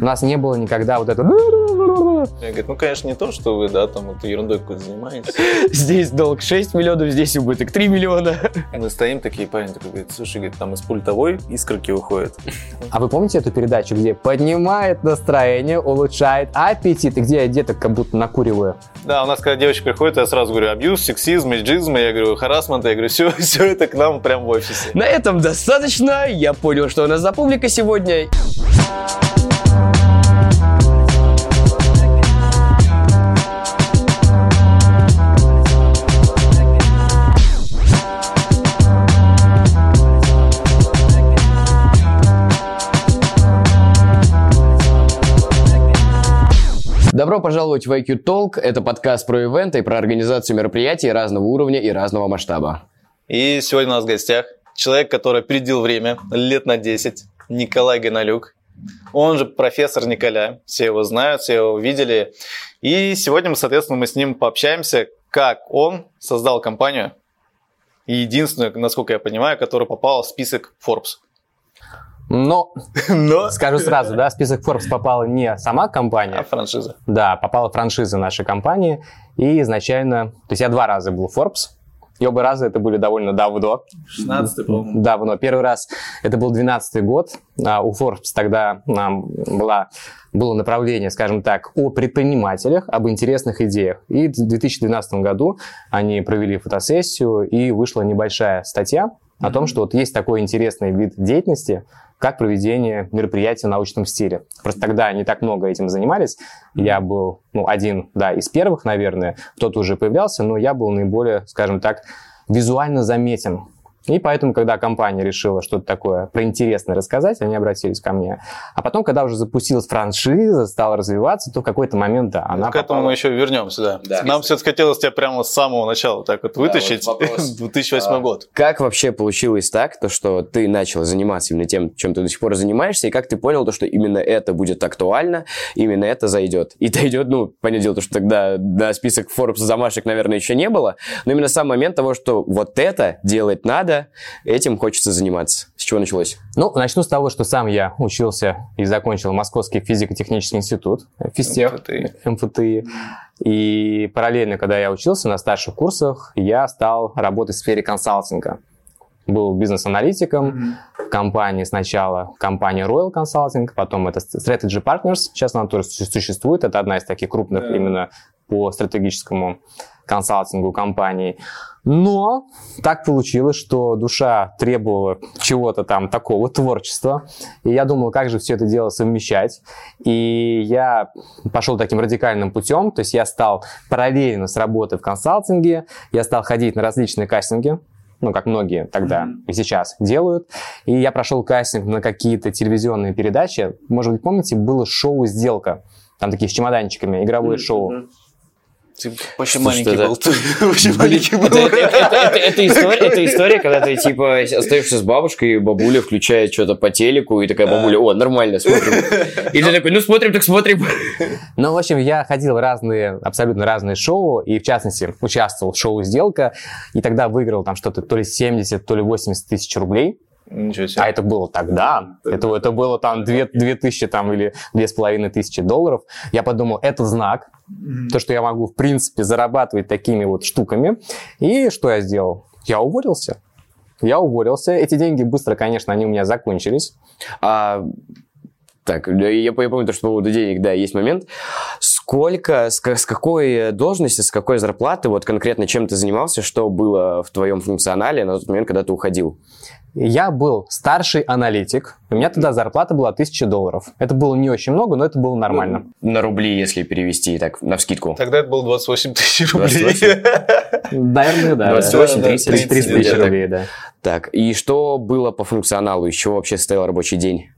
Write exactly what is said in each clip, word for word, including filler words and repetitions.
нас не было никогда вот этого... Я говорю, ну, конечно, не то, что вы, да, там, этой ерундой какой-то занимаетесь. Здесь долг шесть миллионов, здесь убыток три миллиона. Мы стоим, такие, парень такой говорит, слушай, говорит, там из пультовой искорки выходят. А вы помните эту передачу, где поднимает настроение, улучшает аппетит, и где я деток как будто накуриваю? Да, у нас, когда девочка приходит, я сразу говорю, абьюз, сексизм, эйджизм, я говорю, харассмент, я говорю, все, все это к нам прям в офисе. На этом достаточно. Я понял, что у нас за публика сегодня. Добро пожаловать в ай кью Talk. Это подкаст про ивенты и про организацию мероприятий разного уровня и разного масштаба. И сегодня у нас в гостях человек, который опередил время лет на десять, Николай Ганолюк. Он же профессор Николя. Все его знают, все его видели. И сегодня, мы, соответственно, мы с ним пообщаемся, как он создал компанию. И единственную, насколько я понимаю, которая попала в список Forbes. Но, Но, скажу сразу, да, в список Forbes попала не сама компания. А франшиза. Да, попала франшиза нашей компании. И изначально... То есть я два раза был в Forbes. И оба раза это были довольно давно. шестнадцатый, по-моему. Давно. Первый раз это был двенадцатый год. А у Forbes тогда нам была, было направление, скажем так, о предпринимателях, об интересных идеях. И в две тысячи двенадцатом году они провели фотосессию, и вышла небольшая статья о том, что вот есть такой интересный вид деятельности, как проведение мероприятий в научном стиле. Просто тогда не так много этим занимались. Я был, ну, один, да, из первых, наверное. Кто-то уже появлялся, но я был наиболее, скажем так, визуально заметен. И поэтому, когда компания решила что-то такое про интересное рассказать, они обратились ко мне. А потом, когда уже запустилась франшиза, стала развиваться, то в какой-то момент, да, она К этому попала. мы еще вернемся, да. Да. Нам все-таки хотелось тебя прямо с самого начала так вот вытащить. вот вопрос. две тысячи восьмой год. Как вообще получилось так, то, что ты начал заниматься именно тем, чем ты до сих пор занимаешься, и как ты понял, то, что именно это будет актуально, именно это зайдет? И дойдет, ну, понятное дело, то, что тогда на список Forbes замашек, наверное, еще не было, но именно сам момент того, что вот это делать надо, этим хочется заниматься. С чего началось? Ну, начну с того, что сам я учился и закончил Московский физико-технический институт, физтех, эм эф тэ и. эм эф тэ и. И параллельно, когда я учился на старших курсах, я стал работать в сфере консалтинга. Был бизнес-аналитиком mm-hmm. в компании, сначала компания Royal Consulting, потом это Strategy Partners, сейчас она тоже существует, это одна из таких крупных yeah. именно по стратегическому консалтингу компаний. Но так получилось, что душа требовала чего-то там такого, творчества. И я думал, как же все это дело совмещать. И я пошел таким радикальным путем. То есть я стал параллельно с работой в консалтинге, я стал ходить на различные кастинги, ну, как многие тогда mm-hmm. и сейчас делают. И я прошел кастинг на какие-то телевизионные передачи. Может быть, помните, было шоу «Сделка». Там такие с чемоданчиками, игровое mm-hmm. шоу. Ты очень маленький это? был. Очень маленький был. Это, это, это, это, это, история, это история, когда ты типа остаешься с бабушкой, и бабуля включает что-то по телеку, и такая бабуля, о, нормально, смотрим. И ты такой, ну смотрим, так смотрим. Ну, в общем, я ходил в разные, абсолютно разные шоу, и в частности участвовал в шоу «Сделка», и тогда выиграл там что-то то ли семьдесят, то ли восемьдесят тысяч рублей. Ничего себе. А это было тогда. Это, это было там две тысячи там, или две с половиной тысячи долларов. Я подумал, это знак, mm-hmm. то, что я могу, в принципе, зарабатывать такими вот штуками. И что я сделал? Я уволился. Я уволился. Эти деньги быстро, конечно, они у меня закончились. А, так, я, я помню, то, что по поводу денег, да, есть момент. Сколько, с, с какой должности, с какой зарплаты, вот конкретно чем ты занимался, что было в твоем функционале на тот момент, когда ты уходил? Я был старший аналитик. У меня тогда зарплата была тысяча долларов. Это было не очень много, но это было нормально. Ну, на рубли, если перевести, так, навскидку. Тогда это было двадцать восемь тысяч рублей. двадцать восемь? Наверное, да. двадцать восемь тридцать тридцать тысяч рублей, да. Так, и что было по функционалу? Из чего вообще состоял рабочий день?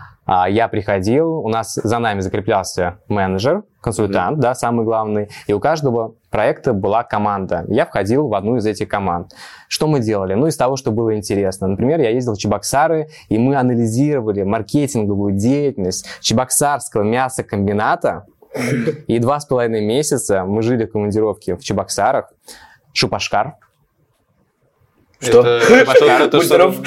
Я приходил, у нас за нами закреплялся менеджер, консультант, mm-hmm. да, самый главный, и у каждого проекта была команда. Я входил в одну из этих команд. Что мы делали? Ну, из того, что было интересно. Например, я ездил в Чебоксары, и мы анализировали маркетинговую деятельность чебоксарского мясокомбината, и два с половиной месяца мы жили в командировке в Чебоксарах, Шупашкар. Что? Это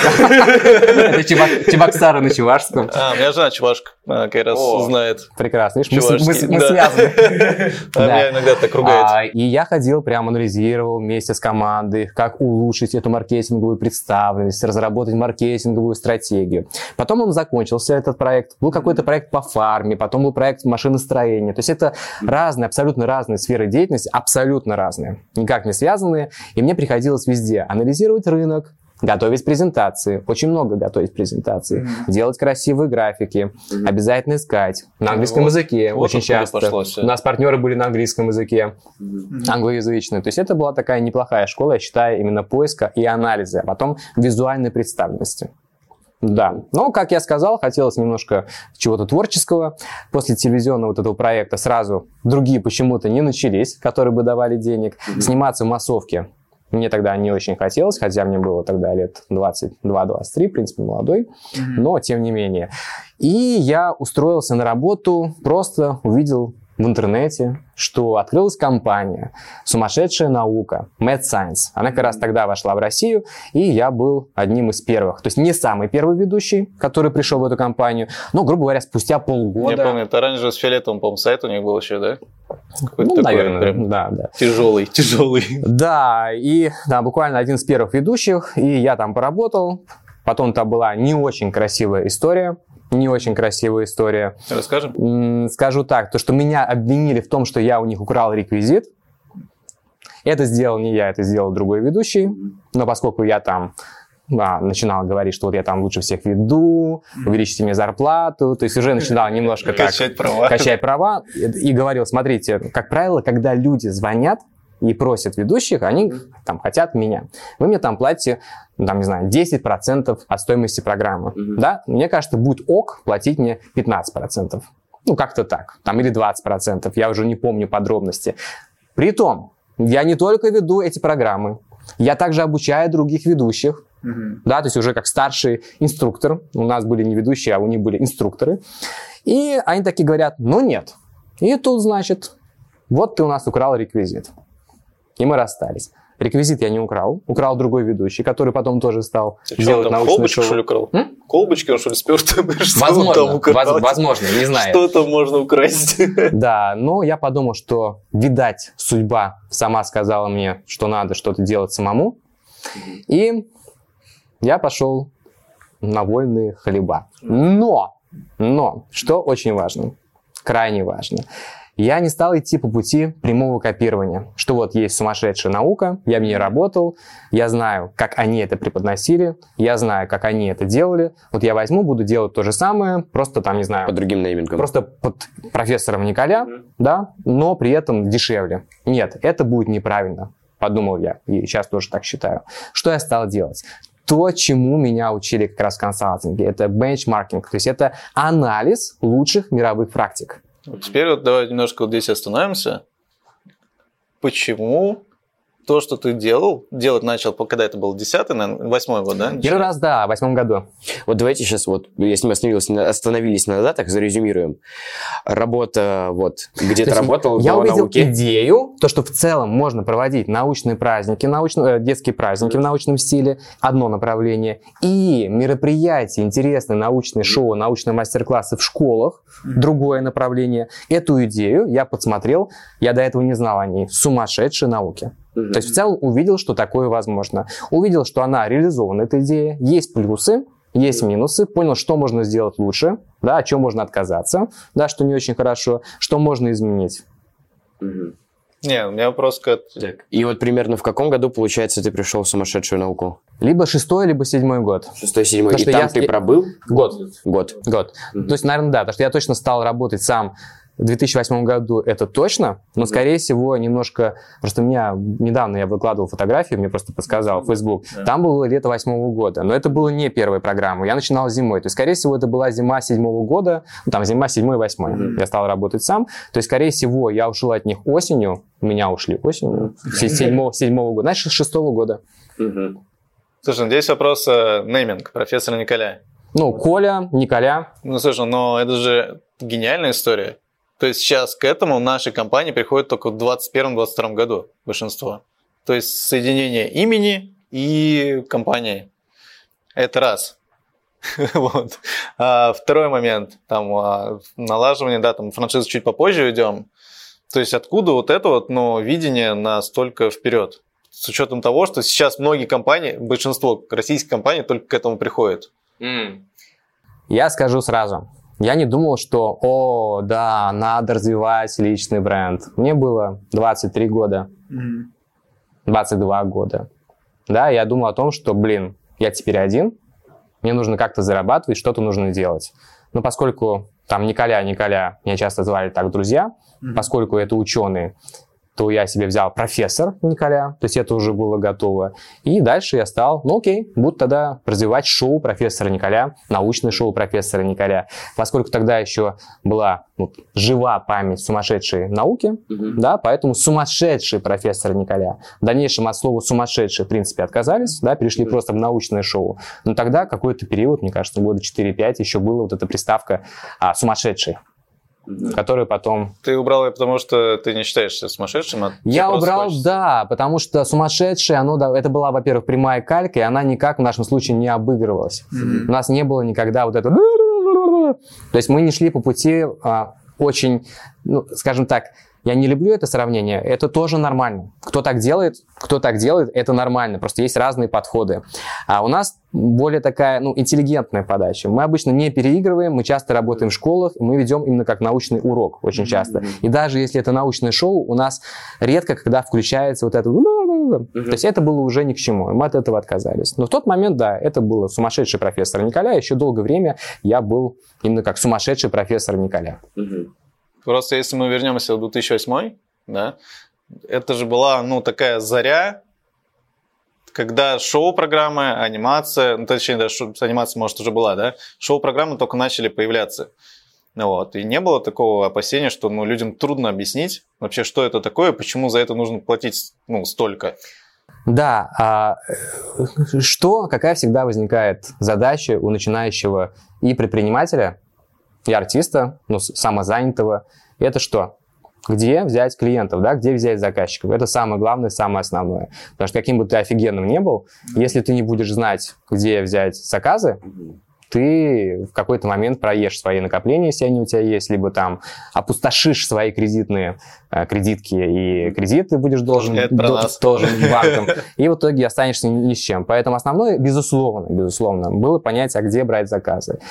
Чебоксары на чувашском. А, у меня жена чувашка, как раз знает. Прекрасно. Мы связаны. А меня иногда так ругает. И я ходил, прям анализировал вместе с командой, как улучшить эту маркетинговую представленность, разработать маркетинговую стратегию. Потом он закончился, этот проект. Был какой-то проект по фарме, потом был проект машиностроения. То есть это разные, абсолютно разные сферы деятельности, абсолютно разные, никак не связанные. И мне приходилось везде анализировать рынок, готовить презентации, очень много готовить презентации, mm-hmm. делать красивые графики, mm-hmm. обязательно искать на английском вот, языке, вот очень часто. У нас партнеры были на английском языке, mm-hmm. англоязычные. То есть это была такая неплохая школа, я считаю, именно поиска и анализа, а потом визуальной представленности. Да, но, как я сказал, хотелось немножко чего-то творческого. После телевизионного вот этого проекта сразу другие почему-то не начались, которые бы давали денег. Mm-hmm. Сниматься в массовке мне тогда не очень хотелось, хотя мне было тогда лет двадцать два двадцать три, в принципе, молодой, mm-hmm. но тем не менее. И я устроился на работу, просто увидел в интернете, что открылась компания «Сумасшедшая наука», Mad Science. Она как раз тогда вошла в Россию, и я был одним из первых. То есть не самый первый ведущий, который пришел в эту компанию, но, грубо говоря, спустя полгода... Я помню, это оранжевый с фиолетовым, по-моему, сайт у них был еще, да? Какой-то ну, такой, наверное, прям да, да. Тяжелый, тяжелый. Да, и да, буквально один из первых ведущих, и я там поработал. Потом там была не очень красивая история. Не очень красивая история. Расскажем? Скажу так, то, что меня обвинили в том, что я у них украл реквизит. Это сделал не я, это сделал другой ведущий. Но поскольку я там а, начинал говорить, что вот я там лучше всех веду, увеличите мне зарплату, то есть уже начинал немножко так... Качать права. Качать права. И говорил, смотрите, как правило, когда люди звонят и просят ведущих, они там хотят меня. Вы мне там платите, там, не знаю, десять процентов от стоимости программы. Mm-hmm. Да? Мне кажется, будет ок платить мне пятнадцать процентов. Ну, как-то так. Там или двадцать процентов. Я уже не помню подробности. Притом, я не только веду эти программы, я также обучаю других ведущих. Mm-hmm. Да, то есть уже как старший инструктор. У нас были не ведущие, а у них были инструкторы. И они такие говорят, ну нет. И тут, значит, вот ты у нас украл реквизит. И мы расстались. Реквизит я не украл. Украл другой ведущий, который потом тоже стал ты делать что, научное колбочки, шоу. Что ли, украл? М? Колбочки он, что ли, спер? Возможно, воз, возможно, не знаю. Что там можно украсть? Да, но я подумал, что, видать, судьба сама сказала мне, что надо что-то делать самому. И я пошел на вольные хлеба. Но, но, что очень важно, крайне важно, я не стал идти по пути прямого копирования, что вот есть сумасшедшая наука, я в ней работал, я знаю, как они это преподносили, я знаю, как они это делали, вот я возьму, буду делать то же самое, просто там, не знаю... Под другим неймингом. Просто под профессором Николя, mm-hmm. да, но при этом дешевле. Нет, это будет неправильно, подумал я, и сейчас тоже так считаю. Что я стал делать? То, чему меня учили как раз в консалтинге, это бенчмаркинг, то есть это анализ лучших мировых практик. Теперь вот давай немножко вот здесь остановимся. Почему то, что ты делал, делать начал, когда это был десятый, наверное, восьмой год, да? Первый раз, да, в восьмом году. Вот давайте сейчас, вот, если мы остановились, остановились на датах, зарезюмируем. Работа, вот, где-то работал, я увидел науке. идею, то, что в целом можно проводить научные праздники, научные, детские праздники в научном стиле, одно направление, и мероприятия, интересные научные шоу, научные мастер-классы в школах, другое направление. Эту идею я подсмотрел, я до этого не знал о ней, сумасшедшей науке. Mm-hmm. То есть в целом увидел, что такое возможно. Увидел, что она реализована, эта идея. Есть плюсы, есть минусы. Понял, что можно сделать лучше, да, от чего можно отказаться, да, что не очень хорошо, что можно изменить. Mm-hmm. Не, у меня вопрос к... И вот примерно в каком году, получается, ты пришел в сумасшедшую науку? Либо шестой, либо седьмой год. Шестой, седьмой. И там я... ты пробыл? Год. Год. Год. Mm-hmm. То есть, наверное, да, потому что я точно стал работать сам в две тысячи восьмом году, это точно, но, скорее всего, немножко... Просто у меня недавно я выкладывал фотографии, мне просто подсказал Facebook. Yeah. Там было лето восьмого года, но это было не первая программа. Я начинал зимой. То есть, скорее всего, это была зима седьмого года, ну, там зима седьмой, восьмой. Mm-hmm. Я стал работать сам. То есть, скорее всего, я ушел от них осенью, меня ушли осенью, седьмого, седьмого года, значит, шестого года. Mm-hmm. Слушай, здесь вопрос э, нейминг, профессора Николя. Ну, Коля, Николя. Ну, слушай, но это же гениальная история. То есть сейчас к этому нашей компании приходит только в двадцать первом - двадцать втором году большинство. То есть соединение имени и компанией. Это раз. Вот. А второй момент, там а, налаживание, да, там франшизы чуть попозже уйдем. То есть откуда вот это вот, ну, видение настолько вперед? С учетом того, что сейчас многие компании, большинство российских компаний только к этому приходят. Mm. Я скажу сразу. Я не думал, что, о, да, надо развивать личный бренд. Мне было двадцать три года, mm. двадцать два года. Да, я думал о том, что, блин, я теперь один, мне нужно как-то зарабатывать, что-то нужно делать. Но поскольку там Николя, Николя, меня часто звали так друзья, mm-hmm. поскольку это ученые, то я себе взял профессор Николя, то есть это уже было готово. И дальше я стал, ну окей, буду тогда развивать шоу профессора Николя, научное шоу профессора Николя. Поскольку тогда еще была ну, жива память сумасшедшей науки, mm-hmm. да, поэтому сумасшедший профессор Николя. В дальнейшем от слова сумасшедший, в принципе, отказались, да, перешли mm-hmm. просто в научное шоу. Но тогда какой-то период, мне кажется, года четыре-пять, еще была вот эта приставка а, сумасшедший. Да. Который потом... Ты убрал ее, потому что ты не считаешься сумасшедшим? А я убрал, хочется... да, потому что сумасшедший, оно, да, это была, во-первых, прямая калька, и она никак в нашем случае не обыгрывалась. Mm-hmm. У нас не было никогда вот этого... То есть мы не шли по пути а, очень, ну, скажем так, я не люблю это сравнение, это тоже нормально. Кто так делает, кто так делает, это нормально. Просто есть разные подходы. А у нас более такая, ну, интеллигентная подача. Мы обычно не переигрываем, мы часто работаем в школах, мы ведем именно как научный урок очень часто. Mm-hmm. И даже если это научное шоу, у нас редко когда включается вот это... Mm-hmm. То есть это было уже ни к чему, мы от этого отказались. Но в тот момент, да, это было сумасшедший профессор Николя. Еще долгое время я был именно как сумасшедший профессор Николя. Mm-hmm. Просто если мы вернемся в две тысячи восьмой, да, это же была, ну, такая заря, когда шоу-программы, анимация, ну, точнее, да, шоу, анимация, может, уже была, да, шоу-программы только начали появляться. Вот. И не было такого опасения, что, ну, людям трудно объяснить вообще, что это такое, почему за это нужно платить, ну, столько. Да, а что, какая всегда возникает задача у начинающего и предпринимателя, и артиста, ну, самозанятого, это что? Где взять клиентов, да, где взять заказчиков? Это самое главное, самое основное. Потому что каким бы ты офигенным ни был, если ты не будешь знать, где взять заказы, ты в какой-то момент проешь свои накопления, если они у тебя есть, либо там опустошишь свои кредитные э, кредитки, и кредиты будешь должен, до, должен банкам, и в итоге останешься ни с чем. Поэтому основное, безусловно, безусловно, было понять, а где брать заказы.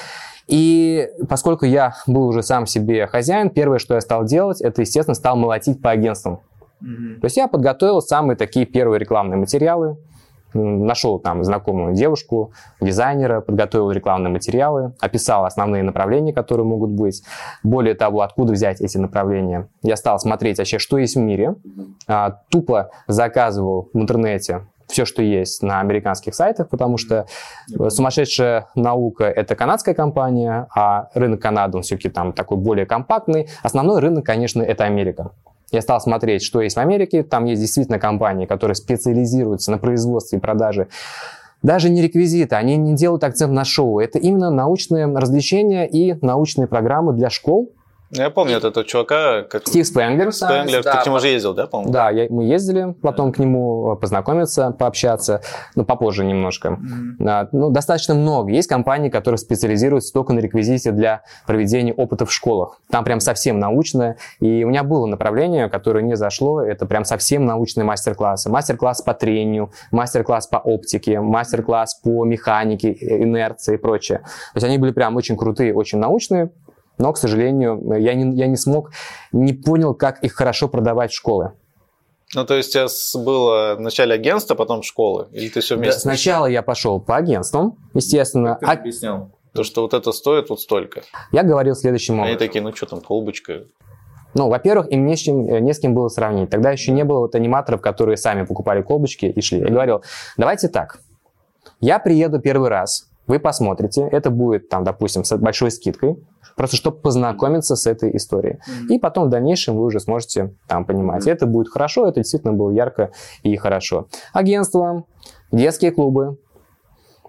И поскольку я был уже сам себе хозяин, первое, что я стал делать, это, естественно, стал молотить по агентствам. Mm-hmm. То есть я подготовил самые такие первые рекламные материалы, нашел там знакомую девушку, дизайнера, подготовил рекламные материалы, описал основные направления, которые могут быть. Более того, откуда взять эти направления. Я стал смотреть вообще, что есть в мире. Mm-hmm. Тупо заказывал в интернете все, что есть на американских сайтах, потому что сумасшедшая наука – это канадская компания, а рынок Канады, он все-таки там такой более компактный. Основной рынок, конечно, это Америка. Я стал смотреть, что есть в Америке. Там есть действительно компании, которые специализируются на производстве и продаже. Даже не реквизиты, они не делают акцент на шоу. Это именно научные развлечения и научные программы для школ. Я помню от этого чувака, как... Стив Спенглер. Спенглер, да, ты к нему же ездил, да, по-моему? Да, я, мы ездили потом к нему познакомиться, пообщаться, но попозже немножко. Mm-hmm. А, ну, достаточно много. Есть компании, которые специализируются только на реквизите для проведения опыта в школах. Там прям совсем научное. И у меня было направление, которое не зашло, это прям совсем научные мастер-классы. Мастер-класс по трению, мастер-класс по оптике, мастер-класс по механике, инерции и прочее. То есть они были прям очень крутые, очень научные. Но, к сожалению, я не, я не смог, не понял, как их хорошо продавать в школы. Ну, то есть у тебя было вначале агентство, потом школы? Или ты все вместе? Да, сначала я пошел по агентствам, естественно. Как ты а... объяснял? То, что вот это стоит вот столько. Я говорил следующим образом. Они такие, ну что там, колбочка? Ну, во-первых, им не с, чем, не с кем было сравнить. Тогда еще не было вот аниматоров, которые сами покупали колбочки и шли. Я говорил, давайте так, я приеду первый раз, вы посмотрите, это будет, там, допустим, с большой скидкой, просто чтобы познакомиться с этой историей. Mm-hmm. И потом в дальнейшем вы уже сможете там понимать, mm-hmm. это будет хорошо, это действительно было ярко и хорошо. Агентства, детские клубы,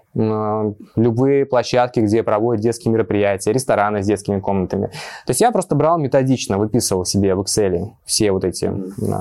любые площадки, где проводят детские мероприятия, рестораны с детскими комнатами. То есть я просто брал методично, выписывал себе в Excel все вот эти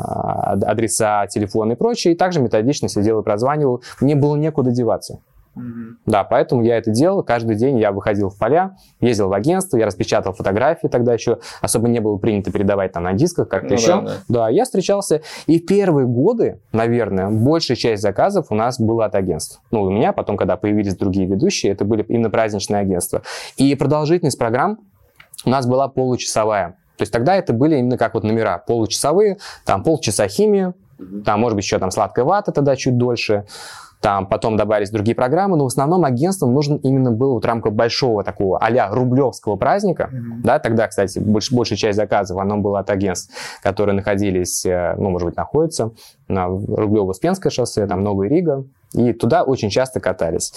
адреса, телефоны и прочее, и также методично сидел и прозванивал. Мне было некуда деваться. Mm-hmm. Да, поэтому я это делал. Каждый день я выходил в поля, ездил в агентство, я распечатал фотографии, тогда еще особо не было принято передавать там на дисках, как-то ну, еще. Да, да. да, я встречался. И первые годы, наверное, большая часть заказов у нас была от агентств. Ну, у меня потом, когда появились другие ведущие, это были именно праздничные агентства. И продолжительность программ у нас была получасовая. То есть тогда это были именно как вот номера получасовые, там полчаса химия, mm-hmm. там, может быть, еще там сладкая вата тогда чуть дольше. Там потом добавились другие программы, но в основном агентствам нужен именно был вот в рамках большого такого а-ля рублевского праздника. Mm-hmm. Да, тогда, кстати, больш, большая часть заказов, оно было от агентств, которые находились, ну, может быть, находятся на Рублево-Успенское шоссе, там Новая Рига, и туда очень часто катались.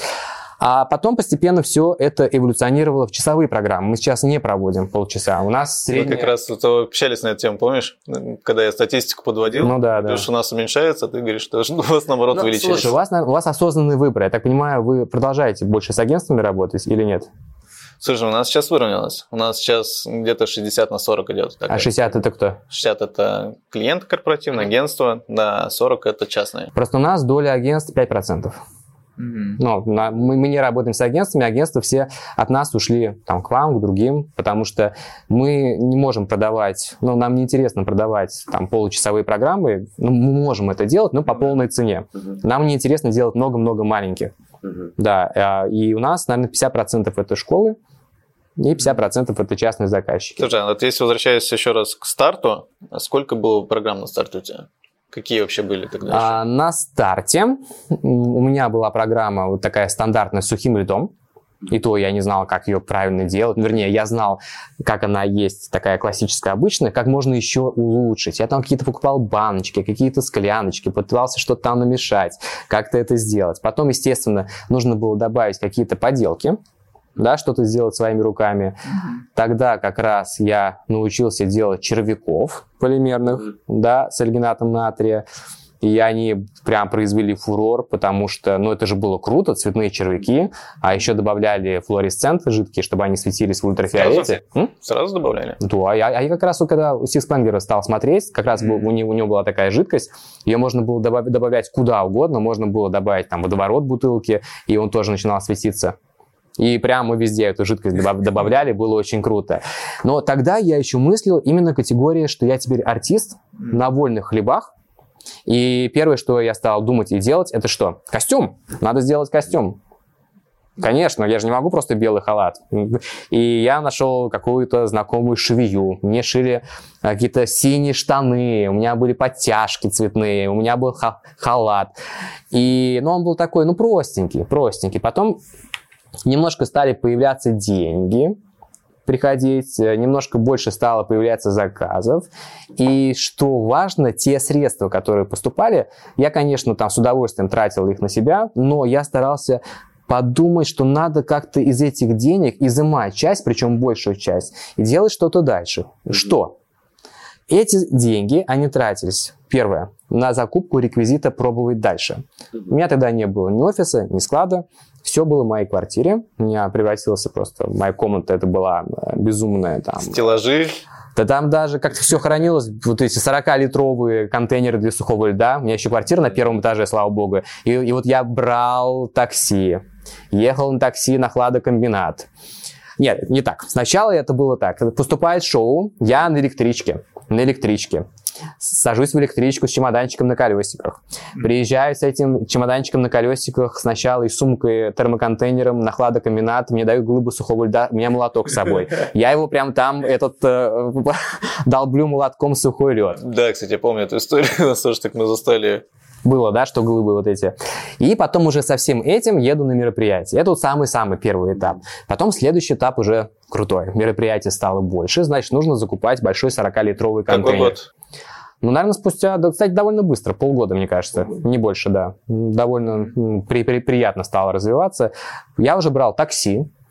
А потом постепенно все это эволюционировало в часовые программы. Мы сейчас не проводим полчаса. У нас средняя... Мы как раз общались на эту тему, помнишь? Когда я статистику подводил, ну, да, ты говоришь, да. что у нас уменьшается, а ты говоришь, что у вас, наоборот, ну, увеличилось. Слушай, у вас, у вас осознанный выбор. Я так понимаю, вы продолжаете больше с агентствами работать или нет? Слушай, у нас сейчас выровнялось. У нас сейчас где-то шестьдесят на сорок идет. А шестьдесят это кто? шестьдесят это клиент корпоративное агентство, да, сорок это частные. Просто у нас доля агентств пять процентов. Mm-hmm. Ну, на, мы, мы не работаем с агентствами, агентства все от нас ушли там, к вам, к другим, потому что мы не можем продавать, ну, нам неинтересно продавать там, получасовые программы, ну, мы можем это делать, но по полной цене. Mm-hmm. Нам неинтересно делать много-много маленьких. Mm-hmm. Да, и у нас, наверное, пятьдесят процентов это школы, и пятьдесят процентов это частные заказчики. Слушай, вот если возвращаясь еще раз к старту, сколько было программ на старте у тебя? Какие вообще были тогда? А, на старте у меня была программа вот такая стандартная с сухим льдом. И то я не знал, как ее правильно делать. Вернее, я знал, как она есть, такая классическая, обычная, как можно еще улучшить. Я там какие-то покупал баночки, какие-то скляночки, пытался что-то там намешать, как-то это сделать. Потом, естественно, нужно было добавить какие-то поделки, да, что-то сделать своими руками. Mm-hmm. Тогда как раз я научился делать червяков полимерных, mm-hmm. да, с альгинатом натрия. И они прям произвели фурор, потому что, ну, это же было круто, цветные червяки, а еще добавляли флуоресценты жидкие, чтобы они светились в ультрафиолете. Сразу, Сразу добавляли? Да, а я, а я как раз, когда у Сикспенгера стал смотреть, как раз mm-hmm. у, него, у него была такая жидкость, ее можно было добав- добавлять куда угодно, можно было добавить там водоворот бутылки, и он тоже начинал светиться. И прямо мы везде эту жидкость добавляли, было очень круто. Но тогда я еще мыслил именно категории, что я теперь артист на вольных хлебах. И первое, что я стал думать и делать, это что? Костюм. Надо сделать костюм. Конечно, я же не могу просто белый халат. И я нашел какую-то знакомую швею. Мне шили какие-то синие штаны, у меня были подтяжки цветные, у меня был халат. И, ну, он был такой, ну, простенький, простенький. Потом немножко стали появляться деньги, приходить, немножко больше стало появляться заказов. И что важно, те средства, которые поступали, я, конечно, там с удовольствием тратил их на себя, но я старался подумать, что надо как-то из этих денег изымать часть, причем большую часть, и делать что-то дальше. Mm-hmm. Что? Эти деньги, они тратились, первое, на закупку реквизита «Пробовать дальше». У меня тогда не было ни офиса, ни склада. Все было в моей квартире. У меня превратился просто... Моя комната, это была безумная там... Стеллажи. Да там даже как-то все хранилось. Вот эти сорокалитровые контейнеры для сухого льда. У меня еще квартира на первом этаже, слава богу. И, и вот я брал такси. Ехал на такси на хладокомбинат. Нет, не так. Сначала это было так. Поступает шоу, я на электричке. На электричке. Сажусь в электричку с чемоданчиком на колесиках. Приезжаю с этим чемоданчиком на колесиках сначала и сумкой, термоконтейнером на хладокомбинат. Мне дают глыбу сухого льда, у меня молоток с собой. Я его прям там этот э, долблю молотком сухой лед. Да, кстати, я помню эту историю. У нас тоже так мы застали. Было, да, что глыбы вот эти. И потом уже со всем этим еду на мероприятие. Это вот самый-самый первый этап. Потом следующий этап уже крутой. Мероприятие стало больше, значит, нужно закупать большой сорокалитровый контейнер. Какой год? Ну, наверное, спустя, да, кстати, довольно быстро, полгода, мне кажется, не больше, да. Довольно при, при, приятно стало развиваться. Я уже брал такси.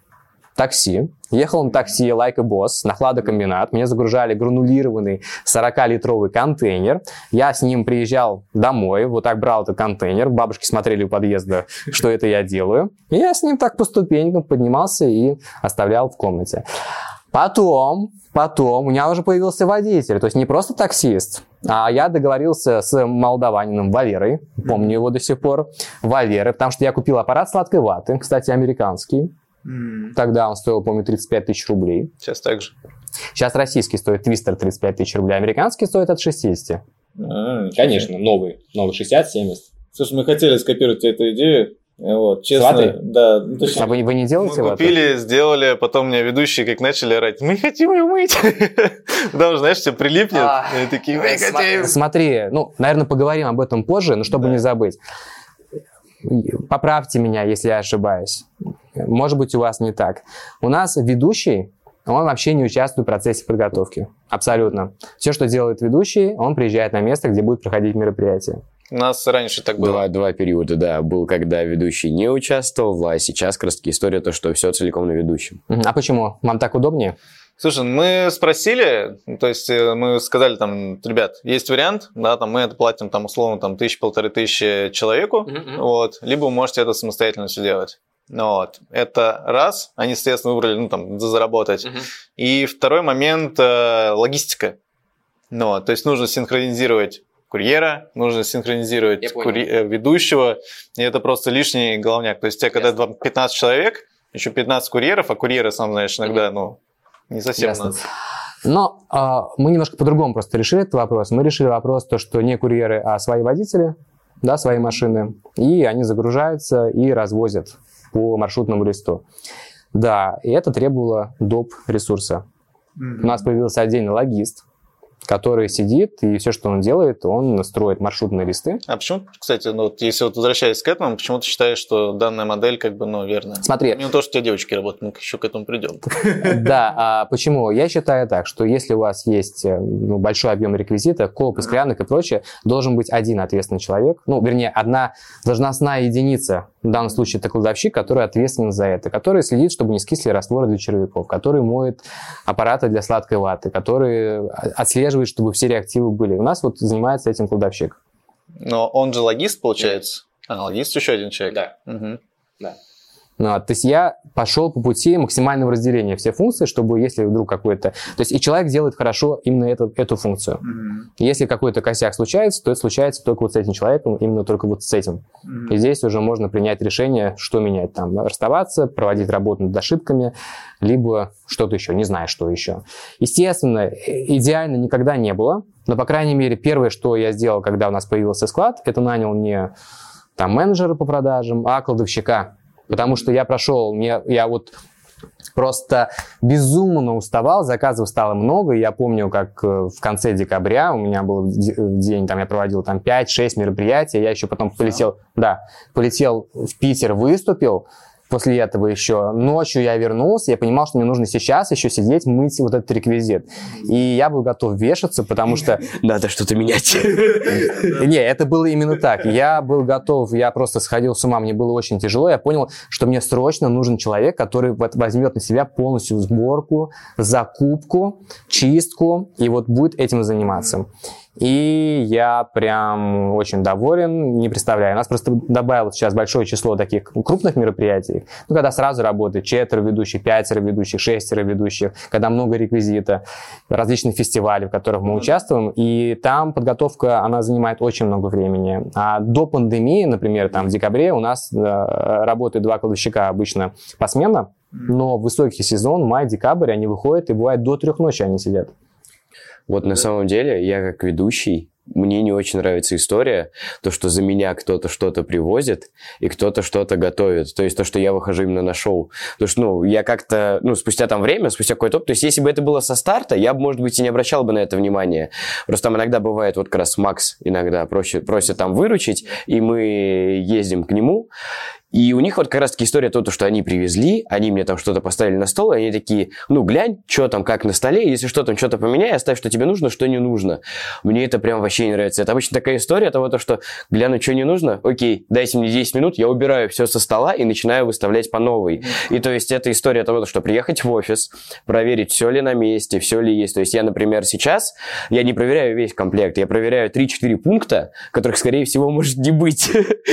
такси. Ехал на такси Like a Boss на хладокомбинат. Мне загружали гранулированный сорокалитровый контейнер. Я с ним приезжал домой, вот так брал этот контейнер. Бабушки смотрели у подъезда, что это я делаю. И я с ним так по ступенькам поднимался и оставлял в комнате. Потом, потом у меня уже появился водитель, то есть не просто таксист, а я договорился с молдаванином Валерой, помню его до сих пор, Валерой, потому что я купил аппарат сладкой ваты, кстати, американский. Mm. Тогда он стоил, помню, тридцать пять тысяч рублей. Сейчас так же. Сейчас российский стоит Твистер тридцать пять тысяч рублей, американский стоит от шестидесяти. А, Конечно, новый, новый шестьдесят-семьдесят. Слушай, мы хотели скопировать эту идею. Вот, честно, Сваты? Да. Ну, точнее, а вы, вы не делаете мы купили, сделали, а потом мне ведущие как начали орать: мы хотим ее мыть. Потому что, знаешь, все прилипнет. И такие: мы хотим. Смотри, ну, наверное, поговорим об этом позже, но чтобы не забыть. Поправьте меня, если я ошибаюсь. Может быть, у вас не так. У нас ведущий, он вообще не участвует в процессе подготовки. Абсолютно. Все, что делает ведущий, он приезжает на место, где будет проходить мероприятие. У нас раньше так было. Два, два периода, да. Был, когда ведущий не участвовал, а сейчас как раз таки история, то, что все целиком на ведущем. А почему? Вам так удобнее? Слушай, мы спросили, то есть мы сказали там: ребят, есть вариант, да, там мы это платим там условно там тысячу-полторы тысячи человеку, mm-hmm. вот, либо вы можете это самостоятельно все делать. Вот. Это раз, они, соответственно, выбрали, ну, там, заработать. Uh-huh. И второй момент э, – логистика. Ну, то есть нужно синхронизировать курьера, нужно синхронизировать кури- э, ведущего, и это просто лишний головняк. То есть у тебя когда Ясно. пятнадцать человек, еще пятнадцать курьеров, а курьеры, сам знаешь, иногда, uh-huh. ну, не совсем Ясно. надо. Но э, мы немножко по-другому просто решили этот вопрос. Мы решили вопрос, то, что не курьеры, а свои водители, да, свои машины, и они загружаются и развозят по маршрутному листу. Да, и это требовало доп. Ресурса. Mm-hmm. У нас появился отдельный логист, который сидит, и все, что он делает, он строит маршрутные листы. А почему, кстати, ну, вот, если вот возвращаясь к этому, почему ты считаешь, что данная модель как бы, ну, верная? Смотри. Не то, что у тебя девочки работают, мы еще к этому придем. Да, а почему? Я считаю так, что если у вас есть ну, большой объем реквизита, коп, склянок и прочее, должен быть один ответственный человек, ну, вернее, одна должностная единица, в данном случае это кладовщик, который ответственен за это, который следит, чтобы не скисли растворы для червяков, который моет аппараты для сладкой ваты, который отслеживает, чтобы все реактивы были. У нас вот занимается этим кладовщик. Но он же логист, получается? Да. А, логист еще один человек? Да. Угу. Да. Ну, то есть я пошел по пути максимального разделения всех функций, чтобы если вдруг какой-то... То есть и человек делает хорошо именно эту, эту функцию. Mm-hmm. Если какой-то косяк случается, то это случается только вот с этим человеком, именно только вот с этим. Mm-hmm. И здесь уже можно принять решение, что менять. Там, расставаться, проводить работу над ошибками, либо что-то еще, не знаю, что еще. Естественно, идеально никогда не было, но, по крайней мере, первое, что я сделал, когда у нас появился склад, это нанял не там, менеджера по продажам, а кладовщика. Потому что я прошел, я, я вот просто безумно уставал, заказов стало много. Я помню, как в конце декабря у меня был день, там я проводил там пять-шесть мероприятий, я еще потом полетел, да, полетел в Питер, выступил. После этого еще ночью я вернулся, я понимал, что мне нужно сейчас еще сидеть, мыть вот этот реквизит. И я был готов вешаться, потому что... Надо что-то менять. Не, это было именно так. Я был готов, я просто сходил с ума, мне было очень тяжело. Я понял, что мне срочно нужен человек, который возьмет на себя полностью сборку, закупку, чистку, и вот будет этим заниматься. И я прям очень доволен, не представляю. У нас просто добавилось сейчас большое число таких крупных мероприятий, ну, когда сразу работает четверо ведущих, пятеро ведущих, шестеро ведущих, когда много реквизита, различные фестивали, в которых мы участвуем, и там подготовка, она занимает очень много времени. А до пандемии, например, там в декабре у нас э, работают два кладовщика обычно посменно, но в высокий сезон, май-декабрь, они выходят, и бывает до трех ночи они сидят. Вот на самом деле, я как ведущий, мне не очень нравится история, то, что за меня кто-то что-то привозит и кто-то что-то готовит. То есть то, что я выхожу именно на шоу. Потому что, ну, я как-то, ну, спустя там время, спустя какой-то опыт, то есть если бы это было со старта, я бы, может быть, и не обращал бы на это внимания. Просто там иногда бывает, вот как раз Макс иногда просит, просит там выручить, и мы ездим к нему. И у них вот как раз-таки история то, что они привезли, они мне там что-то поставили на стол, и они такие: ну, глянь, что там, как на столе, если что там, что-то поменяй, оставь, что тебе нужно, что не нужно. Мне это прям вообще вообще не нравится. Это обычно такая история того, что гляну, что не нужно, окей, дайте мне десять минут, я убираю все со стола и начинаю выставлять по новой. И то есть это история того, что приехать в офис, проверить, все ли на месте, все ли есть. То есть я, например, сейчас, я не проверяю весь комплект, я проверяю три-четыре пункта, которых, скорее всего, может не быть.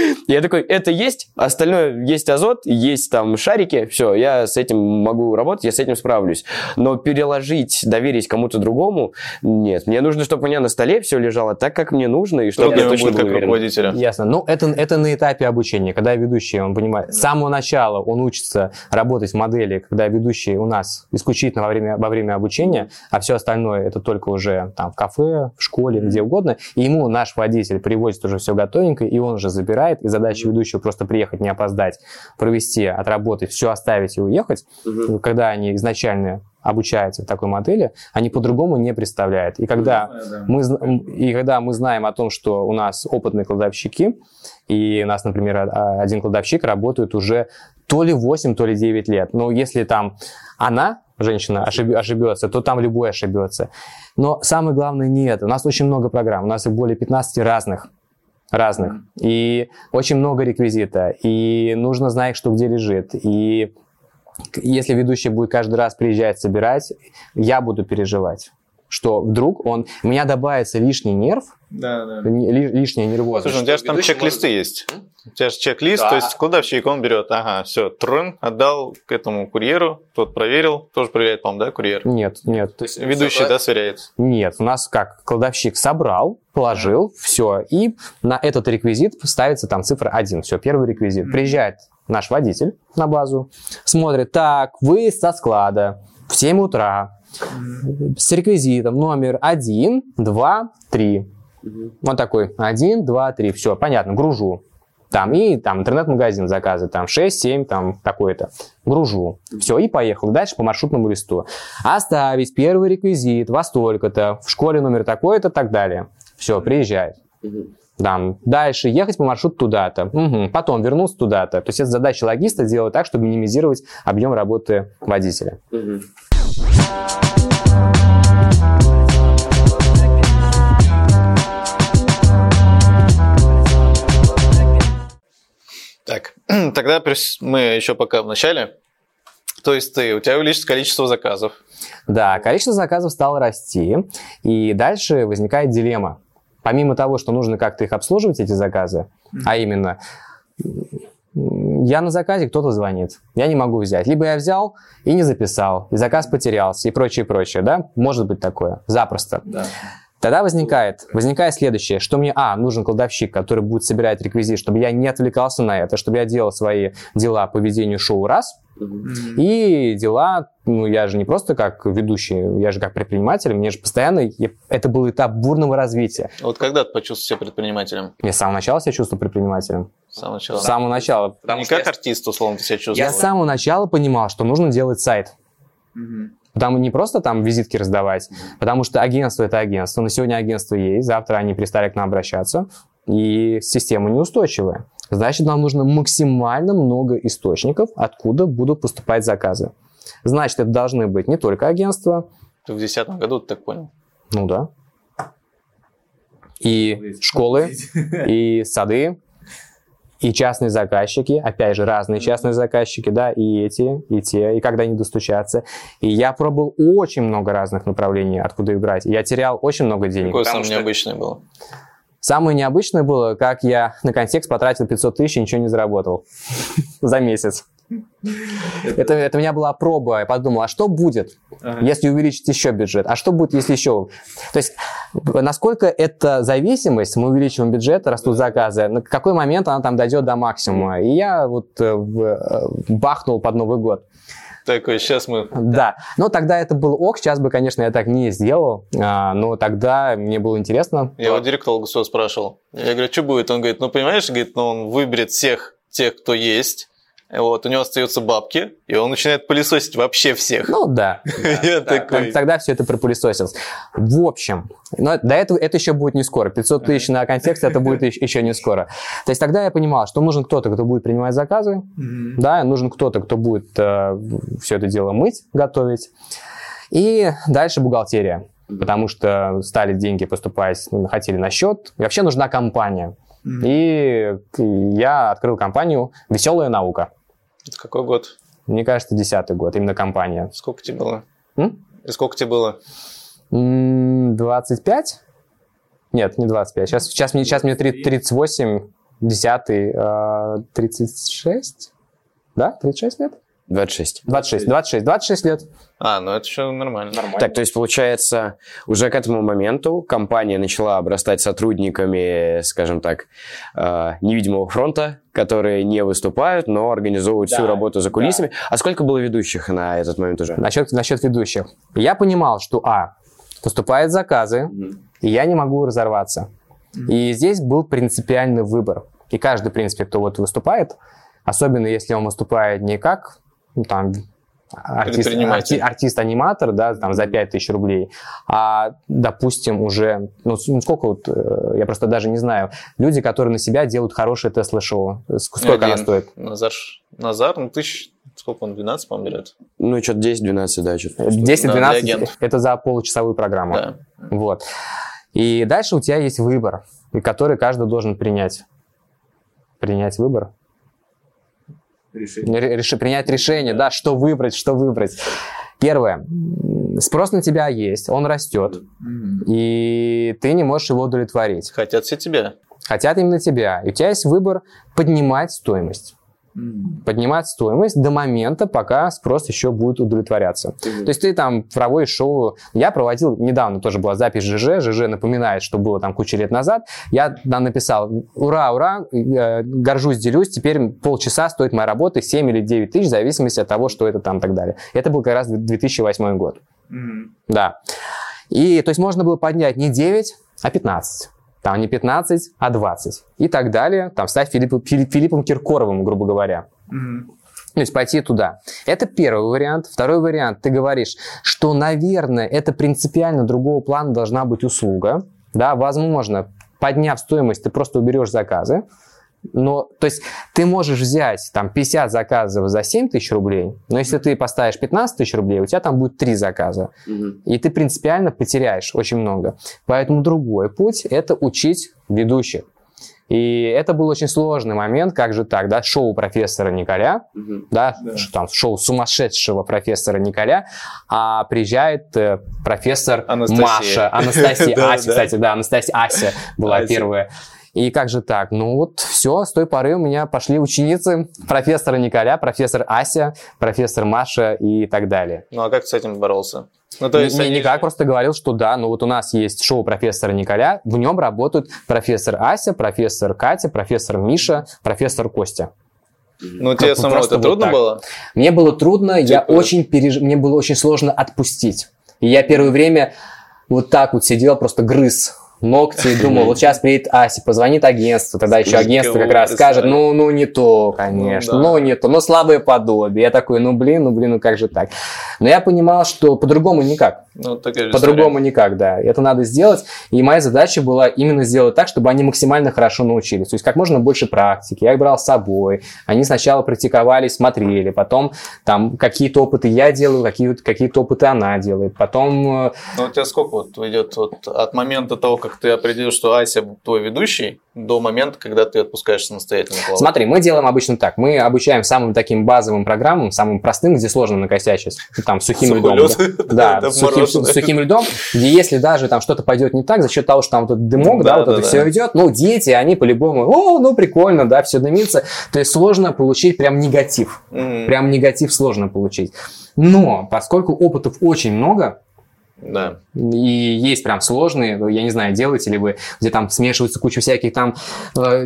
Я такой, это есть, остальное есть азот, есть там шарики, все, я с этим могу работать, я с этим справлюсь. Но переложить, доверить кому-то другому, нет. Мне нужно, чтобы у меня на столе все лежало так, как мне нужно, и чтобы Трудно я точно будет был как уверен. руководителя. Ясно. Ну, это, это на этапе обучения, когда ведущий, он понимает, с самого начала он учится работать в модели, когда ведущий у нас исключительно во время, во время обучения, а все остальное это только уже там в кафе, в школе, где угодно, и ему наш водитель привозит уже все готовенько, и он же забирает, и задача ведущего просто приехать, не опоздать, провести, отработать, все оставить и уехать. Uh-huh. Когда они изначально обучаются в такой модели, они по-другому не представляют. И когда, uh-huh. мы, и когда мы знаем о том, что у нас опытные кладовщики, и у нас, например, один кладовщик работает уже то ли восемь, то ли девять лет. Но если там она, женщина, ошибется, то там любой ошибется. Но самое главное не это. У нас очень много программ, у нас их более пятнадцати разных. Разных. И очень много реквизита. И нужно знать, что где лежит. И если ведущий будет каждый раз приезжать, собирать, я буду переживать, что вдруг он... У меня добавится лишний нерв, да, да. лишняя нервозность. Слушай, у тебя же там чек-листы может... есть. У тебя же чек-лист, да. То есть кладовщик, он берет, ага, все, трын, отдал к этому курьеру, тот проверил, тоже проверяет, по-моему, да, курьер? Нет, нет. То есть ведущий, да, сверяет? Нет, у нас как, кладовщик собрал, положил, все, и на этот реквизит ставится там цифра один, все, первый реквизит. Mm-hmm. Приезжает наш водитель на базу, смотрит, так, вы со склада в семь утра, mm-hmm. с реквизитом номер один, два, три. Mm-hmm. Он такой, один, два, три, все, понятно, гружу. Там, и там интернет-магазин заказы, там шесть, семь, там такое-то. Гружу. Все, и поехал. Дальше по маршрутному листу. Оставить первый реквизит во столько-то, в школе номер такой-то, так далее. Все, приезжает. Там, дальше ехать по маршруту туда-то. Угу. Потом вернуться туда-то. То есть это задача логиста делать так, чтобы минимизировать объем работы водителя. Угу. Так, тогда мы еще пока в начале. То есть ты, у тебя увеличится количество заказов. Да, количество заказов стало расти, и дальше возникает дилемма. Помимо того, что нужно как-то их обслуживать, эти заказы, mm-hmm. а именно, я на заказе, кто-то звонит, я не могу взять. Либо я взял и не записал, и заказ потерялся, и прочее, прочее, да? Может быть такое, запросто. Да. Тогда возникает, возникает следующее, что мне, а, нужен кладовщик, который будет собирать реквизит, чтобы я не отвлекался на это, чтобы я делал свои дела по ведению шоу раз, mm-hmm. и дела, ну, я же не просто как ведущий, я же как предприниматель, мне же постоянно, я, это был этап бурного развития. Вот когда ты почувствовал себя предпринимателем? Я с самого начала себя чувствовал предпринимателем. С самого начала? С самого начала. Не как я... артист, условно, ты себя чувствовал? Я с самого начала понимал, что нужно делать сайт. Mm-hmm. Потому не просто там визитки раздавать, потому что агентство – это агентство. На сегодня агентство есть, завтра они перестали к нам обращаться, и система неустойчивая. Значит, нам нужно максимально много источников, откуда будут поступать заказы. Значит, это должны быть не только агентства. Ты в две тысячи десятом году, ты так понял? Ну да. И школы, и сады, и частные заказчики, опять же, разные частные заказчики, да, и эти, и те, и когда они достучатся. И я пробовал очень много разных направлений, откуда их брать. Я терял очень много денег. Какое самое что... необычное было? Самое необычное было, как я на контекст потратил пятьсот тысяч и ничего не заработал за месяц. Это, это у меня была проба. Я подумал, а что будет, ага. если увеличить еще бюджет? А что будет, если еще... То есть, насколько это зависимость, мы увеличиваем бюджет, растут заказы, на какой момент она там дойдет до максимума. И я вот бахнул под Новый год. Такой, сейчас мы... Да, но тогда это был ок, сейчас бы, конечно, я так не сделал, но тогда мне было интересно. Я вот директора ГСО спрашивал, я говорю, что будет? Он говорит, ну, понимаешь, говорит, ну, он выберет всех тех, кто есть, вот, у него остаются бабки, и он начинает пылесосить вообще всех. Ну, да. Я такой... Тогда все это пропылесосилось. В общем, но до этого это еще будет не скоро. пятьсот тысяч на контексте это будет еще не скоро. То есть тогда я понимал, что нужен кто-то, кто будет принимать заказы, да, нужен кто-то, кто будет все это дело мыть, готовить. И дальше бухгалтерия. потому что стали деньги поступать, ну, хотели на счет. И вообще нужна компания. Mm-hmm. И я открыл компанию «Веселая наука». Это какой год? Мне кажется, десятый год, именно компания. Сколько тебе было? М? И сколько тебе было? двадцать пять? Нет, не двадцать пять. Сейчас, сейчас, мне, сейчас мне тридцать восемь, десятый, тридцать шесть? Да, тридцать шесть лет? двадцать шесть. двадцать шесть, двадцать шесть, двадцать шесть лет. А, ну это еще нормально. нормально. Так, то есть, получается, уже к этому моменту компания начала обрастать сотрудниками, скажем так, э, невидимого фронта, которые не выступают, но организовывают да, всю работу за кулисами. Да. А сколько было ведущих на этот момент уже? Насчет, насчет ведущих. Я понимал, что, а, поступают заказы, mm-hmm. и я не могу разорваться. Mm-hmm. И здесь был принципиальный выбор. И каждый, в принципе, кто вот выступает, особенно если он выступает не как... Ну, там, артист, арти, артист-аниматор, да, там, за пять тысяч рублей, а, допустим, уже, ну, сколько вот, я просто даже не знаю, люди, которые на себя делают хорошее Тесла-шоу, сколько она стоит? Назар, Назар, ну, тысяч, сколько он, двенадцать, по-моему, берет? Ну, что-то десять-двенадцать, да, что-то. десять-двенадцать, да, это за получасовую программу. Да. Вот. И дальше у тебя есть выбор, который каждый должен принять. Принять выбор. Решение. Реш, принять решение, да, что выбрать, что выбрать. Первое. Спрос на тебя есть, он растет, mm-hmm. и ты не можешь его удовлетворить. Хотят все тебя. Хотят именно тебя. И у тебя есть выбор поднимать стоимость. Mm-hmm. Поднимать стоимость до момента, пока спрос еще будет удовлетворяться. Mm-hmm. То есть ты там проводишь шоу. Я проводил, недавно тоже была запись ЖЖ. ЖЖ напоминает, что было там кучу лет назад. Я там написал: ура, ура, горжусь, делюсь, теперь полчаса стоит моя работа семь или девять тысяч, в зависимости от того, что это там и так далее. Это был как раз две тысячи восьмой год. Mm-hmm. Да. И то есть можно было поднять не девять, а пятнадцать. Там не пятнадцать, а двадцать. И так далее. Там стать Филиппом, Филиппом Киркоровым, грубо говоря. Mm-hmm. То есть пойти туда. Это первый вариант. Второй вариант. Ты говоришь, что, наверное, это принципиально другого плана должна быть услуга. Да, возможно, подняв стоимость, ты просто уберешь заказы. Но, то есть ты можешь взять там пятьдесят заказов за семь тысяч рублей, но если ты поставишь пятнадцать тысяч рублей, у тебя там будет три заказа. Mm-hmm. И ты принципиально потеряешь очень много. Поэтому другой путь – это учить ведущих. И это был очень сложный момент, как же так, да, шоу профессора Николя, mm-hmm. да, yeah. там, шоу сумасшедшего профессора Николя, а приезжает э, профессор Анастасия. Маша, Анастасия, Ася, кстати, да, Анастасия, Ася была первая. И как же так? Ну вот все, с той поры у меня пошли ученицы профессора Николя, профессор Ася, профессор Маша и так далее. Ну а как ты с этим боролся? Ну, то есть не, они... Никак, просто говорил, что да, ну вот у нас есть шоу профессора Николя, в нем работают профессор Ася, профессор Катя, профессор Миша, профессор Костя. Ну тебе самому это трудно вот было? Мне было трудно, типа... я очень переж... мне было очень сложно отпустить. И я первое время вот так вот сидел, просто грыз ногти и думал, вот сейчас приедет Ася, позвонит агентству, тогда еще агентство как раз скажет, ну, ну не то, конечно, ну, да. ну не то, ну слабое подобие. Я такой, ну блин, ну блин, ну как же так? Но я понимал, что по-другому никак. Ну, по-другому никак, да. Это надо сделать. И моя задача была именно сделать так, чтобы они максимально хорошо научились. То есть как можно больше практики. Я их брал с собой. Они сначала практиковали, смотрели. Потом там какие-то опыты я делаю, какие- какие-то опыты она делает. Потом... Ну, у тебя сколько вот идет вот от момента того, как ты определил, что Ася твой ведущий, до момента, когда ты отпускаешь самостоятельно плавать? Смотри, мы делаем обычно так. Мы обучаем самым таким базовым программам, самым простым, где сложно накосячить. Там сухим льдом. Да, сухим льдом, где если даже там что-то пойдет не так, за счет того, что там вот этот дымок, да, да, вот да, это да. все идет, ну, дети, они по-любому, о, ну, прикольно, да, все дымится. То есть сложно получить прям негатив. Mm-hmm. Прям негатив сложно получить. Но поскольку опытов очень много, да. и есть прям сложные, я не знаю, делаете ли вы, где там смешивается куча всяких там э, э,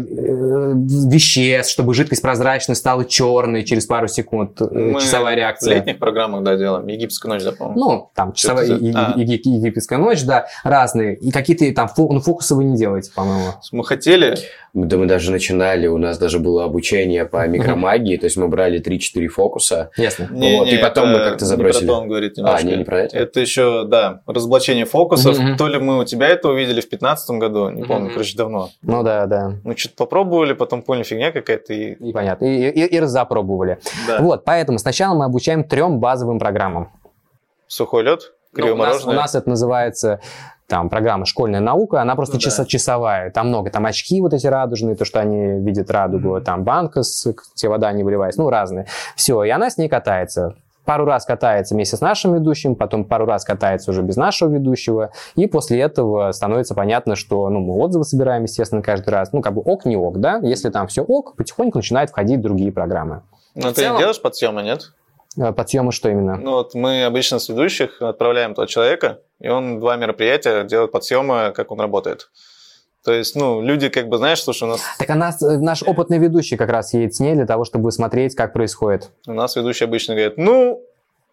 веществ, чтобы жидкость прозрачной стала черной через пару секунд, э, часовая реакция. В летних программах, да, делаем. Египетская ночь, да, по-моему. Ну, там, часовая, е- е- а. е- египетская ночь, да, разные. И какие-то там фо- ну, фокусы вы не делаете, по-моему. Мы хотели... Да, мы даже начинали, у нас даже было обучение по микромагии, то есть мы брали три-четыре фокуса. Ясно. Не, вот, не, и потом мы как-то забросили. Не про то он говорит немножко. А, не, не про это? Это еще, да, разоблачение фокусов. Mm-hmm. То ли мы у тебя это увидели в пятнадцатом году, не помню, mm-hmm. короче, давно. Ну да, да. Мы что-то попробовали, потом поняли, фигня какая-то. И, и понятно, и, и, и разопробовали. Да. Вот, поэтому сначала мы обучаем трем базовым программам. Сухой лед? криво-мороженое. У нас это называется... Там программа «Школьная наука», она просто ну, час, да. часовая. Там много, там очки вот эти радужные, то, что они видят радугу, mm-hmm. там банка, с, где вода не выливается, ну, разные. Все, и она с ней катается. Пару раз катается вместе с нашим ведущим, потом пару раз катается уже без нашего ведущего, и после этого становится понятно, что, ну, мы отзывы собираем, естественно, каждый раз. Ну, как бы ок, не ок, да? Если там все ок, потихоньку начинают входить другие программы. Но ты целом... делаешь подсъемы, нет? Подсъемы что именно? Ну, вот мы обычно с ведущих отправляем туда человека, и он два мероприятия делает подсъемы, как он работает. То есть, ну, люди как бы, знаешь, слушай, у нас... Так а нас, наш опытный ведущий как раз едет с ней для того, чтобы смотреть, как происходит. У нас ведущий обычно говорит, ну,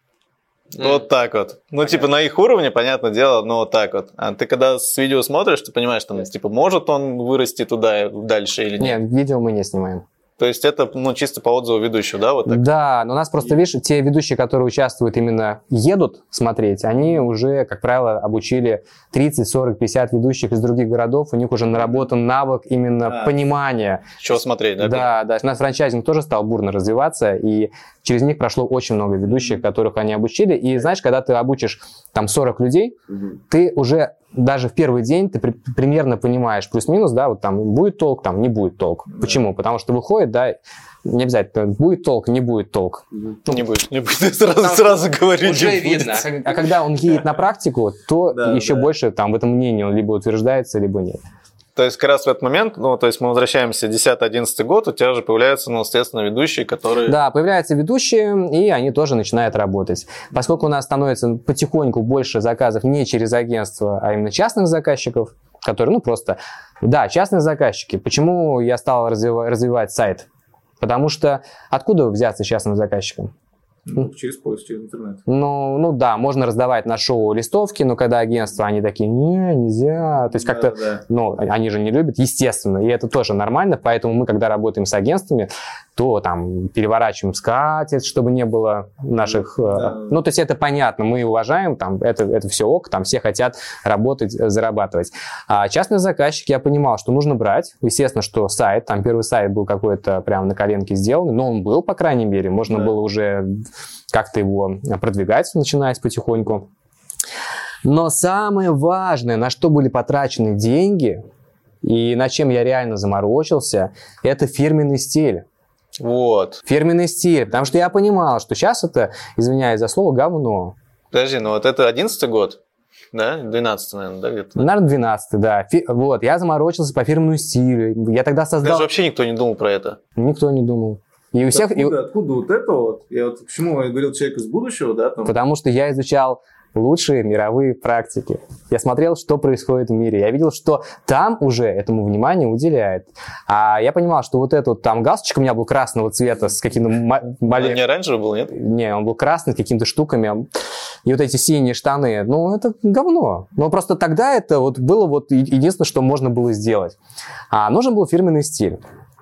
mm. вот так вот. Ну, понятно. Типа, на их уровне, понятное дело, но вот так вот. А ты когда с видео смотришь, ты понимаешь, там, yes. типа, может он вырасти туда дальше или нет? Нет, видео мы не снимаем. То есть это, ну, чисто по отзыву ведущего, да, вот так? Да, но у нас просто, видишь, те ведущие, которые участвуют, именно едут смотреть, они уже, как правило, обучили тридцать, сорок, пятьдесят ведущих из других городов, у них уже наработан навык именно а, понимания. Чего смотреть, да? Да, да. У нас франчайзинг тоже стал бурно развиваться, и через них прошло очень много ведущих, которых они обучили. И знаешь, когда ты обучишь там сорок людей, угу. ты уже... Даже в первый день ты при, примерно понимаешь плюс-минус, да, вот там будет толк, там не будет толк. Да. Почему? Потому что выходит, да, не обязательно, будет толк, не будет толк. Ну, не будет, не будет, сразу, сразу говорить. Уже видно. Будет. А когда он едет на практику, то да, еще да. больше там в этом мнении он либо утверждается, либо нет. То есть как раз в этот момент, ну, то есть мы возвращаемся в десятый-одиннадцатый год, у тебя же появляются, ну, естественно, ведущие, которые... Да, появляются ведущие, и они тоже начинают работать. Поскольку у нас становится потихоньку больше заказов не через агентство, а именно частных заказчиков, которые, ну, просто... Да, частные заказчики. Почему я стал развивать, развивать сайт? Потому что откуда взяться частным заказчикам? Ну, через поиск, через интернет. Ну, ну да, можно раздавать на шоу листовки, но когда агентства, они такие, не, нельзя. То есть да, как-то, да. ну, они же не любят, естественно, и это тоже нормально, поэтому мы, когда работаем с агентствами, то там переворачиваем скатерть, чтобы не было наших... Да. Ну, то есть это понятно, мы уважаем, там, это, это все ок, там все хотят работать, зарабатывать. А частный заказчик, я понимал, что нужно брать. Естественно, что сайт, там первый сайт был какой-то прям на коленке сделанный, но он был, по крайней мере, можно да. было уже как-то его продвигать, начинать потихоньку. Но самое важное, на что были потрачены деньги, и над чем я реально заморочился, это фирменный стиль. Вот. Фирменный стиль. Потому что я понимал, что сейчас это, извиняюсь за слово, говно. Подожди, ну вот это одиннадцатый год, да? двенадцатый, наверное, да, где-то? Наверное, двенадцатый, да. Фи- вот, я заморочился по фирменному стилю. Я тогда создал... Даже вообще никто не думал про это. Никто не думал. И у всех... Откуда, и... откуда вот это вот? Я вот почему я говорил человек из будущего, да? Там... Потому что я изучал лучшие мировые практики. Я смотрел, что происходит в мире. Я видел, что там уже этому внимание уделяет. А я понимал, что вот этот там галстучек у меня был красного цвета с каким-то... Он не оранжевый был, нет? Не, он был красный с какими-то штуками. И вот эти синие штаны, ну, это говно. Но просто тогда это вот было вот единственное, что можно было сделать. А нужен был фирменный стиль.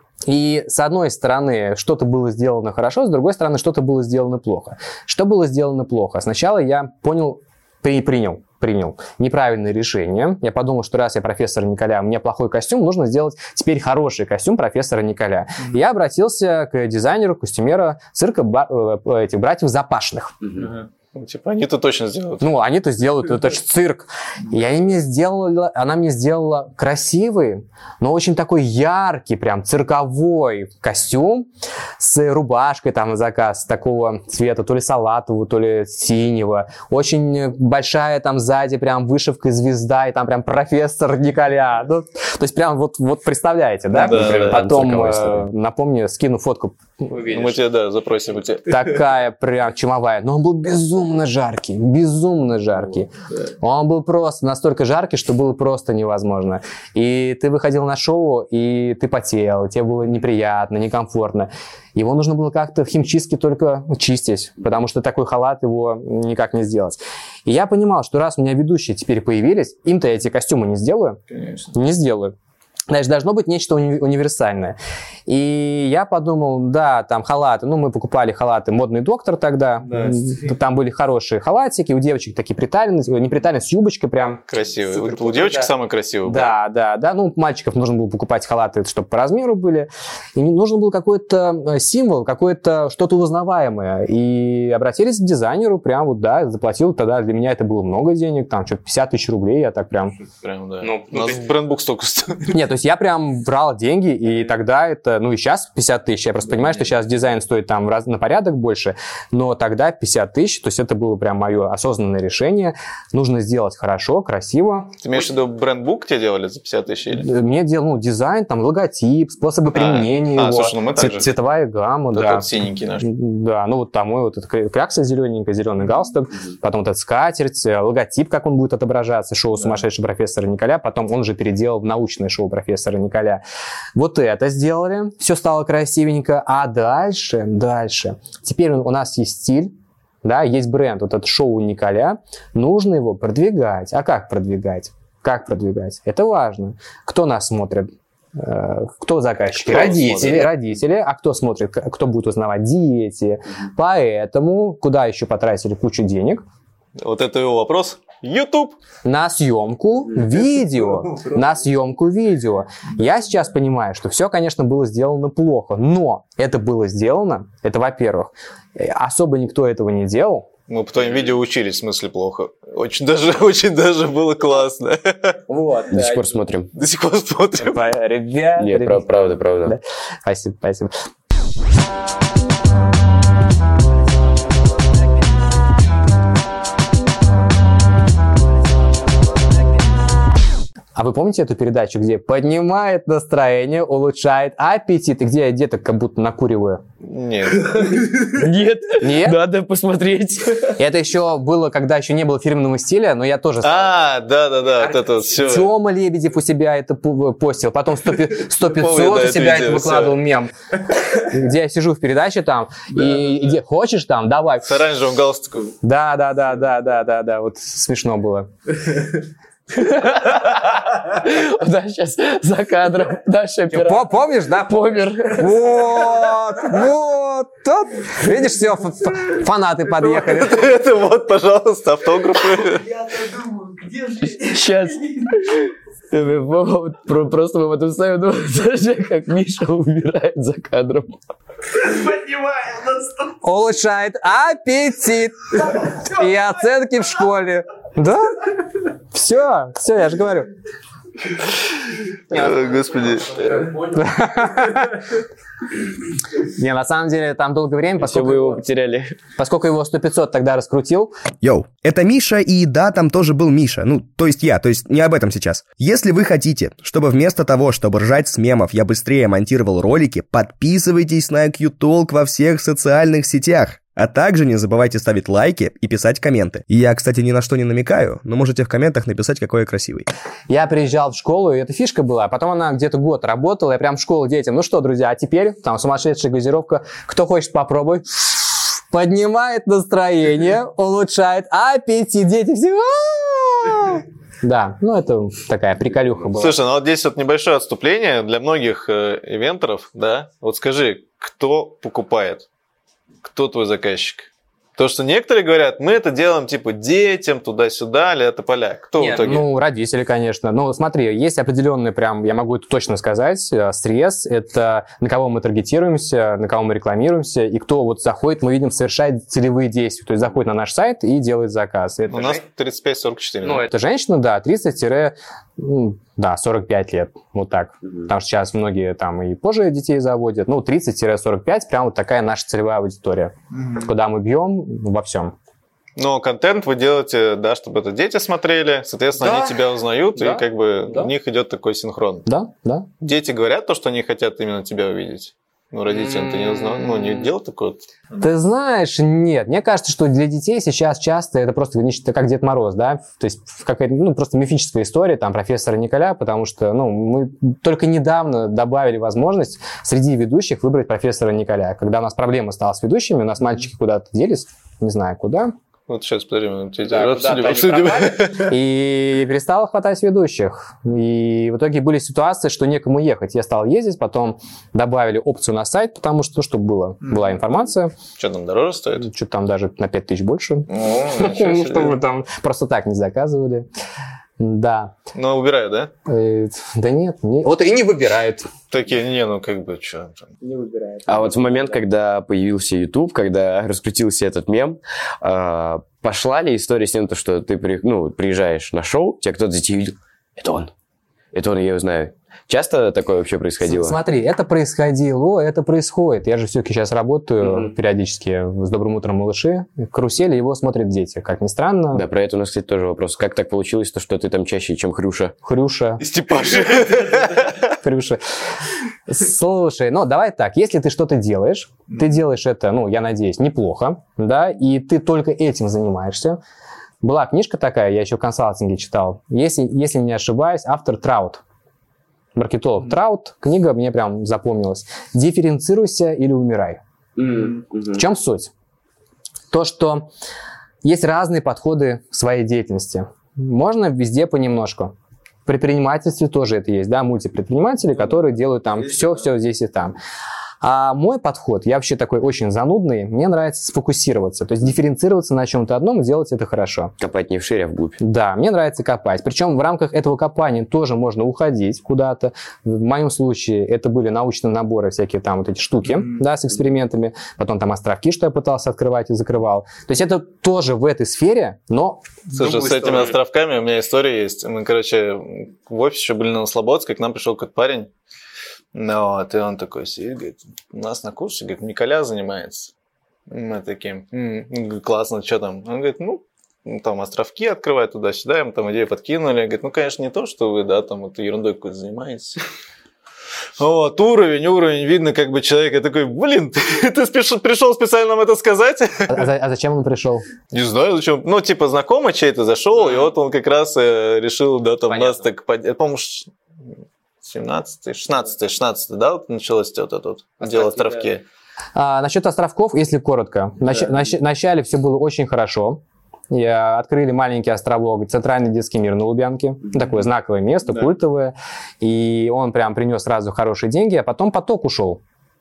И с одной стороны что-то было сделано хорошо, с другой стороны что-то было сделано плохо. Что было сделано плохо? Сначала я понял, при, принял, принял неправильное решение. Я подумал, что раз я профессор Николя, у меня плохой костюм, нужно сделать теперь хороший костюм профессора Николя. Mm-hmm. Я обратился к дизайнеру, костюмера цирка этих братьев Запашных. Mm-hmm. Типа, они-то точно сделают. Ну, они-то сделают, это же цирк. И они мне сделали, она мне сделала красивый, но очень такой яркий, прям цирковой костюм с рубашкой там на заказ, такого цвета, то ли салатового, то ли синего. Очень большая там сзади прям вышивка звезда, и там прям профессор Николя. Ну, то есть прям вот, вот представляете, да? да, да Потом, э, напомню, скину фотку. Увидишь. Мы тебе, да, запросим у тебя. Такая прям чумовая. Но он был безумно жаркий, безумно жаркий. Он был просто настолько жаркий, что было просто невозможно. И ты выходил на шоу, и ты потел, тебе было неприятно, некомфортно. Его нужно было как-то в химчистке только чистить, потому что такой халат его никак не сделать. И я понимал, что раз у меня ведущие теперь появились, им-то я эти костюмы не сделаю. Конечно. Не сделаю. Значит, должно быть нечто уни- универсальное. И я подумал, да, там халаты, ну, мы покупали халаты «Модный доктор» тогда, Да. там были хорошие халатики, у девочек такие приталенные, не приталенные, с юбочкой прям. Красивый. У, у девочек да. самый красивый. Да, да, да, ну, мальчиков нужно было покупать халаты, чтобы по размеру были, и нужен был какой-то символ, какое-то что-то узнаваемое, и обратились к дизайнеру, прям вот, да, заплатил, тогда для меня это было много денег, там, что-то пятьдесят тысяч рублей, я так прям... Прям, да. Ну, у нас ты... брендбук столько стоит. Нет, то есть я прям брал деньги, и тогда это, ну и сейчас пятьдесят тысяч, я просто понимаю, что сейчас дизайн стоит там раз, на порядок больше, но тогда пятьдесят тысяч, то есть это было прям мое осознанное решение, нужно сделать хорошо, красиво. Ты имеешь в виду брендбук тебе делали за пятьдесят тысяч? Или? Мне делал, ну, дизайн, там, логотип, способы применения а, его, а, слушай, ну мы цвет, также. цветовая гамма, Вот да. этот синенький наш. Да, ну вот там мой вот этот крякса зелененькая, зеленый галстук, потом вот этот скатерть, логотип, как он будет отображаться, шоу Да. «Сумасшедший профессор Николя», потом он же переделал в научное шоу профессора Николя. Вот это сделали, все стало красивенько, а дальше, дальше, теперь у нас есть стиль, да, есть бренд, вот это шоу Николя, нужно его продвигать. А как продвигать? Как продвигать? Это важно. Кто нас смотрит? Кто заказчики? Кто родители, смотрит? родители. А кто смотрит? Кто будет узнавать? Дети. Поэтому куда еще потратили кучу денег? Вот это его вопрос. YouTube. На съемку видео. На съемку видео. Я сейчас понимаю, что все, конечно, было сделано плохо, но это было сделано, это, во-первых, особо никто этого не делал. Мы по твоим видео учились, в смысле плохо. Очень даже, очень даже было классно. Вот. До сих пор смотрим. До сих пор смотрим. Ребят, Нет, ребят. правда, правда. Да. Спасибо, спасибо. А вы помните эту передачу, где поднимает настроение, улучшает аппетит, и где я деток как будто накуриваю? Нет. Нет, Нет? надо посмотреть. Это еще было, когда еще не было фирменного стиля, но я тоже... А, да-да-да, вот это вот все. Тёма Лебедев у себя это пу- постил, потом сто пятьсот Помню, да, у это себя видео, это выкладывал мем, где я сижу в передаче там, и, и где хочешь там, давай. С оранжевым галстуком. Да, да, да, да, да, да, да, вот смешно было. Да, сейчас за кадром Даша оператор. По- Помнишь, да? Помер. Вот, вот, тут. Видишь, все, фанаты подъехали. Это вот, пожалуйста, автографы. Сейчас. Просто мы потом ставим, ну, даже как Миша умирает за кадром. Улучшает аппетит и оценки в школе. Да? Все, все, я же говорю. О, Господи. Не, на самом деле, там долгое время, Все, поскольку вы его его, потеряли. поскольку его сто пятьсот тогда раскрутил. Йоу, это Миша, и да, там тоже был Миша, ну, то есть я, то есть не об этом сейчас. Если вы хотите, чтобы вместо того, чтобы ржать с мемов, я быстрее монтировал ролики, подписывайтесь на Q-Talk во всех социальных сетях. А также не забывайте ставить лайки и писать комменты. И я, кстати, ни на что не намекаю, но можете в комментах написать, какой я красивый. Я приезжал в школу, и эта фишка была. Потом она где-то год работала, я прям в школу детям. Ну что, друзья, а теперь там сумасшедшая газировка. Кто хочет, попробуй. Поднимает настроение, улучшает аппетит. Дети все... «А-а-а!» Да, ну это такая приколюха была. Слушай, ну вот здесь вот небольшое отступление для многих э, ивентеров, да? Вот скажи, кто покупает? Кто твой заказчик? То, что некоторые говорят, мы это делаем типа детям, туда-сюда, ля-тополя. Кто Нет, в итоге? ну, родители, конечно. Ну, смотри, есть определенный прям, я могу это точно сказать, э, срез. Это на кого мы таргетируемся, на кого мы рекламируемся, и кто вот заходит, мы видим, совершает целевые действия. То есть заходит на наш сайт и делает заказ. Это У нас тридцать пять сорок четыре. Ну, да? это женщина, да, тридцать сорок пять лет, вот так. Потому что сейчас многие там и позже детей заводят. Ну, тридцать сорок пять, прям вот такая наша целевая аудитория, куда мы бьем во всем. Но контент вы делаете, да, чтобы это дети смотрели, соответственно, Да. они тебя узнают, Да. и как бы Да. у них идет такой синхрон. Да, да. Дети говорят то, что они хотят именно тебя увидеть. Ну, родителям ты не узнал, ну, не делал такое? Ты знаешь, нет. Мне кажется, что для детей сейчас часто это просто нечто как Дед Мороз, да? То есть какая-то, ну, просто мифическая история там профессора Николя, потому что, ну, мы только недавно добавили возможность среди ведущих выбрать профессора Николя. Когда у нас проблема стала с ведущими, у нас мальчики куда-то делись, не знаю куда. Вот сейчас, подожди, мы тебе Да, обсудим, куда-то обсудим. они пропали. И перестало хватать ведущих. И в итоге были ситуации, что некому ехать. Я стал ездить, потом добавили опцию на сайт, потому что, чтобы было, была информация. Что там, дороже стоит? Что-то там даже на пять тысяч больше. О, ничего себе. Чтобы там просто так не заказывали. Да. Ну, убирают, да? Э, Да нет, не- вот и не выбирают. Такие, не, ну как бы, что там. Не выбирают. А вот в момент, когда появился YouTube, когда раскрутился этот мем, э, пошла ли история с тем, то, что ты при- ну, приезжаешь на шоу, тебя кто-то за тебя видел, это он, это он, я его знаю. Часто такое вообще происходило? Смотри, это происходило, это происходит. Я же все-таки сейчас работаю mm-hmm. периодически с «Добрым утром, малыши». В «Карусели» его смотрят дети, как ни странно. Да, про это у нас, кстати, тоже вопрос. Как так получилось, то, что ты там чаще, чем Хрюша? Хрюша. Степаша. Хрюша. Слушай, ну давай так, если ты что-то делаешь, ты делаешь это, ну, я надеюсь, неплохо, да, и ты только этим занимаешься. Была книжка такая, я еще в консалтинге читал, если, если не ошибаюсь, автор Траут. Маркетолог Траут, книга мне прям запомнилась. «Дифференцируйся или умирай». Mm-hmm. В чем суть? То, что есть разные подходы к своей деятельности. Можно везде понемножку. В предпринимательстве тоже это есть, да, мультипредприниматели, которые делают там все-все здесь и там. А мой подход, я вообще такой очень занудный, мне нравится сфокусироваться, то есть дифференцироваться на чем-то одном и делать это хорошо. Копать не вширь, а вглубь. Да, мне нравится копать. Причем в рамках этого копания тоже можно уходить куда-то. В моем случае это были научные наборы, всякие там вот эти штуки, mm-hmm. да, с экспериментами. Потом там островки, что я пытался открывать и закрывал. То есть это тоже в этой сфере, но... Слушай, с этими островками у меня история есть. Мы, короче, в офисе еще были на Слободской, к нам пришел какой-то парень. Ну, вот, и он такой сидит, говорит, у нас на курсе, говорит, Николя занимается. Мы такие, м-м, классно, что там? Он говорит, ну, там островки открывают туда-сюда, им там идею подкинули. Говорит, ну, конечно, не то, что вы, да, там вот ерундой какой-то занимаетесь. Вот, уровень, уровень, видно, как бы человек, я такой, блин, ты, ты спеш- пришел специально нам это сказать? А, за- а зачем он пришел? Не знаю, зачем. Ну, типа, знакомый чей-то зашел, и вот он как раз э, решил, да, там Понятно. нас так, под... это, по-моему, семнадцатый, шестнадцатый, шестнадцатый, да, вот началось вот это вот дело островки. А, насчет островков, если коротко. Нач- Да. нач- Вначале все было очень хорошо. Я открыли маленький островок, центральный детский мир на Лубянке. Mm-hmm. Такое знаковое место, Да. культовое. И он прям принес сразу хорошие деньги, а потом поток ушел.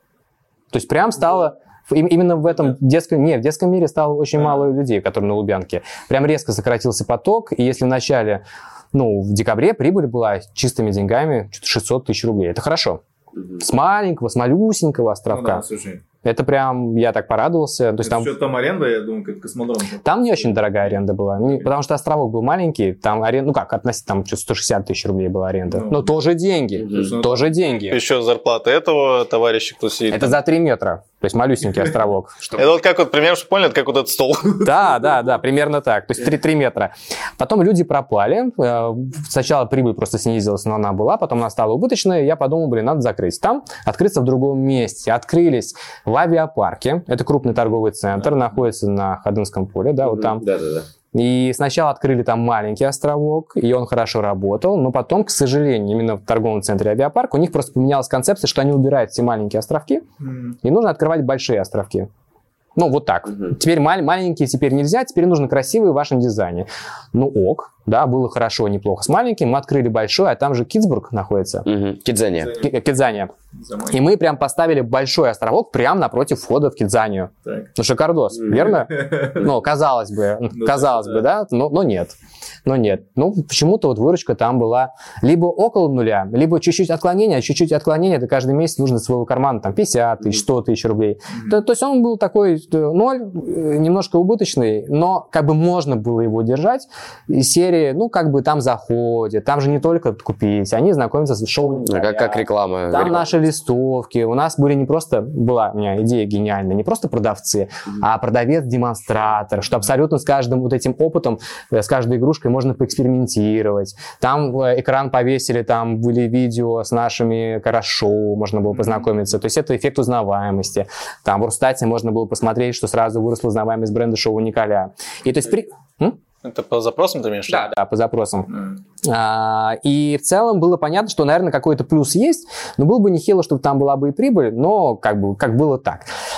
То есть прям стало... им- Именно в этом детском... Не, в детском мире стало очень мало людей, которые на Лубянке. Прям резко сократился поток. И если в начале, ну, в декабре прибыль была чистыми деньгами что-то шестьсот тысяч рублей. Это хорошо. С маленького, с малюсенького островка. Ну да, слушай. Это прям, я так порадовался. То есть там... Что там аренда, я думаю, как космодром. Там не очень дорогая аренда была, ну, потому что островок был маленький, там аренда, ну как, относительно, там что-то сто шестьдесят тысяч рублей была аренда. Ну, Но тоже деньги, ну, тоже деньги. Еще зарплата этого товарища, кто сидит. Это за три метра, то есть малюсенький островок. Это вот как вот, примерно, чтобы поняли, это как вот этот стол. Да, да, да, примерно так, то есть три метра. Потом люди пропали, э, сначала прибыль просто снизилась, но она была, потом она стала убыточной, я подумал, блин, надо закрыть там, открыться в другом месте. Открылись в авиапарке, это крупный торговый центр, находится на Ходынском поле, да, вот там. Да, да, да. И сначала открыли там маленький островок, и он хорошо работал, но потом, к сожалению, именно в торговом центре авиапарк, у них просто поменялась концепция, что они убирают все маленькие островки, и нужно открывать большие островки. Ну, вот так. Мгм. Теперь мал- маленькие теперь нельзя, теперь нужно красивые в вашем дизайне. Ну, ок, да, было хорошо, неплохо с маленьким. Мы открыли большой, а там же Китсбург находится. Угу. Кидзания. Ки- Кидзания. Заманчиво. И мы прям поставили большой островок прямо напротив входа в Кидзанию. Так. Ну, шикардос, верно? Ну, казалось бы, Ну, казалось да. бы, да, но, но нет. Но нет. Ну, почему-то вот выручка там была либо около нуля, либо чуть-чуть отклонения, а чуть-чуть отклонения, это каждый месяц нужно из своего кармана, там, пятьдесят тысяч, сто тысяч рублей. То, то есть он был такой э, ноль, э, немножко убыточный, но как бы можно было его держать. Из серии, ну, как бы там заходят, там же не только купить, они знакомятся с шоу. А как, как реклама. Там реклама. наши листовки. У нас были не просто, была у меня идея гениальная, не просто продавцы, а продавец-демонстратор, что абсолютно с каждым вот этим опытом, э, с каждой игрушкой можно поэкспериментировать. Там э, экран повесили, там были видео с нашими карашоу, можно было познакомиться. То есть это эффект узнаваемости. Там в Рустате можно было посмотреть, что сразу выросла узнаваемость бренда шоу Николя. И то есть при... М? Это по запросам ты имеешь? Да, да, по запросам. М. А, и в целом было понятно, что, наверное, какой-то плюс есть, но было бы нехило, чтобы там была бы и прибыль, но как бы как было так.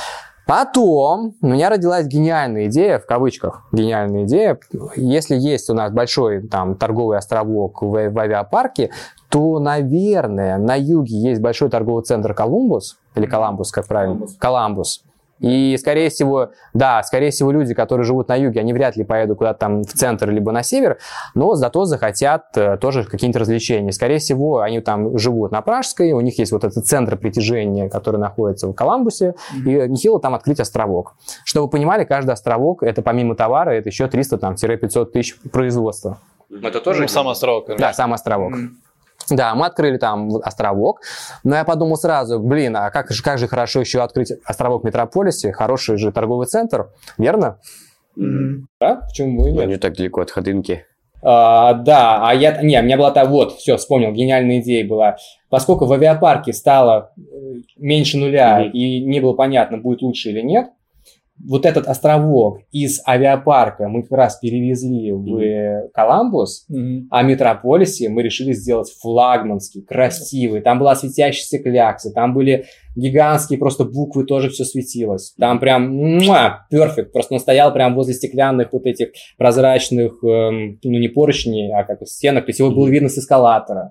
Потом у меня родилась гениальная идея, в кавычках, гениальная идея. Если есть у нас большой там торговый островок в, в авиапарке, то, наверное, на юге есть большой торговый центр Колумбус, или Коламбус, как правильно? Коламбус. И, скорее всего, да, скорее всего, люди, которые живут на юге, они вряд ли поедут куда-то там в центр либо на север, но зато захотят э, тоже какие-то развлечения. Скорее всего, они там живут на Пражской, у них есть вот этот центр притяжения, который находится в Коламбусе, mm-hmm. и нехило там открыть островок. Чтобы вы понимали, каждый островок, это помимо товара, это еще триста-пятьсот тысяч производства. Это тоже ну, сам островок? Да, сам островок. Mm-hmm. Да, мы открыли там островок, но я подумал сразу, блин, а как же, как же хорошо еще открыть островок в Метрополисе, хороший же торговый центр, верно? Mm-hmm. Да, почему бы и нет? Ну, не так далеко от Ходынки. А, да, а я... Не, у меня была та... Вот, все, вспомнил, гениальная идея была. Поскольку в авиапарке стало меньше нуля mm-hmm. и не было понятно, будет лучше или нет, вот этот островок из авиапарка мы как раз перевезли в mm-hmm. Коламбус, mm-hmm. а в Метрополисе мы решили сделать флагманский, красивый. Там была светящаяся клякса, там были гигантские просто буквы, тоже все светилось. Там прям перфект. Просто он стоял прям возле стеклянных вот этих прозрачных, эм, ну не поручней, а как стенок. То есть его было видно с эскалатора.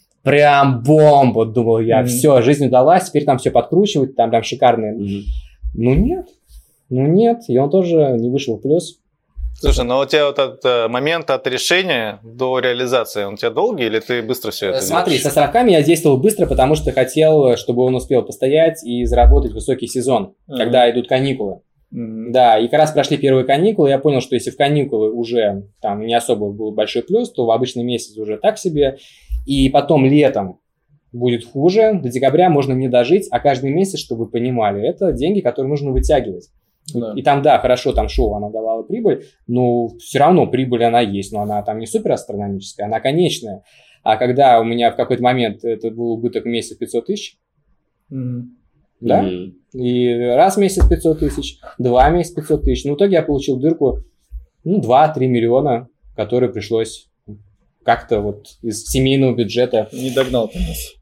Прям бомба, думал я. Mm-hmm. Все, жизнь удалась, теперь там все подкручивать, там прям шикарные. Mm-hmm. Ну нет. Ну нет, и он тоже не вышел в плюс. Слушай, ну у тебя вот этот момент от решения до реализации, он у тебя долгий или ты быстро все это Смотри, делаешь? со островками я действовал быстро, потому что хотел, чтобы он успел постоять и заработать высокий сезон, mm-hmm. когда идут каникулы. Mm-hmm. Да, и как раз прошли первые каникулы, я понял, что если в каникулы уже там не особо был большой плюс, то в обычный месяц уже так себе, и потом летом будет хуже, до декабря можно не дожить, а каждый месяц, чтобы вы понимали, это деньги, которые нужно вытягивать. Да. И там, да, хорошо, там шоу, она давала прибыль, но все равно прибыль она есть, но она там не супер астрономическая, она конечная. А когда у меня в какой-то момент это был убыток в месяц пятьсот тысяч, mm-hmm. да, mm-hmm. и раз в месяц пятьсот тысяч, два месяца пятьсот тысяч, ну, в итоге я получил дырку, ну, два-три миллиона, которые пришлось как-то вот из семейного бюджета. Не догнал ты нас.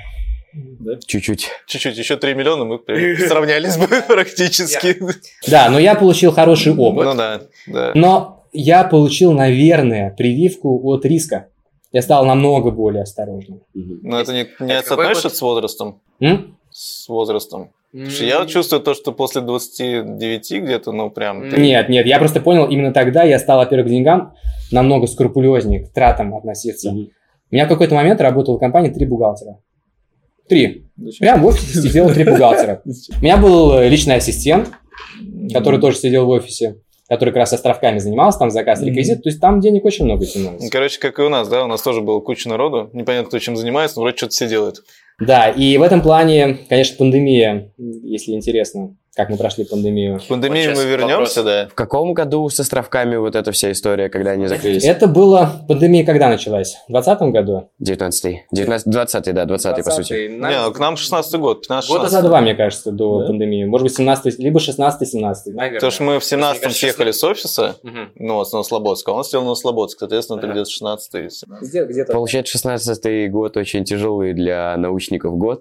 Да? Чуть-чуть. Чуть-чуть. Еще три миллиона мы сравнялись бы практически. Да, но я получил хороший опыт. Ну да, да. Но я получил, наверное, прививку от риска. Я стал намного более осторожным. Но это не, не соотносится с возрастом? М? С возрастом. Потому что я чувствую то, что после двадцати девяти где-то, ну прям... Ты... Нет, нет, я просто понял, именно тогда я стал, во-первых, к деньгам намного скрупулезнее, к тратам относиться. Mm-hmm. У меня в какой-то момент работала в компании три бухгалтера. Три. Прям в офисе сидело три бухгалтера. У меня был личный ассистент, который тоже сидел в офисе, который как раз островками занимался, там заказ, реквизит, то есть там денег очень много тянулось. Короче, как и у нас, да, у нас тоже было куча народу, непонятно, кто чем занимается, но вроде что-то все делает. Да, и в этом плане, конечно, пандемия, если интересно, как мы прошли пандемию. В пандемию вот мы вернемся, вопрос. Да. В каком году с островками вот эта вся история, когда они закрылись? Это было, пандемия когда началась? В двадцатом году? девятнадцатый. двадцатый, да, двадцатый, по сути. Не, ну, к нам шестнадцатый год, пятнадцатый года за два, мне кажется, до да? пандемии. Может быть, семнадцатый, либо шестнадцатый, семнадцатый. Наверное. Потому что мы в семнадцатом съехали с офиса, угу. ну, вот с Новослободска, он сел на Новослободск, соответственно, ага. это где-то шестнадцатый. Где, где-то. Получается, шестнадцатый год очень тяжелый для научников год.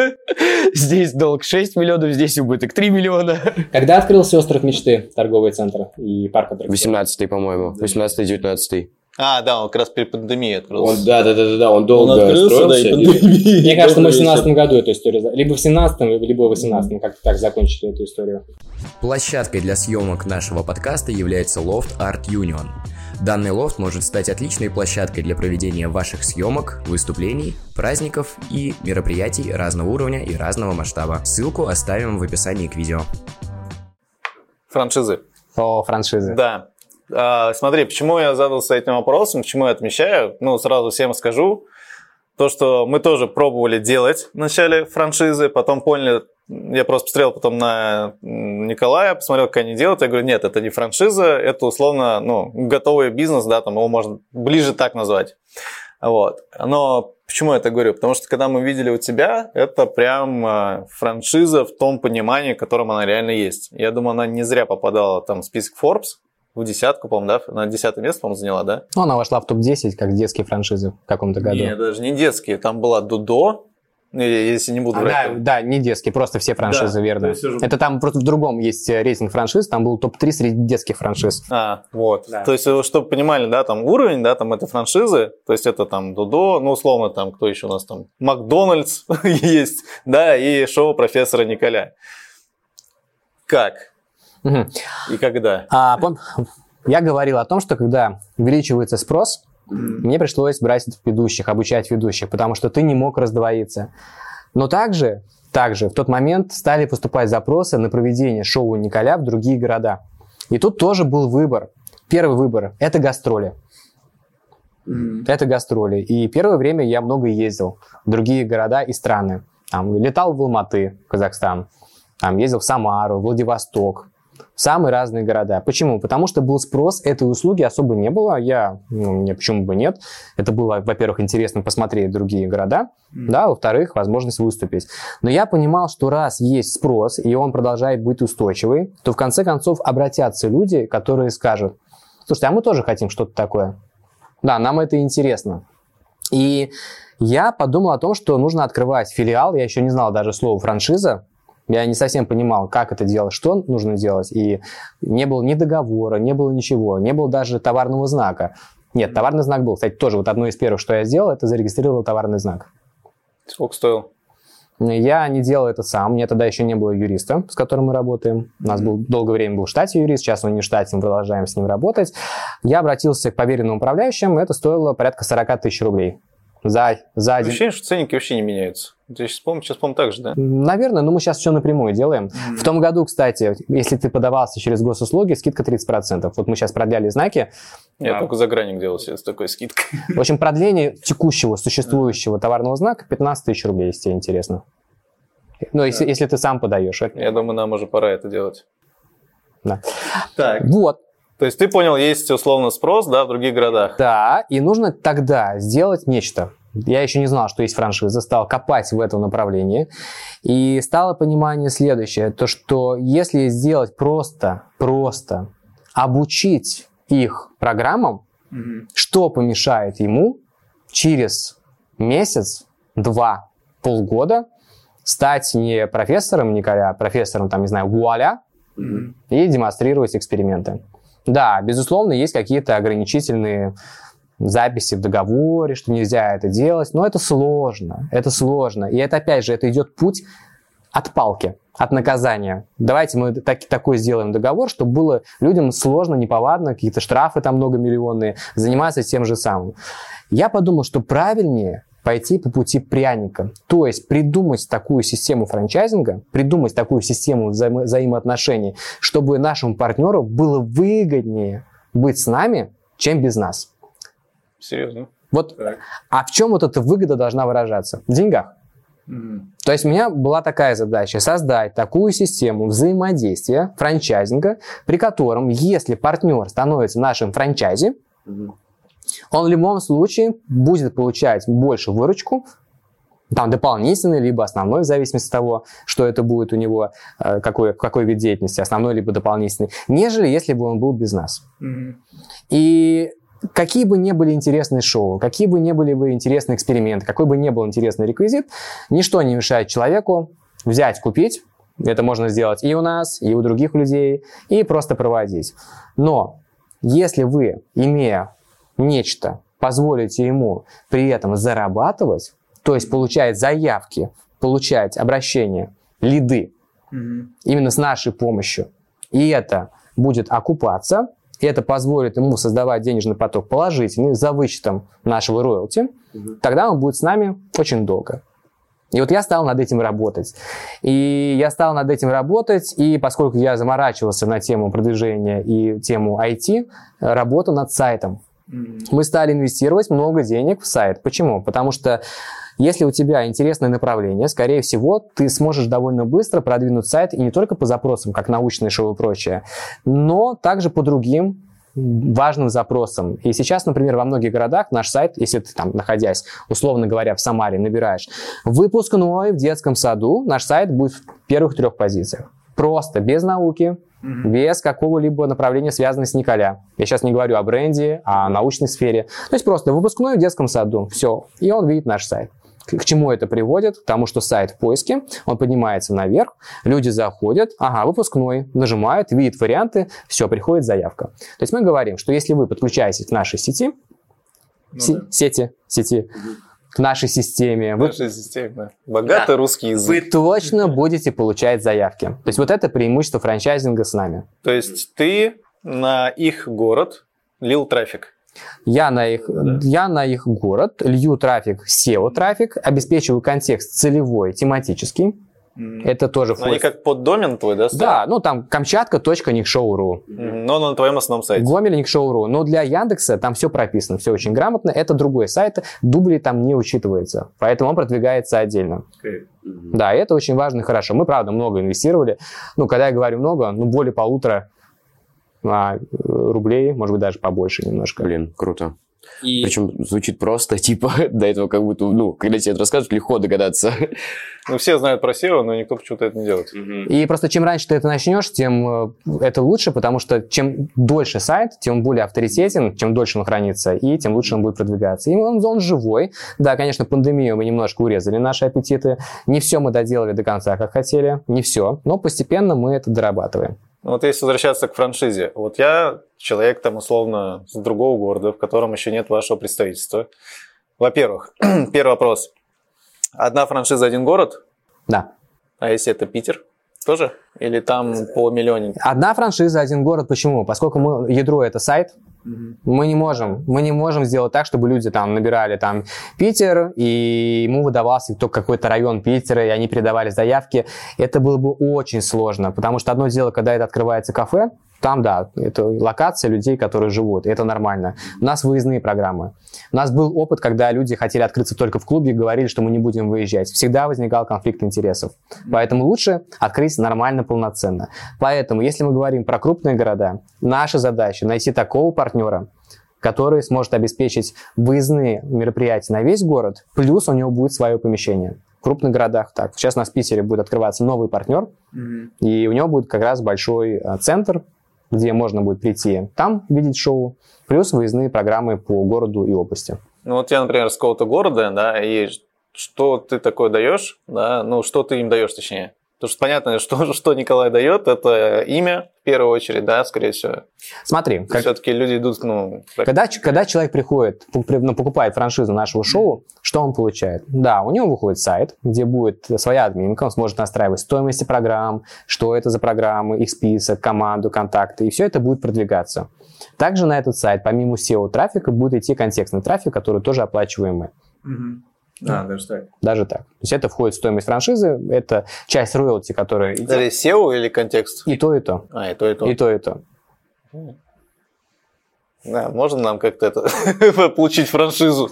Здесь долг шесть миллионов, здесь убыток три миллиона. Когда открылся остров мечты, торговый центр и парк аттракционов? восемнадцатый, по-моему. восемнадцатый, девятнадцатый. А, да, он как раз перед пандемией открылся. Он, да, да, да, да, он долго он открылся, строился. Да, и пандемия. Мне кажется, мы в семнадцатом году эту историю, либо в семнадцатом, либо в восемнадцатом, как-то так закончили эту историю. Площадкой для съемок нашего подкаста является лофт Art Union. Данный лофт может стать отличной площадкой для проведения ваших съемок, выступлений, праздников и мероприятий разного уровня и разного масштаба. Ссылку оставим в описании к видео. Франшизы. О, франшизы. Да. А, смотри, почему я задался этим вопросом, почему я отмечаю, ну, сразу всем скажу, то, что мы тоже пробовали делать вначале франшизы, потом поняли, я просто посмотрел потом на Николая, посмотрел, как они делают, я говорю, нет, это не франшиза, это условно, ну, готовый бизнес, да, там его можно ближе так назвать. Вот. Но почему я это говорю? Потому что когда мы видели у тебя, это прям франшиза в том понимании, в котором она реально есть. Я думаю, она не зря попадала там в список Forbes, в десятку, по-моему, да? Она десятое место, по-моему, заняла, да? Ну, она вошла в топ десять, как детские франшизы в каком-то году. Нет, даже не детские. Там была Дудо, Если не буду да, да, не детские, просто все франшизы, да, верно. Уже... Это там просто в другом есть рейтинг франшиз, там был топ три среди детских франшиз. А, вот. Да. То есть, чтобы понимали, да, там уровень, да, там этой франшизы, то есть это там Додо, ну, условно, там, кто еще у нас там, Макдональдс есть, да, и шоу профессора Николя. Как? Угу. И когда? А, пом... Я говорил о том, что когда увеличивается спрос, мне пришлось брать ведущих, обучать ведущих, потому что ты не мог раздвоиться. Но также, также в тот момент стали поступать запросы на проведение шоу Николя в другие города. И тут тоже был выбор. Первый выбор – это гастроли. Mm-hmm. Это гастроли. И первое время я много ездил в другие города и страны. Там, летал в Алматы, Казахстан, там, ездил в Самару, Владивосток. Самые разные города. Почему? Потому что был спрос, этой услуги особо не было. Я, ну, мне почему бы нет. Это было, во-первых, интересно посмотреть другие города, mm. да, во-вторых, возможность выступить. Но я понимал, что раз есть спрос, и он продолжает быть устойчивый, то в конце концов обратятся люди, которые скажут: слушайте, а мы тоже хотим что-то такое. Да, нам это интересно. И я подумал о том, что нужно открывать филиал. Я еще не знал даже слова франшиза. Я не совсем понимал, как это делать, что нужно делать, и не было ни договора, не было ничего, не было даже товарного знака. Нет, товарный знак был. Кстати, тоже вот одно из первых, что я сделал, это зарегистрировал товарный знак. Сколько стоил? Я не делал это сам, мне тогда еще не было юриста, с которым мы работаем. У нас был долгое время был в штате юрист, сейчас он не в штате, мы продолжаем с ним работать. Я обратился к поверенным управляющим, это стоило порядка сорок тысяч рублей. За, за один... Ощущение, что ценники вообще не меняются. Ты сейчас помнишь, сейчас, по-моему, так же, да? Наверное, но мы сейчас все напрямую делаем. Mm-hmm. В том году, кстати, если ты подавался через госуслуги, скидка тридцать процентов. Вот мы сейчас продляли знаки. Я а... только за граник делал себе с такой скидкой. В общем, продление текущего, существующего товарного знака пятнадцать тысяч рублей, если тебе интересно. Ну, если, yeah. если ты сам подаешь. Это... Я думаю, нам уже пора это делать. Да. Так. Вот. То есть ты понял, есть условно спрос, да, в других городах? Да, и нужно тогда сделать нечто. Я еще не знал, что есть франшиза, стал копать в этом направлении. И стало понимание следующее, то что если сделать просто, просто обучить их программам, mm-hmm. что помешает ему через месяц, два, полгода стать не профессором Николя, а профессором, там, не знаю, вуаля, mm-hmm. и демонстрировать эксперименты. Да, безусловно, есть какие-то ограничительные записи в договоре, что нельзя это делать, но это сложно, это сложно. И это, опять же, это идет путь от палки, от наказания. Давайте мы так, такой сделаем договор, чтобы было людям сложно, неповадно, какие-то штрафы там многомиллионные, заниматься тем же самым. Я подумал, что правильнее пойти по пути пряника. То есть придумать такую систему франчайзинга, придумать такую систему взаимо- взаимоотношений, чтобы нашему партнеру было выгоднее быть с нами, чем без нас. Серьезно? Вот, а в чем вот эта выгода должна выражаться? В деньгах. Mm-hmm. То есть у меня была такая задача: создать такую систему взаимодействия, франчайзинга, при котором, если партнер становится нашим франчайзи, mm-hmm. он в любом случае будет получать больше выручку, там дополнительный, либо основной, в зависимости от того, что это будет у него, какой, какой вид деятельности, основной либо дополнительный, нежели если бы он был без нас. Mm-hmm. И какие бы ни были интересные шоу, какие бы ни были бы интересные эксперименты, какой бы ни был интересный реквизит, ничто не мешает человеку взять, купить. Это можно сделать и у нас, и у других людей, и просто проводить. Но если вы, имея нечто, позволите ему при этом зарабатывать, то есть получать заявки, получать обращения, лиды, mm-hmm. именно с нашей помощью, и это будет окупаться, и это позволит ему создавать денежный поток положительный за вычетом нашего роялти, mm-hmm. тогда он будет с нами очень долго. И вот я стал над этим работать. И я стал над этим работать, и поскольку я заморачивался на тему продвижения и тему ай ти, работал над сайтом. Mm-hmm. Мы стали инвестировать много денег в сайт. Почему? Потому что если у тебя интересное направление, скорее всего, ты сможешь довольно быстро продвинуть сайт, и не только по запросам, как научные шоу и прочее, но также по другим важным запросам. И сейчас, например, во многих городах наш сайт, если ты там, находясь, условно говоря, в Самаре, набираешь выпускной в детском саду, наш сайт будет в первых трех позициях. Просто, без науки, mm-hmm. без какого-либо направления, связанного с Николя. Я сейчас не говорю о бренде, о научной сфере. То есть просто выпускной в детском саду. Все. И он видит наш сайт. К чему это приводит? К тому, что сайт в поиске, он поднимается наверх, люди заходят, ага, выпускной, нажимают, видят варианты, все, приходит заявка. То есть мы говорим, что если вы подключаетесь к нашей сети, Ну, се- да. сети, сети, к нашей системе, вы, Наша система. Богатый Да. русский язык. вы точно будете получать заявки. То есть вот это преимущество франчайзинга с нами. То есть ты на их город лил трафик. Я на их, я на их город лью трафик, сео-трафик, обеспечиваю контекст целевой, тематический. Это тоже Но они входит. как под домен твой, да? стоят? Да, ну там камчатка точка никшоу точка ру. Мгм. Но на твоем основном сайте. Гомель никшоу точка ру. Но для Яндекса там все прописано, все очень грамотно. Это другой сайт, дубли там не учитывается. Поэтому он продвигается отдельно. Да, и это очень важно и хорошо. Мы, правда, много инвестировали. Ну, когда я говорю много, ну, более полутора а, рублей, может быть, даже побольше немножко. Блин, круто. И Причем звучит просто, типа, до этого как будто, ну, когда тебе это расскажут, легко догадаться. Ну, все знают про сео, но никто почему-то это не делает. И просто чем раньше ты это начнешь, тем э, это лучше, потому что чем дольше сайт, тем он более авторитетен, чем дольше он хранится, и тем лучше он будет продвигаться. И он, он живой. Да, конечно, пандемию мы немножко урезали наши аппетиты. Не все мы доделали до конца, как хотели. Не все. Но постепенно мы это дорабатываем. Вот если возвращаться к франшизе. Вот я человек там условно с другого города, в котором еще нет вашего представительства. Во-первых, первый вопрос. Одна франшиза, один город? Да. А если это Питер? Тоже? Или там по миллионе? Одна франшиза, один город. Почему? Поскольку мы, ядро это сайт, мы не можем, мы не можем сделать так, чтобы люди там набирали там Питер, и ему выдавался только какой-то район Питера, и они передавали заявки. Это было бы очень сложно, потому что одно дело, когда это открывается кафе, там, да, это локация людей, которые живут, и это нормально. У нас выездные программы. У нас был опыт, когда люди хотели открыться только в клубе и говорили, что мы не будем выезжать. Всегда возникал конфликт интересов. Поэтому лучше открыть нормально, полноценно. Поэтому, если мы говорим про крупные города, наша задача найти такого партнера, который сможет обеспечить выездные мероприятия на весь город, плюс у него будет свое помещение. В крупных городах так. Сейчас у нас в Питере будет открываться новый партнер, и у него будет как раз большой а, центр, где можно будет прийти там видеть шоу, плюс выездные программы по городу и области. Ну вот я, например, с какого-то города, да, и что ты такое даешь, да, ну что ты им даешь, точнее. Потому что понятно, что, что Николай дает, это имя, в первую очередь, да, скорее всего. Смотри, как... Все-таки люди идут, ну... Так... Когда, когда человек приходит, ну, покупает франшизу нашего шоу, что он получает? Да, у него выходит сайт, где будет своя админка, он сможет настраивать стоимости программ, что это за программы, их список, команду, контакты, и все это будет продвигаться. Также на этот сайт, помимо сео-трафика, будет идти контекстный трафик, который тоже оплачиваем мы. Угу. А, даже так. Даже так. То есть это входит в стоимость франшизы, это часть роялти, которая идет. Это сео или контекст? И то, и то. А, и то, и то. И то, и то. Да, можно нам как-то это получить франшизу?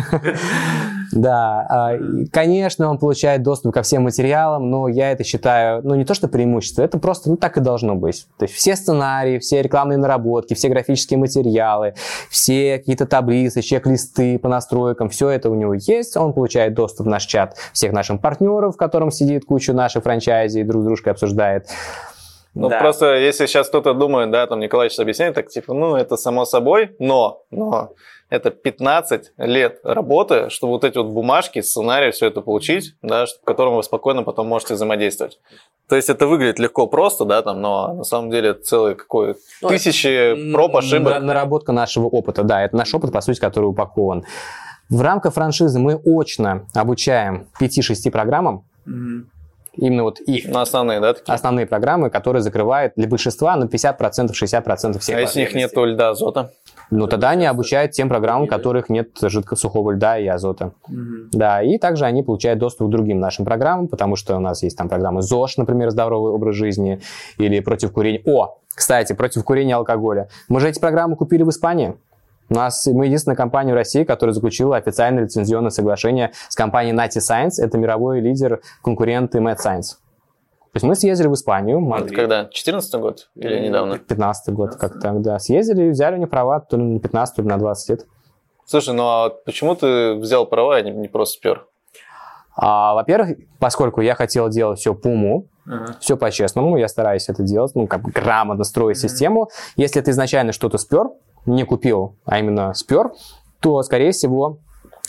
Да, конечно, он получает доступ ко всем материалам, но я это считаю, ну, не то что преимущество, это просто, ну, так и должно быть. То есть все сценарии, все рекламные наработки, все графические материалы, все какие-то таблицы, чек-листы по настройкам, все это у него есть, он получает доступ в наш чат всех наших партнеров, в котором сидит куча наших франчайзи и друг с дружкой обсуждает. Ну, Да. просто если сейчас кто-то думает, да, там Николай сейчас объясняет, так типа, ну, это само собой, но, но это пятнадцать лет работы, чтобы вот эти вот бумажки, сценарии, все это получить, да, в котором вы спокойно потом можете взаимодействовать. То есть это выглядит легко, просто, да, там, но на самом деле целый какой Ну, тысячи проб, ошибок. На- Наработка нашего опыта, да, это наш опыт, по сути, который упакован. В рамках франшизы мы очно обучаем пяти-шести программам, именно вот их На основные, да, такие? основные программы, которые закрывают для большинства на пятьдесят процентов, шестьдесят процентов всех А если у них потребностей. нету льда, азота? Ну, тогда они обучают тем программам, у которых нет жидкосухого льда и азота. Да, и также они получают доступ к другим нашим программам, потому что у нас есть там программы ЗОЖ, например, здоровый образ жизни, или против курения. О, кстати, против курения и алкоголя. Мы же эти программы купили в Испании. У нас, мы единственная компания в России, которая заключила официальное лицензионное соглашение с компанией Nati Science. Это мировой лидер конкуренты MedScience. То есть мы съездили в Испанию. Это когда? четырнадцатый год или недавно? пятнадцатый год, как так, да. Съездили и взяли у них права то ли на пятнадцать, то ли на двадцать лет. Слушай, ну а почему ты взял права, а не, не просто спер? А, во-первых, поскольку я хотел делать все по уму, uh-huh. все по-честному, я стараюсь это делать, ну, как бы грамотно строить uh-huh. систему. Если ты изначально что-то спер, не купил, а именно спер, то, скорее всего,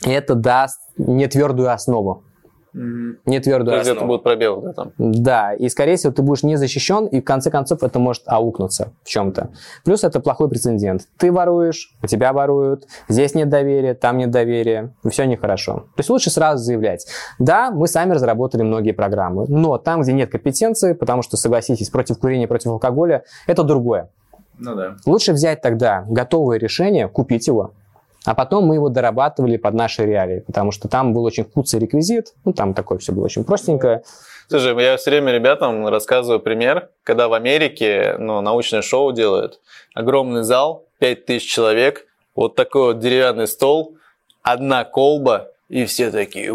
это даст не твердую основу. Mm-hmm. Не твердую То основу. это будет пробел, да, там? Да, и, скорее всего, ты будешь не защищен, и в конце концов это может аукнуться в чем-то. Плюс это плохой прецедент. Ты воруешь, у тебя воруют, здесь нет доверия, там нет доверия, и все нехорошо. То есть лучше сразу заявлять. Да, мы сами разработали многие программы, но там, где нет компетенции, потому что, согласитесь, против курения, против алкоголя, это другое. Ну да. Лучше взять тогда готовое решение, купить его, а потом мы его дорабатывали под наши реалии, потому что там был очень куцый реквизит, ну, там такое все было очень простенькое. Слушай, я все время ребятам рассказываю пример, когда в Америке, ну, научное шоу делают, огромный зал, пять тысяч человек, вот такой вот деревянный стол, одна колба, и все такие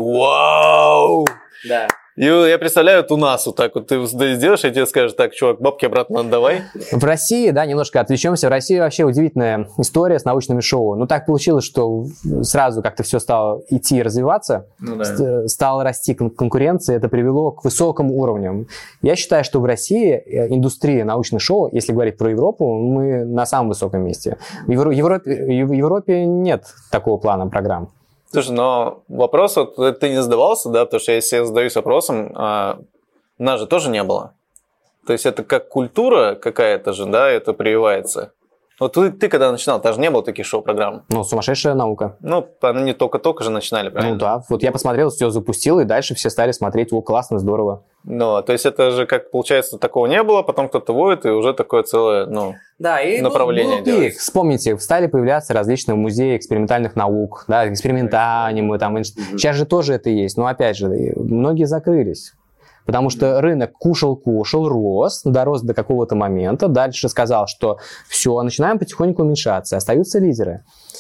«Вау!» Да. И я представляю, вот у нас вот так вот ты сделаешь, и тебе скажут: так, чувак, бабки обратно отдавай. В России, да, немножко отвлечемся. В России вообще удивительная история с научными шоу. Ну, так получилось, что сразу как-то все стало идти и развиваться, Ну да. стала расти кон- конкуренция, это привело к высоким уровням. Я считаю, что в России индустрия научных шоу, если говорить про Европу, мы на самом высоком месте. В Евро- Европе, в Европе нет такого плана программ. Слушай, но вопрос, вот ты не задавался, да, потому что если я задаюсь вопросом, а, нас же тоже не было. То есть это как культура какая-то же, да, это прививается. Вот ты, ты когда начинал, даже не было таких шоу-программ. Ну, сумасшедшая наука. Ну, они не только-только же начинали, правильно? Ну да, вот я посмотрел, все запустил, и дальше все стали смотреть, о, классно, здорово. Ну, то есть это же, как получается, такого не было, потом кто-то вводит, и уже такое целое, ну, Да, и направление был, был делается. пик. Вспомните, стали появляться различные музеи экспериментальных наук, да, экспериментанимы, там, инж- сейчас же тоже это есть, но опять же, многие закрылись. Потому что рынок кушал-кушал, рос, дорос до какого-то момента, дальше сказал, что все, начинаем потихоньку уменьшаться, остаются лидеры.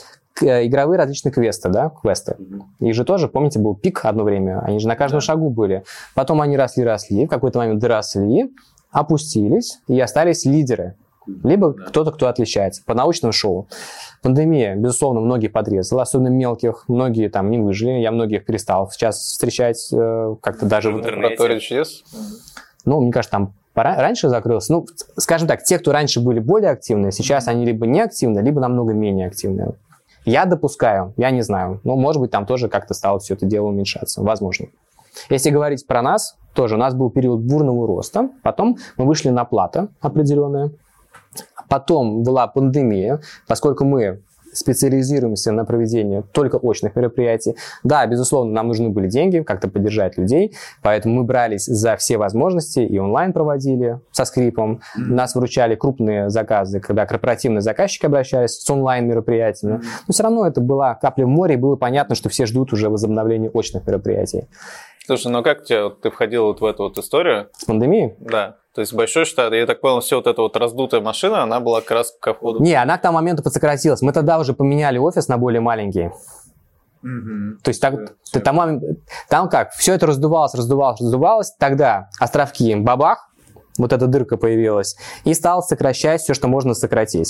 К- Игровые различные квесты, да, квесты. Их же тоже, помните, был пик одно время, они же на каждом шагу были. Потом они росли-росли, в какой-то момент доросли, опустились, и остались лидеры. Либо кто-то, кто отличается. По научному шоу. Пандемия, безусловно, многие подрезала, особенно мелких. Многие там не выжили. Я многих перестал сейчас встречать э, как-то даже в интернете. Лаборатория чудес. Ну, мне кажется, там пора- раньше закрылся. Ну, скажем так, те, кто раньше были более активны, сейчас они либо не активны, либо намного менее активны. Я допускаю, я не знаю. Но, может быть, там тоже как-то стало все это дело уменьшаться. Возможно. Если говорить про нас, тоже у нас был период бурного роста. Потом мы вышли на плато определенное. Потом была пандемия, поскольку мы специализируемся на проведении только очных мероприятий. Да, безусловно, нам нужны были деньги, как-то поддержать людей, поэтому мы брались за все возможности и онлайн проводили со скрипом. Нас выручали крупные заказы, когда корпоративные заказчики обращались с онлайн мероприятиями. Но все равно это была капля в море, и было понятно, что все ждут уже возобновления очных мероприятий. Слушай, ну как тебе, вот ты входил вот в эту вот историю? С пандемией? Да. То есть большой штат, я так понял, все вот эта вот раздутая машина, она была как раз ко входу. Не, она к тому моменту подсократилась. Мы тогда уже поменяли офис на более маленький. Мгм. То есть так, Да, ты- там, там как, все это раздувалось, раздувалось, раздувалось. Тогда островки бабах, вот эта дырка появилась, и стал сокращать все, что можно сократить.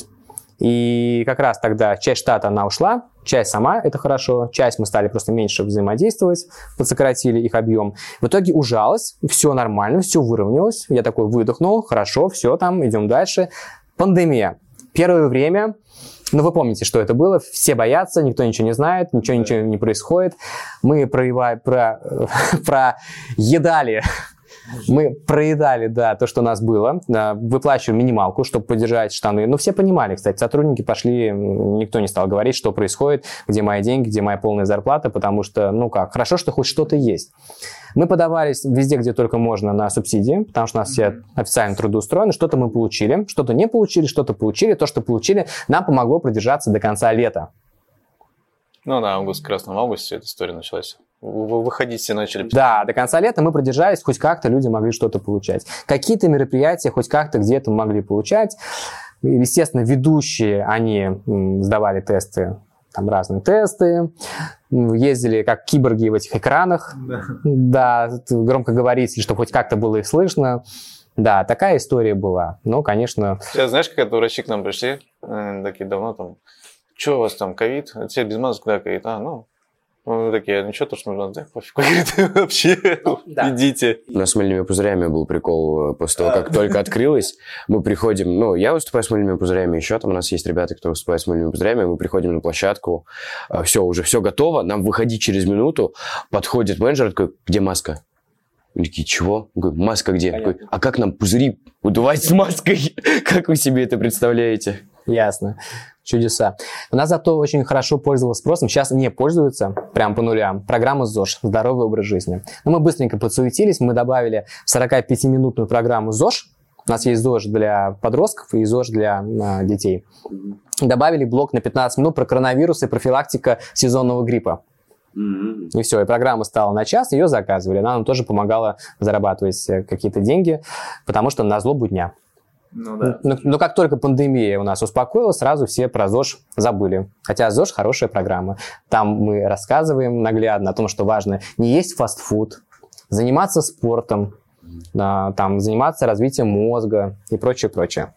И как раз тогда часть штата, она ушла, часть сама, это хорошо, часть мы стали просто меньше взаимодействовать, подсократили их объем. В итоге ужалось, все нормально, все выровнялось. Я такой выдохнул, хорошо, все, там, идем дальше. Пандемия. Первое время, ну вы помните, что это было, все боятся, никто ничего не знает, ничего, ничего не происходит. Мы проева- про, проедали Мы проедали, да, то, что у нас было, выплачивали минималку, чтобы поддержать штаны. Ну, все понимали, кстати, сотрудники пошли, никто не стал говорить, что происходит, где мои деньги, где моя полная зарплата, потому что, ну как, хорошо, что хоть что-то есть. Мы подавались везде, где только можно, на субсидии, потому что у нас все официально трудоустроены, что-то мы получили, что-то не получили, что-то получили, то, что получили, нам помогло продержаться до конца лета. Ну да, август, в красном августе эта история началась. Вы выходить все начали. Да, до конца лета мы продержались, хоть как-то люди могли что-то получать. Какие-то мероприятия хоть как-то где-то могли получать. Естественно, ведущие, они м, сдавали тесты, там разные тесты, ездили как киборги в этих экранах, да, громкоговорители, чтобы хоть как-то было их слышно. Да, такая история была. Но, конечно... Сейчас знаешь, как это врачи к нам пришли, э, такие давно там, что у вас там, ковид? Все без масок, да, ковид. А, ну, Ну, такие, ну что, то, что нужно, да, пофиг, вообще, Да. идите. У нас с мыльными пузырями был прикол. После того, как только открылось, мы приходим... Ну, я выступаю с мыльными пузырями, еще там у нас есть ребята, кто выступает с мыльными пузырями. Мы приходим на площадку, все, уже все готово, нам выходить через минуту. Подходит менеджер, такой, где маска? Мы такие, чего? Он говорит, маска где? Такой, а как нам пузыри удувать с маской? Как вы себе это представляете? Ясно. Чудеса. У нас зато очень хорошо пользовалась спросом, сейчас не пользуются, прям по нулям, программа ЗОЖ, здоровый образ жизни. Но мы быстренько подсуетились, мы добавили сорокапятиминутную программу ЗОЖ. У нас есть ЗОЖ для подростков и ЗОЖ для а, детей. Добавили блок на пятнадцать минут про коронавирус и профилактика сезонного гриппа. И все, и программа стала на час, ее заказывали. Она нам тоже помогала зарабатывать какие-то деньги, потому что на злобу дня. Ну да. Но, но как только пандемия у нас успокоилась, сразу все про ЗОЖ забыли. Хотя ЗОЖ хорошая программа. Там мы рассказываем наглядно о том, что важно не есть фастфуд, заниматься спортом, да, там, заниматься развитием мозга и прочее, прочее.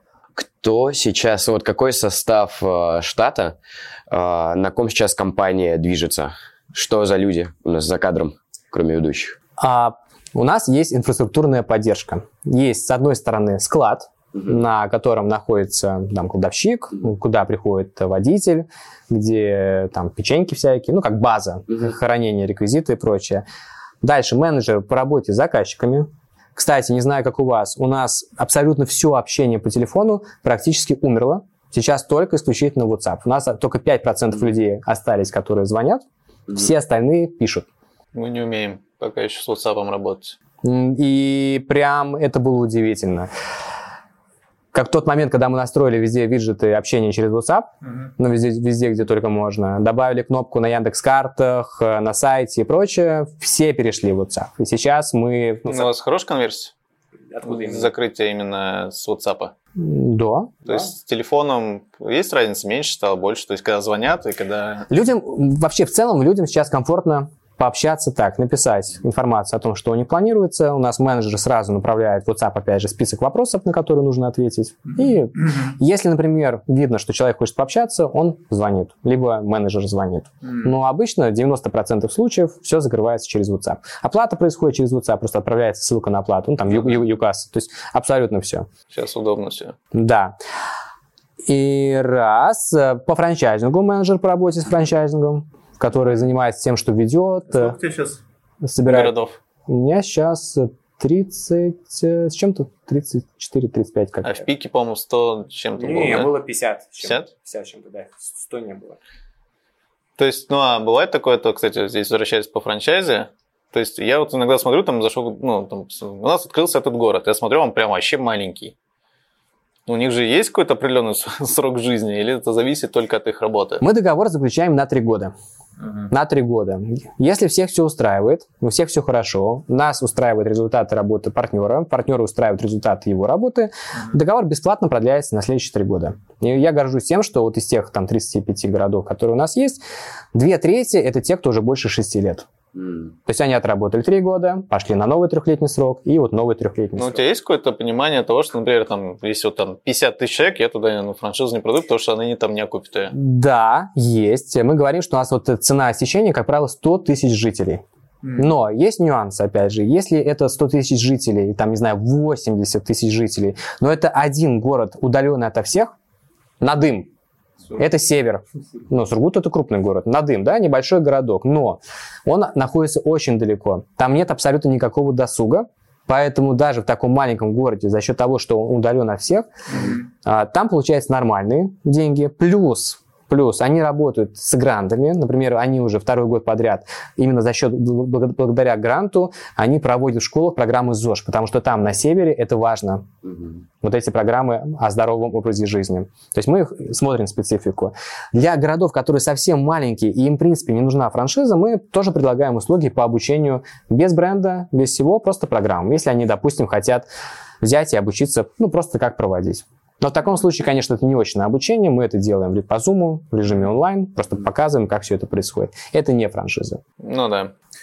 Кто сейчас, вот какой состав э, штата, э, на ком сейчас компания движется? Что за люди у нас за кадром, кроме ведущих? А у нас есть инфраструктурная поддержка. Есть, с одной стороны, склад, uh-huh. на котором находится там, кладовщик, uh-huh. куда приходит водитель, где там печеньки всякие, ну, как база, uh-huh. хранение, реквизиты и прочее. Дальше менеджер по работе с заказчиками. Кстати, не знаю, как у вас, у нас абсолютно все общение по телефону практически умерло. Сейчас только исключительно WhatsApp. У нас только пять процентов uh-huh. людей остались, которые звонят, uh-huh. все остальные пишут. Мы не умеем пока еще с WhatsApp работать. И прям это было удивительно. Как в тот момент, когда мы настроили везде виджеты общения через WhatsApp, uh-huh. ну, везде, везде, где только можно, добавили кнопку на Яндекс.Картах, на сайте и прочее, все перешли в WhatsApp. И сейчас мы... Ну, у вас хорошая конверсия? Откуда именно? Закрытие именно с WhatsApp? Да. То да. есть с телефоном есть разница? Меньше стало, больше? То есть когда звонят и когда... Людям, вообще в целом, людям сейчас комфортно пообщаться так, написать информацию о том, что не планируется. У нас менеджер сразу направляет в WhatsApp, опять же, список вопросов, на которые нужно ответить. И если, например, видно, что человек хочет пообщаться, он звонит, либо менеджер звонит. Но обычно девяносто процентов случаев все закрывается через WhatsApp. Оплата происходит через WhatsApp, просто отправляется ссылка на оплату, ну там ЮКАС, то есть абсолютно все. Сейчас удобно все. Да. И раз, по франчайзингу, менеджер по работе с франчайзингом, который занимается тем, что ведет. Сколько тебе сейчас? Собирает. Городов? У меня сейчас тридцать, с чем-то тридцать четыре тридцать пять как-то. А в пике, по-моему, сто с чем-то было, Не, да? было пятьдесят. пятьдесят? пятьдесят с чем-то, да. сто не было. То есть, ну, а бывает такое, то, кстати, здесь возвращаясь по франчайзе, то есть я вот иногда смотрю, там зашел, ну, там, у нас открылся этот город, я смотрю, он прям вообще маленький. У них же есть какой-то определенный срок жизни, или это зависит только от их работы? Мы договор заключаем на три года. Uh-huh. На три года. Если всех все устраивает, у всех все хорошо, нас устраивают результаты работы партнера, партнера устраивают результаты его работы, uh-huh. договор бесплатно продляется на следующие три года. И я горжусь тем, что вот из тех там тридцати пяти городов, которые у нас есть, две трети это те, кто уже больше шести лет. Mm. То есть они отработали три года, пошли на новый трехлетний срок, и вот новый трехлетний ну, срок. У тебя есть какое-то понимание того, что, например, там, если вот там пятьдесят тысяч человек, я туда ну, франшизу не продаю, потому что они там не окупят ее? Да, есть. Мы говорим, что у нас вот цена отсечения, как правило, сто тысяч жителей. Mm. Но есть нюансы, опять же. Если это сто тысяч жителей, там, не знаю, восемьдесят тысяч жителей, но это один город, удаленный ото всех, Надым. Это север. Ну, Сургут – это крупный город. Надым, да, небольшой городок. Но он находится очень далеко. Там нет абсолютно никакого досуга. Поэтому даже в таком маленьком городе, за счет того, что он удален от всех, mm-hmm. там получаются нормальные деньги. Плюс, плюс они работают с грантами. Например, они уже второй год подряд, именно за счет, благодаря гранту, они проводят в школах программы ЗОЖ, потому что там на севере это важно. Mm-hmm. Вот эти программы о здоровом образе жизни. То есть мы их смотрим специфику. Для городов, которые совсем маленькие и им, в принципе, не нужна франшиза, мы тоже предлагаем услуги по обучению без бренда, без всего, просто программ. Если они, допустим, хотят взять и обучиться, ну, просто как проводить. Но в таком случае, конечно, это не очное обучение. Мы это делаем по Zoom, в режиме онлайн, просто показываем, как все это происходит. Это не франшиза. Ну да.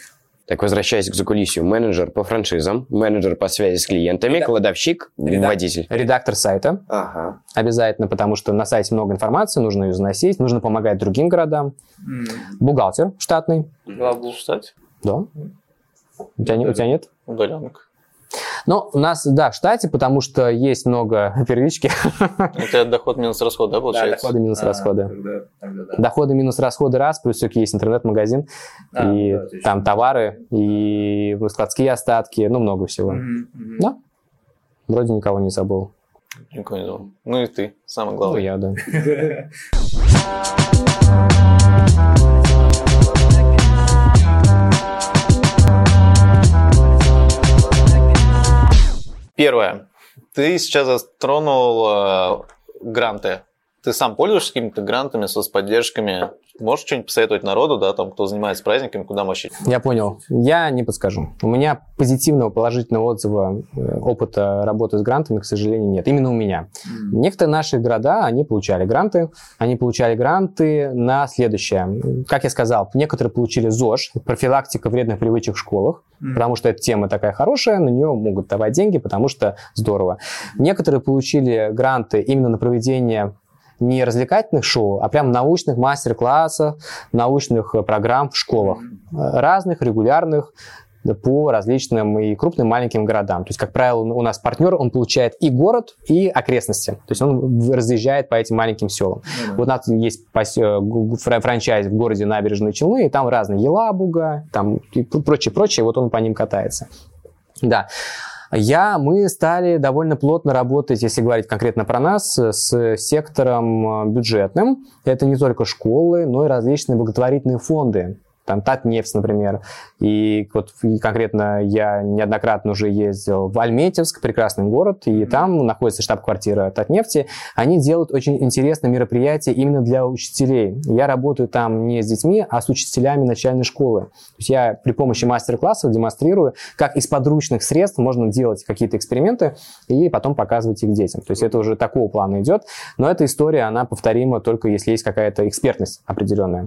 Так, возвращаясь к закулисью. Менеджер по франшизам, менеджер по связи с клиентами, Редак... кладовщик, Редак... водитель. Редактор сайта. Ага. Обязательно, потому что на сайте много информации, нужно ее заносить, нужно помогать другим городам. Mm. Бухгалтер штатный. Главбух штат? Да. У тебя, у тебя нет? Удаленок. Ну, у нас, да, в штате, потому что есть много первички. Это доход минус расход, да, получается? Да, доходы минус а, расходы. Тогда, тогда, да. Доходы минус расходы раз, плюс все-таки есть интернет-магазин, а, и да, там товары, и складские остатки, ну, много всего. Mm-hmm. Да, вроде никого не забыл. Никого не забыл. Ну и ты, самое главное. Ну, я, да. Первое. Ты сейчас затронул э, гранты. Ты сам пользуешься какими-то грантами, соцподдержками? Можешь что-нибудь посоветовать народу, да, там, кто занимается праздниками, куда мочить? Я понял. Я не подскажу. У меня позитивного, положительного отзыва, опыта работы с грантами, к сожалению, нет. Именно у меня. Mm. Некоторые наши города, они получали гранты. Они получали гранты на следующее. Как я сказал, некоторые получили ЗОЖ, профилактика вредных привычек в школах, mm. потому что эта тема такая хорошая, на нее могут давать деньги, потому что здорово. Некоторые получили гранты именно на проведение не развлекательных шоу, а прям научных мастер-классов, научных программ в школах. Разных, регулярных, по различным и крупным, маленьким городам. То есть, как правило, у нас партнер, он получает и город, и окрестности. То есть, он разъезжает по этим маленьким селам. Mm-hmm. Вот у нас есть франчайз в городе Набережные Челны, и там разные Елабуга, там и прочее-прочее, вот он по ним катается. Да. Я, мы стали довольно плотно работать, если говорить конкретно про нас, с сектором бюджетным. Это не только школы, но и различные благотворительные фонды. Там Татнефть, например. И вот конкретно я неоднократно уже ездил в Альметьевск, прекрасный город, и там находится штаб-квартира Татнефти. Они делают очень интересные мероприятия именно для учителей. Я работаю там не с детьми, а с учителями начальной школы. То есть я при помощи мастер-классов демонстрирую, как из подручных средств можно делать какие-то эксперименты и потом показывать их детям. То есть это уже такого плана идет. Но эта история, она повторима только если есть какая-то экспертность определенная.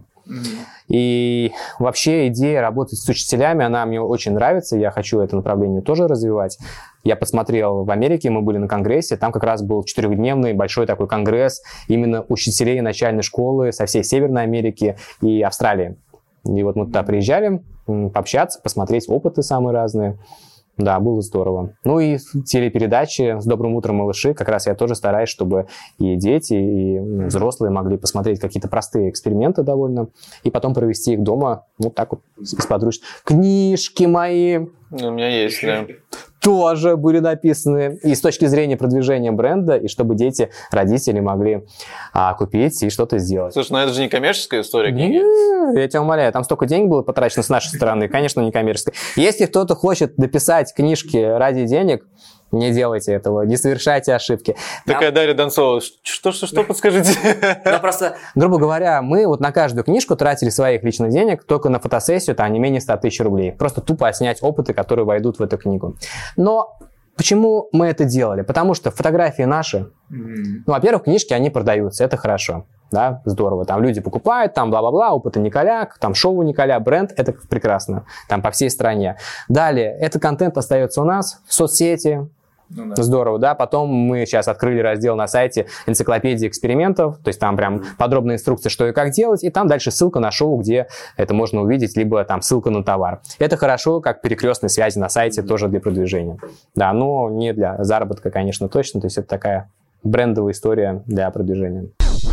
И вообще идея работать с учителями, она мне очень нравится, я хочу это направление тоже развивать. Я посмотрел в Америке, мы были на конгрессе, там как раз был четырехдневный большой такой конгресс именно учителей начальной школы со всей Северной Америки и Австралии. И вот мы туда приезжали пообщаться, посмотреть опыты самые разные. Да, было здорово. Ну и телепередачи «С добрым утром, малыши». Как раз я тоже стараюсь, чтобы и дети, и взрослые могли посмотреть какие-то простые эксперименты довольно, и потом провести их дома вот так вот, сподручно. Книжки мои. У меня есть, да. Тоже были написаны и с точки зрения продвижения бренда, и чтобы дети, родители могли а, купить и что-то сделать. Слушай, ну это же не коммерческая история книги. Не, я тебя умоляю, там столько денег было потрачено с нашей стороны, конечно, не коммерческая. Если кто-то хочет дописать книжки ради денег, не делайте этого, не совершайте ошибки. Такая Нам... Дарья Донцова, что, что, что, подскажите? Ну, просто, грубо говоря, мы вот на каждую книжку тратили своих личных денег, только на фотосессию, это не менее ста тысяч рублей. Просто тупо снять опыты, которые войдут в эту книгу. Но почему мы это делали? Потому что фотографии наши, mm-hmm. ну, во-первых, книжки, они продаются, это хорошо. Да, здорово. Там люди покупают, там бла-бла-бла, опыты Николя, там шоу Николя, бренд, это прекрасно. Там по всей стране. Далее, этот контент остается у нас в соцсети. Ну, да. Здорово, да. Потом мы сейчас открыли раздел на сайте энциклопедии экспериментов, то есть там прям подробная инструкция, что и как делать, и там дальше ссылка на шоу, где это можно увидеть, либо там ссылка на товар. Это хорошо, как перекрестные связи на сайте, mm-hmm. тоже для продвижения. Да, но не для заработка, конечно, точно, то есть это такая брендовая история для продвижения.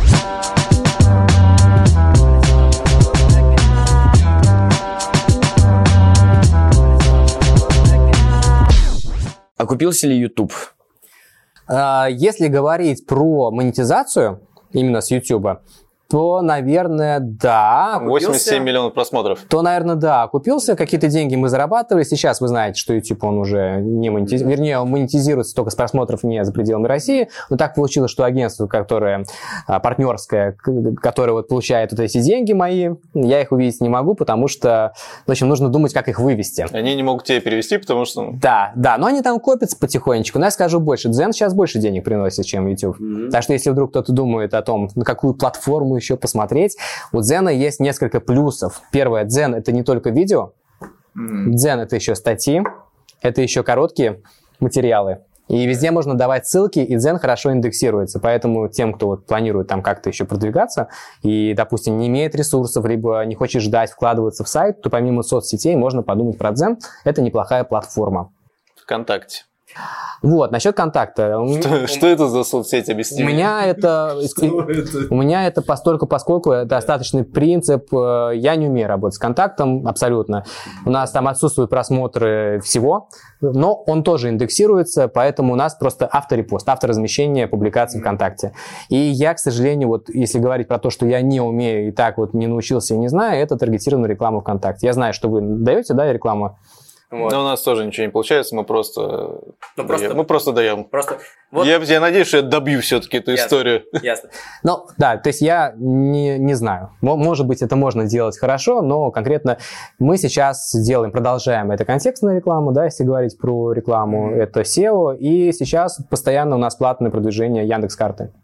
Окупился ли YouTube? Если говорить про монетизацию именно с YouTube, то, наверное, да. восемьдесят семь миллионов просмотров. То, наверное, да, окупился. Какие-то деньги мы зарабатывали. Сейчас вы знаете, что YouTube, он уже не монетизируется. Вернее, он монетизируется только с просмотров не за пределами России. Но так получилось, что агентство, которое партнерское, которое вот получает вот эти деньги мои, я их увидеть не могу, потому что, в общем, нужно думать, как их вывести. Они не могут тебе перевести, потому что... Да, да, но они там копятся потихонечку. Но я скажу больше. Дзен сейчас больше денег приносит, чем YouTube. Mm-hmm. Так что, если вдруг кто-то думает о том, на какую платформу еще посмотреть, у Дзена есть несколько плюсов. Первое, Дзен — это не только видео, Дзен — это еще статьи, это еще короткие материалы. И везде можно давать ссылки, и Дзен хорошо индексируется. Поэтому тем, кто вот планирует там как-то еще продвигаться и, допустим, не имеет ресурсов, либо не хочет ждать, вкладываться в сайт, то помимо соцсетей можно подумать про Дзен. Это неплохая платформа. ВКонтакте. Вот, насчет контакта. Что, что это за соцсеть, объясни? У меня это, у меня это постольку, поскольку это остаточный принцип. Я не умею работать с контактом абсолютно. У нас там отсутствуют просмотры всего, но он тоже индексируется, поэтому у нас просто авторепост, авторазмещение публикаций ВКонтакте. И я, к сожалению, вот если говорить про то, что я не умею и так вот не научился и не знаю, это таргетированная реклама ВКонтакте. Я знаю, что вы даете, да, рекламу? Вот. Но у нас тоже ничего не получается, мы просто, ну, просто, даем. мы просто даем. Просто, вот. я, я надеюсь, что я добью все-таки эту Ясно. историю. Ясно. Ну, да, то есть я не, не знаю. Может быть, это можно делать хорошо, но конкретно мы сейчас делаем, продолжаем. Это контекстная реклама, да, если говорить про рекламу, mm-hmm. это сео, и сейчас постоянно у нас платное продвижение Яндекс.Карты.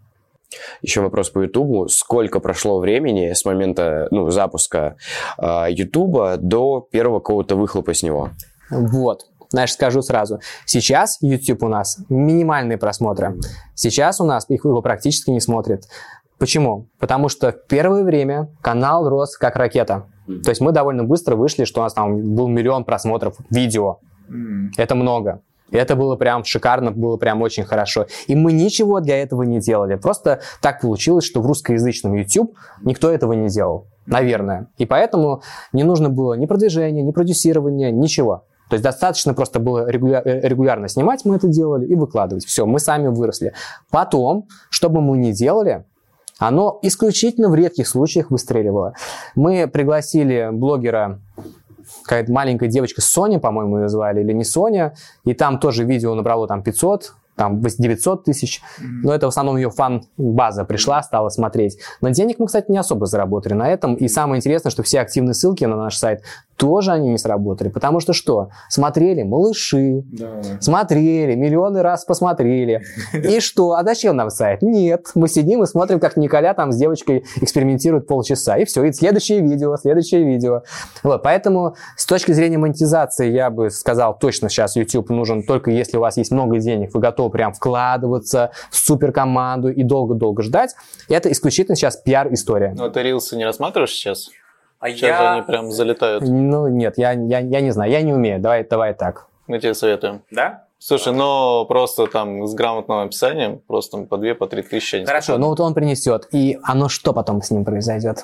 Еще вопрос по Ютубу. Сколько прошло времени с момента ну, запуска э, Ютуба до первого какого-то выхлопа с него? Вот, значит, скажу сразу. Сейчас YouTube у нас минимальные просмотры. Сейчас у нас их его практически не смотрят. Почему? Потому что в первое время канал рос как ракета. Mm-hmm. То есть мы довольно быстро вышли, что у нас там был миллион просмотров видео. Mm-hmm. Это много. И это было прям шикарно, было прям очень хорошо. И мы ничего для этого не делали. Просто так получилось, что в русскоязычном YouTube никто этого не делал. Наверное. И поэтому не нужно было ни продвижения, ни продюсирования, ничего. То есть достаточно просто было регуляр, регулярно снимать, мы это делали, и выкладывать. Все, мы сами выросли. Потом, что бы мы ни делали, оно исключительно в редких случаях выстреливало. Мы пригласили блогера, какая-то маленькая девочка, Соня, по-моему, ее звали, или не Соня, и там тоже видео набрало там пятьсот, там девятьсот тысяч, но это в основном ее фан-база пришла, стала смотреть. Но денег мы, кстати, не особо заработали на этом, и самое интересное, что все активные ссылки на наш сайт тоже они не сработали, потому что что? Смотрели малыши, да. смотрели, миллионы раз посмотрели, и что? А зачем нам сайт? Нет, мы сидим и смотрим, как Николя там с девочкой экспериментирует полчаса, и все, и следующее видео, следующее видео. Вот, поэтому с точки зрения монетизации я бы сказал, точно сейчас YouTube нужен только если у вас есть много денег, вы готовы прям вкладываться в суперкоманду и долго-долго ждать. Это исключительно сейчас пиар-история. Ну, ты рилсы не рассматриваешь сейчас? А сейчас я... же они прям залетают. Ну, нет, я, я, я не знаю, я не умею. Давай, давай так. Мы тебе советуем. Да? Слушай, но просто там с грамотным описанием, просто по две, по три тысячи. Хорошо, ну вот он принесет. И оно что потом с ним произойдет?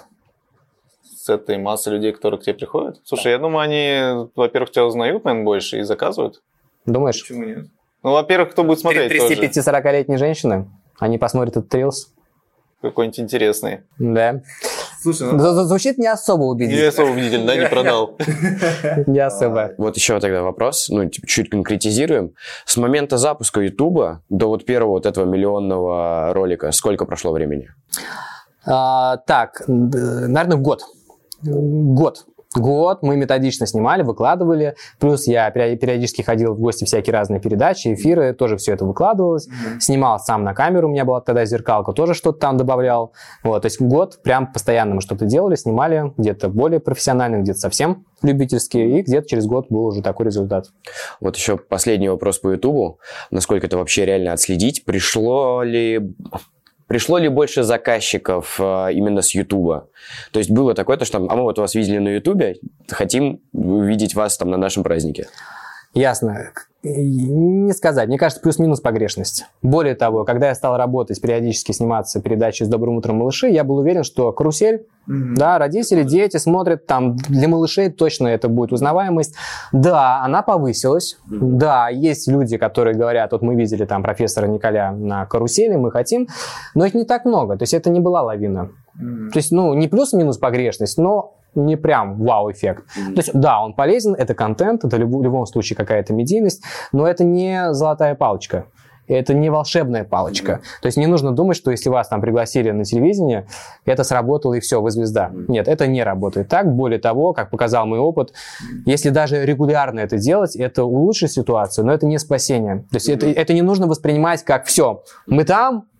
С этой массой людей, которые к тебе приходят? Слушай, да. я думаю, они, во-первых, тебя узнают, наверное, больше и заказывают. Думаешь? Почему нет? Ну, во-первых, кто будет смотреть тридцать пяти-сорокалетние женщины, они посмотрят этот рилс. Какой-нибудь интересный. Да. Слушай, ну... Звучит не особо убедительно. Не особо убедительно, да, не продал. Не особо. Вот еще тогда вопрос, ну, чуть конкретизируем. С момента запуска Ютуба до вот первого вот этого миллионного ролика сколько прошло времени? Так, наверное, год. Год. Год мы методично снимали, выкладывали. Плюс я периодически ходил в гости, всякие разные передачи, эфиры, тоже все это выкладывалось. Mm-hmm. Снимал сам на камеру, у меня была тогда зеркалка, тоже что-то там добавлял. Вот, то есть год прям постоянно мы что-то делали, снимали, где-то более профессионально, где-то совсем любительски, и где-то через год был уже такой результат. Вот еще последний вопрос по Ютубу. Насколько это вообще реально отследить? Пришло ли... Пришло ли больше заказчиков э, именно с Ютуба? То есть было такое, то, что а мы вот вас видели на Ютубе, хотим увидеть вас там на нашем празднике. Ясно. Не сказать. Мне кажется, плюс-минус погрешность. Более того, когда я стал работать, периодически сниматься передачи «С добрым утром, малыши», я был уверен, что карусель, mm-hmm. да, родители, дети смотрят, там для малышей точно это будет узнаваемость. Да, она повысилась. Mm-hmm. Да, есть люди, которые говорят, вот мы видели там профессора Николя на карусели, мы хотим, но их не так много. То есть это не была лавина. Mm-hmm. То есть, ну, не плюс-минус погрешность, но не прям вау-эффект. Mm-hmm. То есть, да, он полезен, это контент, это в любом случае какая-то медийность, но это не золотая палочка. Это не волшебная палочка. Mm-hmm. То есть не нужно думать, что если вас там пригласили на телевидение, это сработало и все, вы звезда. Mm-hmm. Нет, это не работает так. Более того, как показал мой опыт, mm-hmm. если даже регулярно это делать, это улучшит ситуацию, но это не спасение. То есть mm-hmm. это, это не нужно воспринимать как все. Мы там,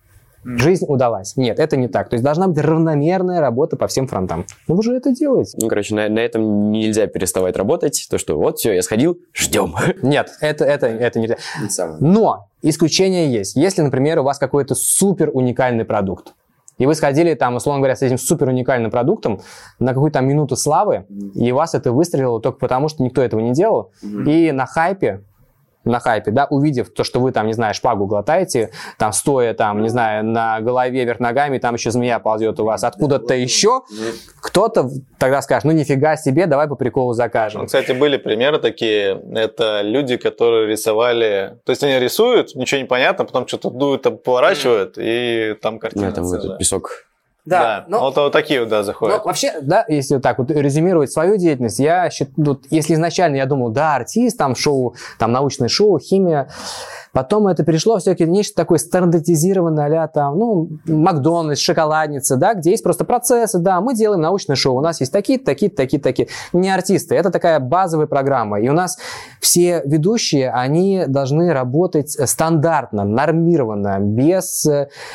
Жизнь удалась. Нет, это не так. То есть должна быть равномерная работа по всем фронтам. Ну вы же это делаете. Ну, короче, на, на этом нельзя переставать работать. То, что вот, все, я сходил, ждем. Нет, это, это, это нельзя. Но исключение есть. Если, например, у вас какой-то супер уникальный продукт, и вы сходили там, условно говоря, с этим супер уникальным продуктом на какую-то там минуту славы, и у вас это выстрелило только потому, что никто этого не делал, и на хайпе, на хайпе, да, увидев то, что вы там, не знаю, шпагу глотаете, там, стоя там, не знаю, на голове вверх ногами, там еще змея ползет у вас откуда-то еще, кто-то тогда скажет, ну, нифига себе, давай по приколу закажем. Ну, кстати, были примеры такие, это люди, которые рисовали, то есть они рисуют, ничего не понятно, потом что-то дуют, там, поворачивают, и там картина. Нет, там этот песок. Да, да. Но, вот, вот такие вот, да, заходят. Но вообще, да, если вот так вот резюмировать свою деятельность, я считаю, вот, если изначально я думал, да, артист, там шоу, там научное шоу, химия, потом это перешло все-таки нечто такое стандартизированное, а-ля там, ну, Макдональдс, шоколадница, да, где есть просто процессы, да, мы делаем научное шоу, у нас есть такие-то, такие-то, такие-то, такие. Не артисты, это такая базовая программа, и у нас все ведущие, они должны работать стандартно, нормированно, без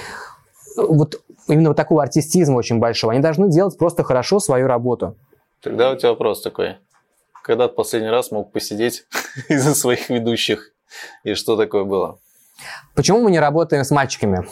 вот именно вот такого артистизма очень большого. Они должны делать просто хорошо свою работу. Тогда у тебя вопрос такой. Когда ты последний раз мог посидеть из-за своих ведущих? И что такое было? Почему мы не работаем с мальчиками?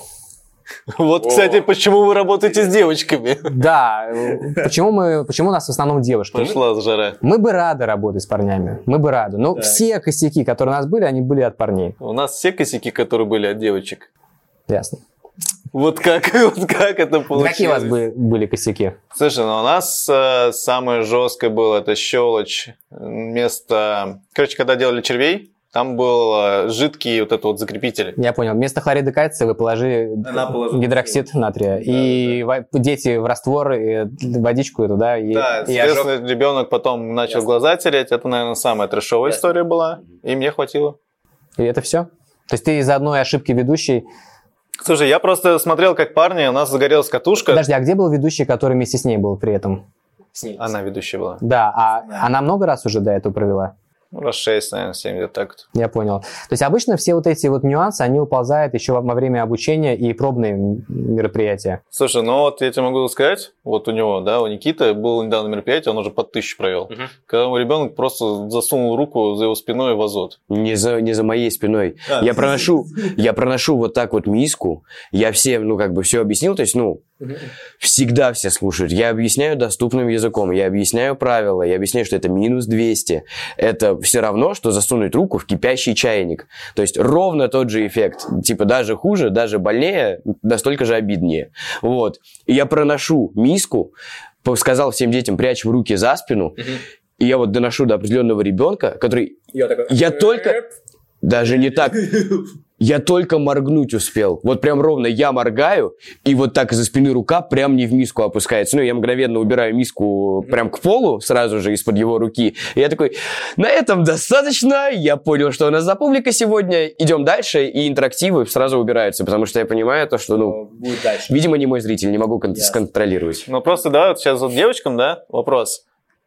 Вот, кстати, почему вы работаете с девочками? Да, почему, мы, почему у нас в основном девушки? Пошла с жара. Мы бы рады работать с парнями, мы бы рады. Но все косяки, которые у нас были, они были от парней. У нас все косяки, которые были от девочек. Ясно. Вот как, вот как это получилось? Какие у вас бы, были косяки? Слушай, ну у нас э, самое жесткое было это щелочь. Вместо... Короче, когда делали червей, там был э, жидкий вот этот вот закрепитель. Я понял. Вместо хлорида кальция вы положили гидроксид натрия. Да, и да. дети в раствор, и водичку эту, да? И, да, и соответственно, ожог. Ребенок потом начал Ясно. глаза тереть. Это, наверное, самая трэшовая Ясно. история была. И мне хватило. И это все? То есть ты из-за одной ошибки ведущей... Слушай, я просто смотрел, как парни, у нас загорелась катушка. Подожди, а где был ведущий, который вместе с ней был при этом? С ней. Она ведущая была. Да, а да. она много раз уже до этого провела? Ну, раз шесть, наверное, семь, где-то так. Я понял. То есть обычно все вот эти вот нюансы, они уползают еще во время обучения и пробные мероприятия. Слушай, ну вот я тебе могу сказать, вот у него, да, у Никиты было недавно мероприятие, он уже под тысячу провел. Угу. Когда ребенок просто засунул руку за его спиной в азот. Не за, не за моей спиной. А, я, проношу, я проношу вот так вот миску, я всем, ну, как бы все объяснил, то есть, ну, угу. всегда все слушают. Я объясняю доступным языком, я объясняю правила, я объясняю, что это минус двести. Это все равно, что засунуть руку в кипящий чайник. То есть ровно тот же эффект. Типа даже хуже, даже больнее, настолько же обиднее. Вот. И я проношу миску, сказал всем детям, прячем руки за спину, угу. и я вот доношу до определенного ребенка, который... Я, такой... я только... Даже не так... Я только моргнуть успел. Вот прям ровно я моргаю, и вот так из-за спины рука прям не в миску опускается. Ну, я мгновенно убираю миску прям к полу, сразу же из-под его руки. И я такой, на этом достаточно. Я понял, что у нас за публика сегодня. Идем дальше, и интерактивы сразу убираются, потому что я понимаю то, что, ну, видимо, не мой зритель, не могу кон- yes. сконтролировать. Ну, просто, да, вот сейчас вот девочкам, да, вопрос.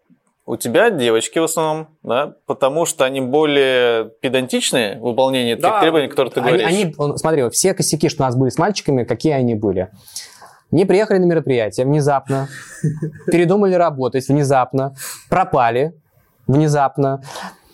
У тебя девочки в основном, да, потому что они более педантичные в выполнении тех да, требований, которые ты говоришь. Они, они, смотри, все косяки, что у нас были с мальчиками, какие они были. Не приехали на мероприятие внезапно, передумали работать внезапно, пропали внезапно,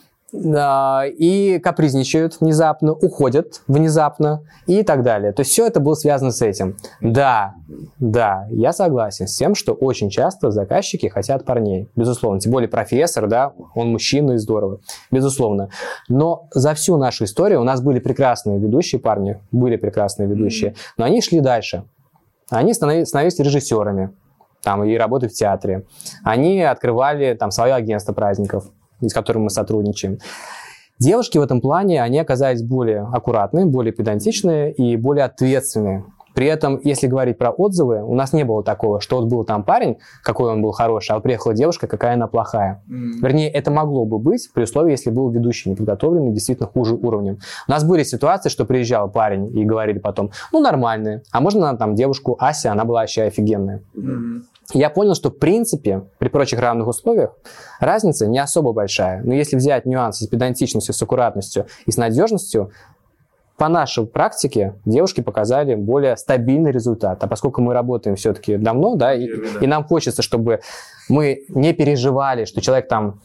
и капризничают внезапно, уходят внезапно и так далее. То есть все это было связано с этим. Да, да, я согласен с тем, что очень часто заказчики хотят парней, безусловно. Тем более профессор, да, он мужчина и здорово, безусловно. Но за всю нашу историю у нас были прекрасные ведущие парни, были прекрасные ведущие, но они шли дальше. Они становились, становились режиссерами там, и работали в театре. Они открывали там свое агентство праздников, с которым мы сотрудничаем. Девушки в этом плане, они оказались более аккуратные, более педантичные и более ответственные. При этом, если говорить про отзывы, у нас не было такого, что вот был там парень, какой он был хороший, а вот приехала девушка, какая она плохая. Mm. Вернее, это могло бы быть при условии, если был ведущий неподготовленный, действительно хуже уровнем. У нас были ситуации, что приезжал парень и говорили потом, ну, нормальные, а можно там девушку Ася, она была вообще офигенная. Mm. Я понял, что в принципе при прочих равных условиях разница не особо большая. Но если взять нюансы с педантичностью, с аккуратностью и с надежностью, по нашей практике девушки показали более стабильный результат. А поскольку мы работаем все-таки давно, да, и, и нам хочется, чтобы мы не переживали, что человек там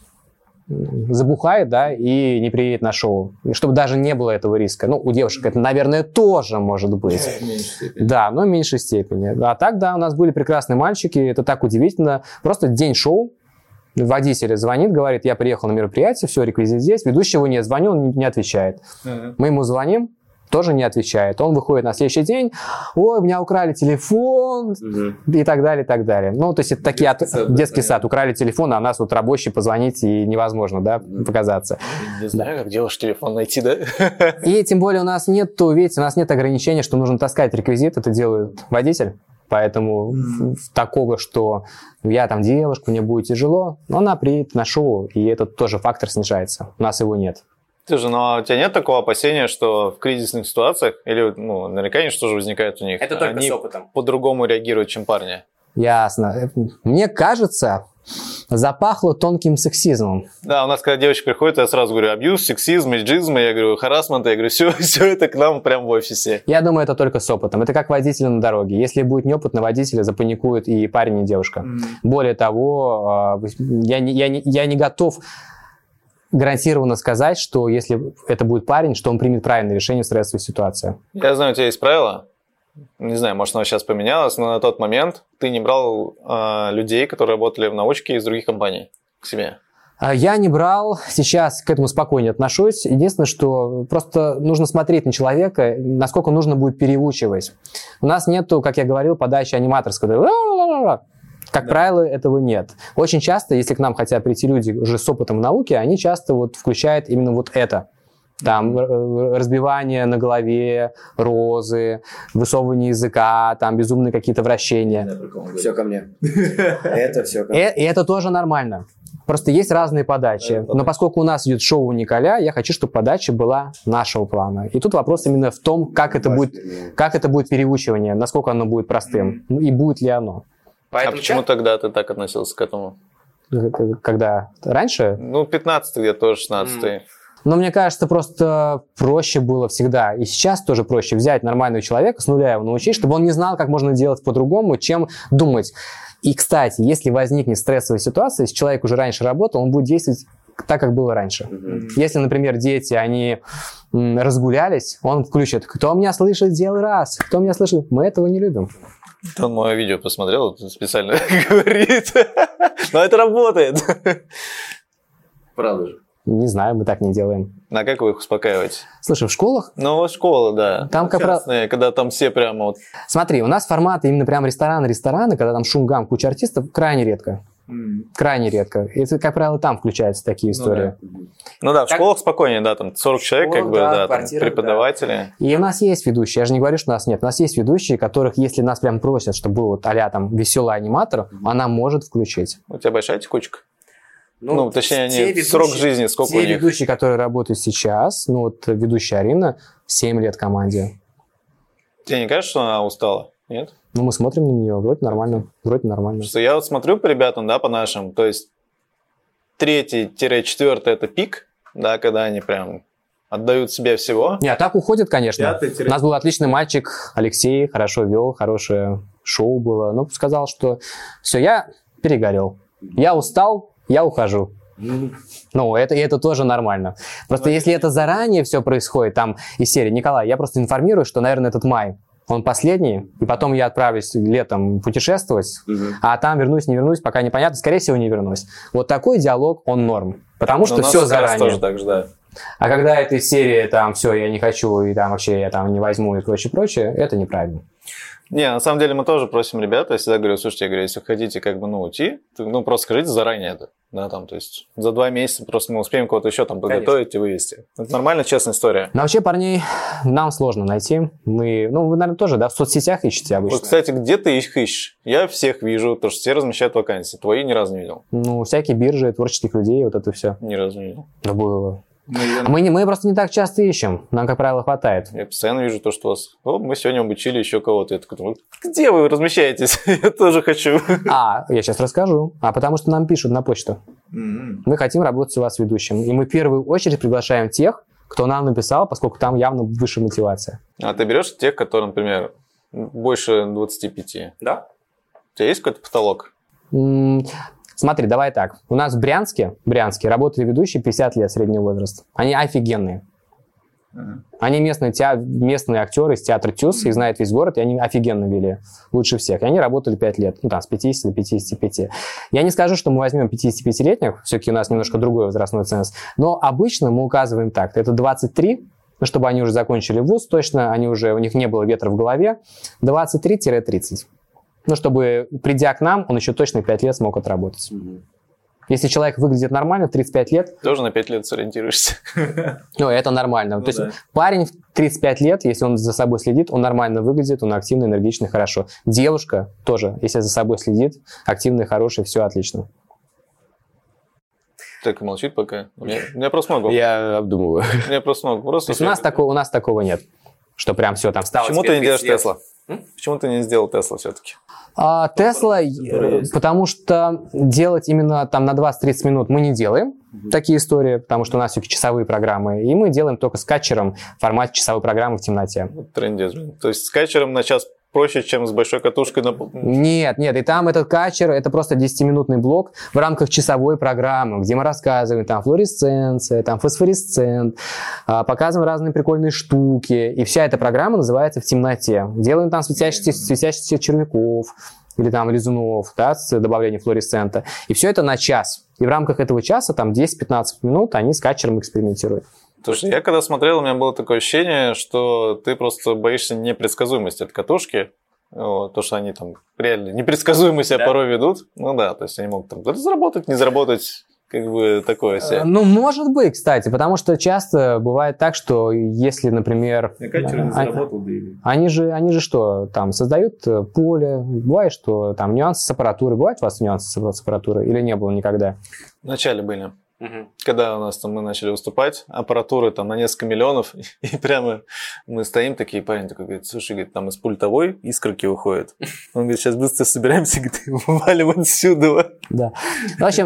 забухает, да, и не приедет на шоу. И чтобы даже не было этого риска. Ну, у девушек это, наверное, тоже может быть. В меньшей степени. Да, но в меньшей степени. А так, да, у нас были прекрасные мальчики, это так удивительно. Просто день шоу, водитель звонит, говорит, я приехал на мероприятие, все, реквизит здесь, ведущего нет, звоню, он не отвечает. Uh-huh. Мы ему звоним, тоже не отвечает. Он выходит на следующий день, ой, у меня украли телефон, uh-huh. и так далее, и так далее. Ну, то есть это такие детский, от... сад, детский да, сад, украли телефон, а нас вот рабочий позвонить и невозможно, да, uh-huh. показаться. Не знаю, да. Как девушке телефон найти, да? И тем более у нас нет, видите, у нас нет ограничения, что нужно таскать реквизит, это делает водитель. Поэтому mm-hmm. такого, что я там девушка, мне будет тяжело, но она приедет на шоу, и этот тоже фактор снижается. У нас его нет. Слушай, ну а у тебя нет такого опасения, что в кризисных ситуациях, или, ну, наверняка они что же возникает у них, это только они с опытом. По-другому реагируют, чем парни? Ясно. Мне кажется, запахло тонким сексизмом. Да, у нас, когда девочка приходит, я сразу говорю, абьюз, сексизм, эйджизм, я говорю, харассмент, я говорю, все, все это к нам прямо в офисе. Я думаю, это только с опытом. Это как водитель на дороге. Если будет неопытный водитель, запаникует и парень, и девушка. Mm. Более того, я не, я, не, я не готов гарантированно сказать, что если это будет парень, что он примет правильное решение в стрессовой ситуации. Я знаю, у тебя есть правило. Не знаю, может, оно сейчас поменялось, но на тот момент ты не брал э, людей, которые работали в научке из других компаний к себе. Я не брал, сейчас к этому спокойнее отношусь. Единственное, что просто нужно смотреть на человека, насколько нужно будет переучивать. У нас нету, как я говорил, подачи аниматорской. Как да. правило, этого нет. Очень часто, если к нам хотят прийти люди уже с опытом в науке, они часто вот включают именно вот это. Там разбивание на голове, розы, высовывание языка, там безумные какие-то вращения. Все ко мне. Это все ко мне. И это тоже нормально. Просто есть разные подачи. Но поскольку у нас идет шоу у Николя, я хочу, чтобы подача была нашего плана. И тут вопрос именно в том, как это будет, как это будет переучивание, насколько оно будет простым, и будет ли оно. Поэтому а почему я... тогда ты так относился к этому? Когда? Раньше? Ну, пятнадцатый где-то, тоже шестнадцатый. Mm. Но мне кажется, просто проще было всегда. И сейчас тоже проще взять нормального человека, с нуля его научить, чтобы он не знал, как можно делать по-другому, чем думать. И, кстати, если возникнет стрессовая ситуация, если человек уже раньше работал, он будет действовать так, как было раньше. Mm-hmm. Если, например, дети, они м, разгулялись, он включит «Кто меня слышит, делай раз! Кто меня слышит?» Мы этого не любим. Он мое видео посмотрел, специально говорит. Но это работает. Правда же. Не знаю, мы так не делаем. А как вы их успокаиваете? Слушай, в школах? Ну, вот школа, да. Там как раз... когда там все прямо вот... Смотри, у нас форматы именно прям рестораны-рестораны, когда там шум, гам, куча артистов, крайне редко. Mm. Крайне редко. Это, как правило, там включаются такие истории. Ну да, ну, да в как... школах спокойнее, да, там сорок человек, школах, как бы, да, да там, преподаватели. Да. И у нас есть ведущие, я же не говорю, что у нас нет. У нас есть ведущие, которых, если нас прям просят, чтобы был вот а-ля там веселый аниматор, mm. она может включить. У тебя большая текучка? Ну, ну точнее, они, ведущие, срок жизни, сколько у них? Те ведущие, которые работают сейчас, ну вот ведущая Арина, семь лет команде. Тебе не кажется, что она устала? Нет? Ну, мы смотрим на нее, вроде нормально, вроде нормально. Что я вот смотрю по ребятам, да, по нашим, то есть третий-четвертый это пик, да, когда они прям отдают себе всего. Не, а так уходят, конечно. У нас был отличный мальчик, Алексей, хорошо вел, хорошее шоу было, но сказал, что все, я перегорел, я устал, я ухожу. Ну, это, и это тоже нормально. Просто вот. Если это заранее все происходит, там из серии, Николай, я просто информирую, что, наверное, этот май, он последний, и потом я отправлюсь летом путешествовать, угу. а там вернусь, не вернусь, пока непонятно, скорее всего, не вернусь. Вот такой диалог, он норм. Потому что все заранее. Тоже так же, да. А когда этой серии, там, все, я не хочу, и там вообще я там не возьму, и прочее, прочее, это неправильно. Не, на самом деле мы тоже просим ребят, я всегда говорю, слушайте, я говорю, если вы хотите как бы, ну, уйти, то, ну, просто скажите заранее это, да, там, то есть за два месяца просто мы успеем кого-то еще там подготовить. Конечно. И вывести. Это нормальная, честная история. Но вообще парней нам сложно найти, мы, ну, вы, наверное, тоже, да, в соцсетях ищете обычно. Вот, кстати, где ты их ищешь? Я всех вижу, потому что все размещают вакансии, твои ни разу не видел. Ну, всякие биржи, творческих людей, вот это все. Ни разу не видел. Да было. Мы, не, мы просто не так часто ищем, нам, как правило, хватает. Я постоянно вижу то, что у вас... О, мы сегодня обучили еще кого-то. Я такой, где вы размещаетесь? Я тоже хочу. А, я сейчас расскажу. А потому что нам пишут на почту. Mm-hmm. Мы хотим работать у вас ведущим. И мы в первую очередь приглашаем тех, кто нам написал, поскольку там явно выше мотивация. А ты берешь тех, которые, например, больше двадцати пяти? Да. У тебя есть какой-то потолок? М- Смотри, давай так. У нас в Брянске, Брянске работали ведущие пятьдесят лет среднего возраста. Они офигенные. Uh-huh. Они местные, теа- местные актеры из театра ТЮЗ, uh-huh. их знает весь город, и они офигенно вели. Лучше всех. И они работали пять лет. Ну, там, с пятидесяти до пятидесяти пяти. Я не скажу, что мы возьмем пятидесятипятилетних. Все-таки у нас немножко другой возрастной ценз. Но обычно мы указываем так. Это двадцать три, ну, чтобы они уже закончили вуз точно, они уже, у них не было ветра в голове. двадцать три - тридцать. Ну, чтобы, придя к нам, он еще точно пять лет смог отработать. Mm-hmm. Если человек выглядит нормально в тридцать пять лет... Тоже на пять лет сориентируешься. Ну, это нормально. Ну, То да. есть парень в тридцать пять лет, если он за собой следит, он нормально выглядит, он активный, энергичный, хорошо. Девушка тоже, если за собой следит, активный, хороший, все отлично. Так и молчит пока. У меня, у меня просто много. Я обдумываю. У меня просто много. Просто То есть у нас, такого, у нас такого нет, что прям все там стало. Почему ты не делаешь Тесла? Почему ты не сделал Тесла все-таки? А, Тесла, потому что делать именно там на двадцать-тридцать минут мы не делаем mm-hmm. такие истории, потому что у нас все-таки часовые программы, и мы делаем только с катчером в формате часовой программы в темноте. Трендец. То есть с катчером на час проще, чем с большой катушкой на... Нет, нет, и там этот катчер, это просто десятиминутный блок в рамках часовой программы, где мы рассказываем, там, флуоресценция, там, фосфоресцент, показываем разные прикольные штуки, и вся эта программа называется «В темноте». Делаем там светящихся, светящихся червяков, или там лизунов, да, с добавлением флуоресцента, и все это на час. И в рамках этого часа, там, десять-пятнадцать минут они с катчером экспериментируют. Слушай, я когда смотрел, у меня было такое ощущение, что ты просто боишься непредсказуемости от катушки. Вот, то, что они там реально непредсказуемо себя да? порой ведут. Ну да, то есть они могут там заработать, не заработать, как бы такое себе. Ну, может быть, кстати, потому что часто бывает так, что если, например... Катчер не заработал, да или... Они же, они же что, там, создают поле, бывает, что там нюансы с аппаратурой. Бывают у вас нюансы с аппаратурой или не было никогда? Вначале были. Угу. Когда у нас там мы начали выступать, аппаратуры там на несколько миллионов, и прямо мы стоим такие, парень такой говорит, слушай, говорит, там из пультовой искорки выходят. Он говорит, сейчас быстро собираемся, говорит, валим отсюда. Да. В общем,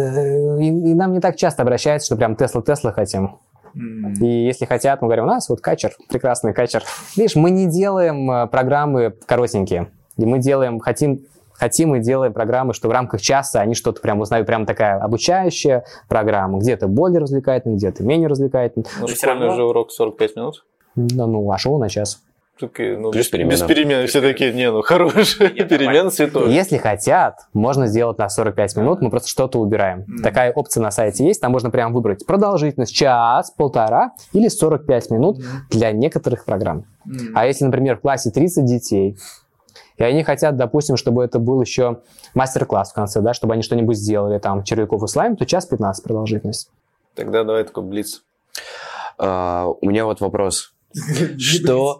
и, и нам не так часто обращаются, что прям Тесла-Тесла хотим. Mm. И если хотят, мы говорим, у нас вот катчер, прекрасный катчер. Видишь, мы не делаем программы коротенькие, и мы делаем, хотим... Хотим и делаем программы, что в рамках часа они что-то прям узнают, прям такая обучающая программа. Где-то более развлекательная, где-то менее развлекательная. Ну, школьный равно... же урок сорок пять минут. Да, ну, а шоу на час. Такие, ну, без, без перемен. Все такие, не, ну, хорошие. Перемен святой. Если хотят, можно сделать на сорок пять минут, мы просто что-то убираем. Mm. Такая опция на сайте есть, там можно прям выбрать продолжительность час, полтора или сорок пять минут mm. для некоторых программ. Mm. А если, например, в классе тридцать детей, и они хотят, допустим, чтобы это был еще мастер-класс в конце, да, чтобы они что-нибудь сделали, там, червяков и слайм, то час пятнадцать продолжительность. Тогда давай такой блиц. А, у меня вот вопрос. Что,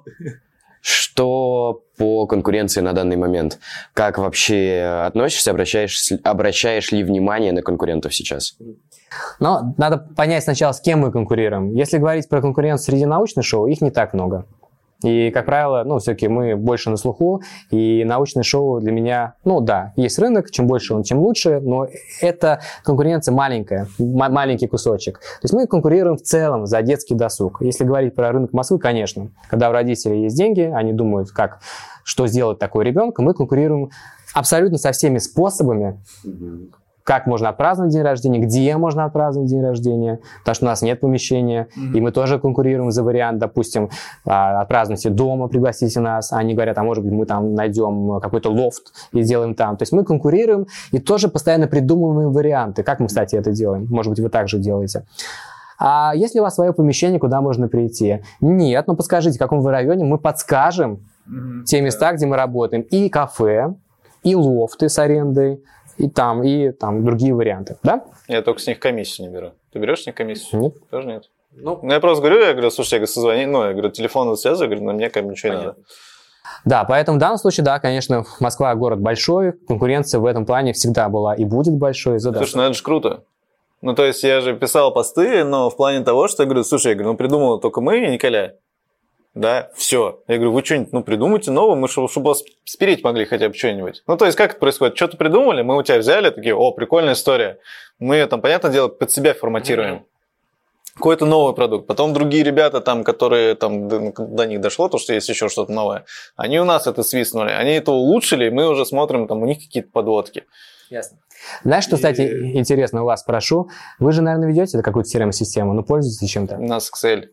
что по конкуренции на данный момент? Как вообще относишься, обращаешь, обращаешь ли внимание на конкурентов сейчас? Но надо понять сначала, с кем мы конкурируем. Если говорить про конкуренцию среди научных шоу, их не так много. И, как правило, ну, все-таки мы больше на слуху, и научное шоу для меня, ну да, есть рынок, чем больше он, тем лучше, но это конкуренция маленькая, м- маленький кусочек. То есть мы конкурируем в целом за детский досуг. Если говорить про рынок Москвы, конечно, когда у родителей есть деньги, они думают, как, что сделать такое ребенка, мы конкурируем абсолютно со всеми способами, как можно отпраздновать день рождения, где можно отпраздновать день рождения, потому что у нас нет помещения, mm-hmm. и мы тоже конкурируем за вариант, допустим, отпразднуйте дома, пригласите нас, а они говорят, а может быть мы там найдем какой-то лофт и сделаем там. То есть мы конкурируем и тоже постоянно придумываем варианты. Как мы, кстати, это делаем? Может быть, вы так же делаете. А если у вас свое помещение, куда можно прийти? Нет, ну подскажите, в каком вы районе, мы подскажем mm-hmm. те места, где мы работаем. И кафе, и лофты с арендой, и там, и там другие варианты, да? Я только с них комиссию не беру. Ты берешь с них комиссию? Нет. Тоже нет. Ну, я просто говорю, я говорю, слушай, я говорю, созвони, ну, я говорю, телефонную связь, я говорю, на мне как бы ничего не надо. Да, поэтому в данном случае, да, конечно, Москва город большой, конкуренция в этом плане всегда была и будет большой. Слушай, ну это же круто. Ну, то есть я же писал посты, но в плане того, что я говорю, слушай, я говорю, ну, придумала только мы и Николя. Да, все. Я говорю, вы что-нибудь, ну, придумайте новое, мы чтобы, чтобы вас спереть могли хотя бы что-нибудь. Ну, то есть, как это происходит? Что-то придумали, мы у тебя взяли, такие, о, прикольная история. Мы ее там, понятное дело, под себя форматируем. какой-то новый продукт. Потом другие ребята, там, которые там, до, до них дошло, то, что есть еще что-то новое, они у нас это свистнули, они это улучшили, и мы уже смотрим, там у них какие-то подводки. Ясно. Знаешь, что, И- кстати, интересно у вас спрошу? Вы же, наверное, ведете какую-то си эр эм-систему, ну, пользуетесь чем-то? У нас Excel.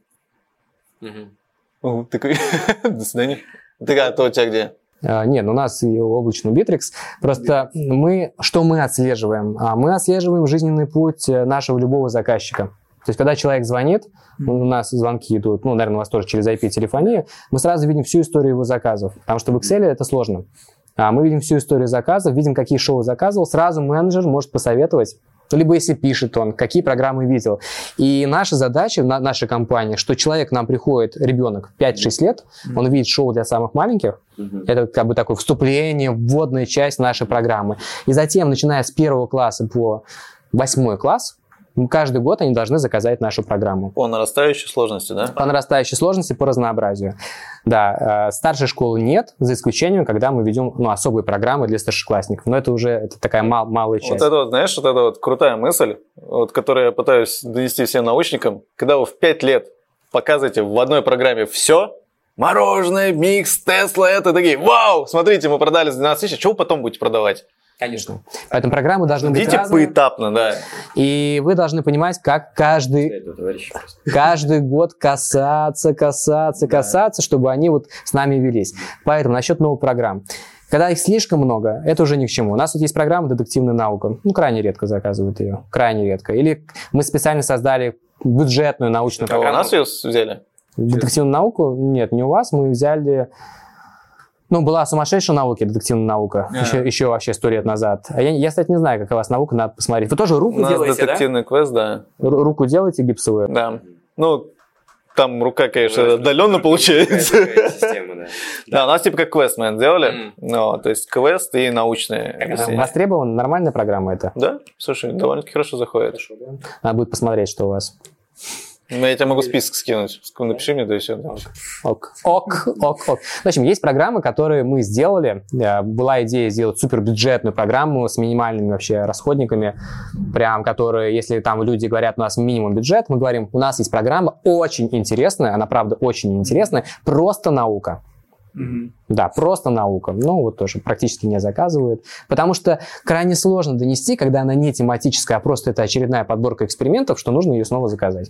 Мгм. О, такой, до свидания. Так, а то у тебя где? А, Нет, у нас и облачный Bittrex. Просто мы, что мы отслеживаем? А, Мы отслеживаем жизненный путь э, нашего любого заказчика. То есть, когда человек звонит, у нас звонки идут, ну, наверное, у вас тоже через ай пи-телефонию, мы сразу видим всю историю его заказов, потому что в Excel это сложно. А мы видим всю историю заказов, видим, какие шоу заказывал, сразу менеджер может посоветовать, либо если пишет он, какие программы видел. И наша задача, на нашей компании, что человек к нам приходит, ребенок, пять-шесть лет, он видит шоу для самых маленьких, это как бы такое вступление, вводная часть нашей программы. И затем, начиная с первого класса по восьмой класс, каждый год они должны заказать нашу программу. По нарастающей сложности, да? По нарастающей сложности, по разнообразию. Да, э, старшей школы нет, за исключением, когда мы ведем ну, особые программы для старшеклассников. Но это уже это такая мал, малая часть. Вот это вот, знаешь, вот это вот крутая мысль, вот, которую я пытаюсь донести всем научникам. Когда вы в пять лет показываете в одной программе все, мороженое, микс, Тесла, это такие, вау, смотрите, мы продали за двенадцать тысяч, что вы потом будете продавать? Конечно. Поэтому программы должны быть Идите разные. поэтапно, да. И вы должны понимать, как каждый, каждый год касаться, касаться, касаться, чтобы они вот с нами велись. Поэтому насчет новых программ. Когда их слишком много, это уже ни к чему. У нас вот есть программа «Детективная наука». Ну, крайне редко заказывают ее. Крайне редко. Или мы специально создали бюджетную научную А у программу. нас ее взяли? Детективную науку? Нет, не у вас. Мы взяли... Ну, была сумасшедшая наука, детективная наука, А. еще, еще вообще сто лет назад. А я, я, кстати, не знаю, как у вас наука, надо посмотреть. Вы тоже руку У нас делаете, детективный квест, да? да? Ру- Руку делаете гипсовую? Да. Ну, там рука, конечно, отдаленно получается. Да, у нас типа как квест мы сделали. Ну, то есть квест и научные. объяснения. Востребована, нормальная программа это? Да, слушай, довольно-таки хорошо заходит. Надо будет посмотреть, что у вас. Ну, я тебе могу список скинуть. Напиши мне, да и все. Ок, ок, ок, ок. В общем, есть программы, которые мы сделали. Э, Была идея сделать супербюджетную программу с минимальными вообще расходниками, прям, которые, если там люди говорят, у нас минимум бюджет, мы говорим, у нас есть программа очень интересная, она правда очень интересная, просто наука. Да, просто наука. Ну, вот тоже практически не заказывают. Потому что крайне сложно донести, когда она не тематическая, а просто это очередная подборка экспериментов, что нужно ее снова заказать.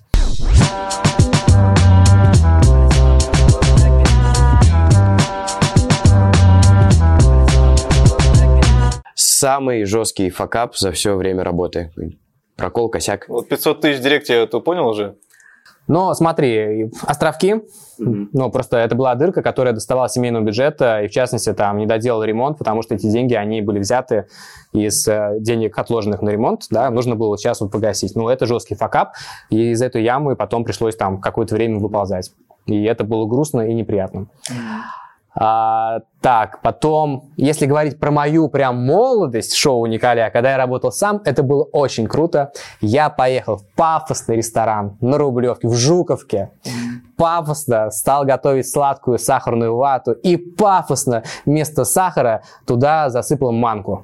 Самый жесткий факап за все время работы. Прокол, косяк. Вот пятьсот тысяч в директе, я это понял уже? Но смотри, островки, mm-hmm. ну просто это была дырка, которая доставала семейного бюджета, и в частности там не доделал ремонт, потому что эти деньги, они были взяты из э, денег, отложенных на ремонт, да, нужно было сейчас вот погасить. Ну это жесткий факап, и из этой ямы потом пришлось там какое-то время выползать. И это было грустно и неприятно. Mm-hmm. А, так, потом, если говорить про мою прям молодость шоу Николя, когда я работал сам, это было очень круто. Я поехал в пафосный ресторан на Рублевке, в Жуковке. Пафосно стал готовить сладкую сахарную вату и пафосно вместо сахара туда засыпал манку.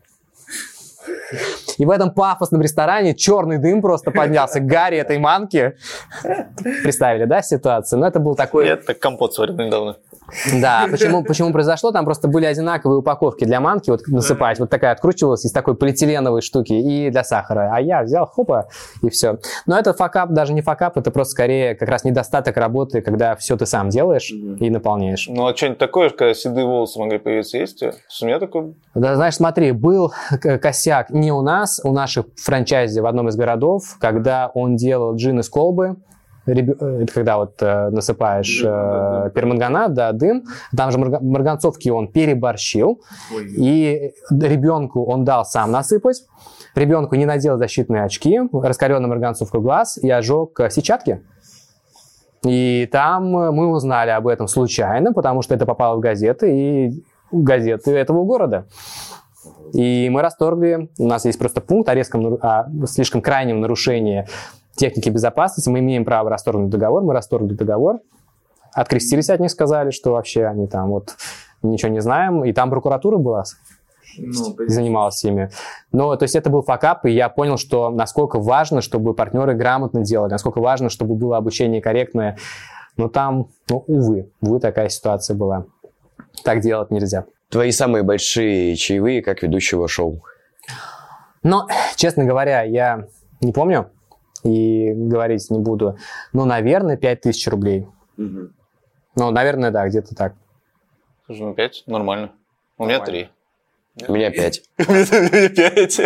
И в этом пафосном ресторане черный дым просто поднялся, гарри этой манки. Представили, да, ситуацию? Но это был такой... Нет, так компот сварил недавно. Да, почему, почему произошло? Там просто были одинаковые упаковки для манки, вот насыпать. Вот такая откручивалась из такой полиэтиленовой штуки и для сахара. А я взял, хопа, и все. Но это факап, даже не факап, это просто скорее как раз недостаток работы, когда все ты сам делаешь и наполняешь. Ну, а что-нибудь такое, когда седые волосы могли появиться, есть? У меня такое... Да, знаешь, смотри, был косяк не у нас, у наших франчайзи в одном из городов, когда он делал джин из колбы. Это когда вот э, насыпаешь э, перманганат, да, дым, там же марга- марганцовки он переборщил, Ой. И ребенку он дал сам насыпать, ребенку не надел защитные очки, раскаленную марганцовку глаз и ожег сетчатки. И там мы узнали об этом случайно, потому что это попало в газеты, и газеты этого города. И мы расторгли, у нас есть просто пункт о резком, о слишком крайнем нарушении техники безопасности, мы имеем право расторгнуть договор, мы расторгли договор, открестились от них, сказали, что вообще они там вот ничего не знаем, и там прокуратура была. ну, занимался ими. Но, то есть, это был факап, и я понял, что насколько важно, чтобы партнеры грамотно делали, насколько важно, чтобы было обучение корректное. Но там, ну, увы, увы, такая ситуация была. Так делать нельзя. Твои самые большие чаевые как ведущего шоу? Ну, честно говоря, я не помню и говорить не буду. Но, наверное, пять тысяч рублей. Угу. Ну, наверное, да, где-то так. Слушай, ну пять, нормально. У меня три. У меня пять. У меня пять.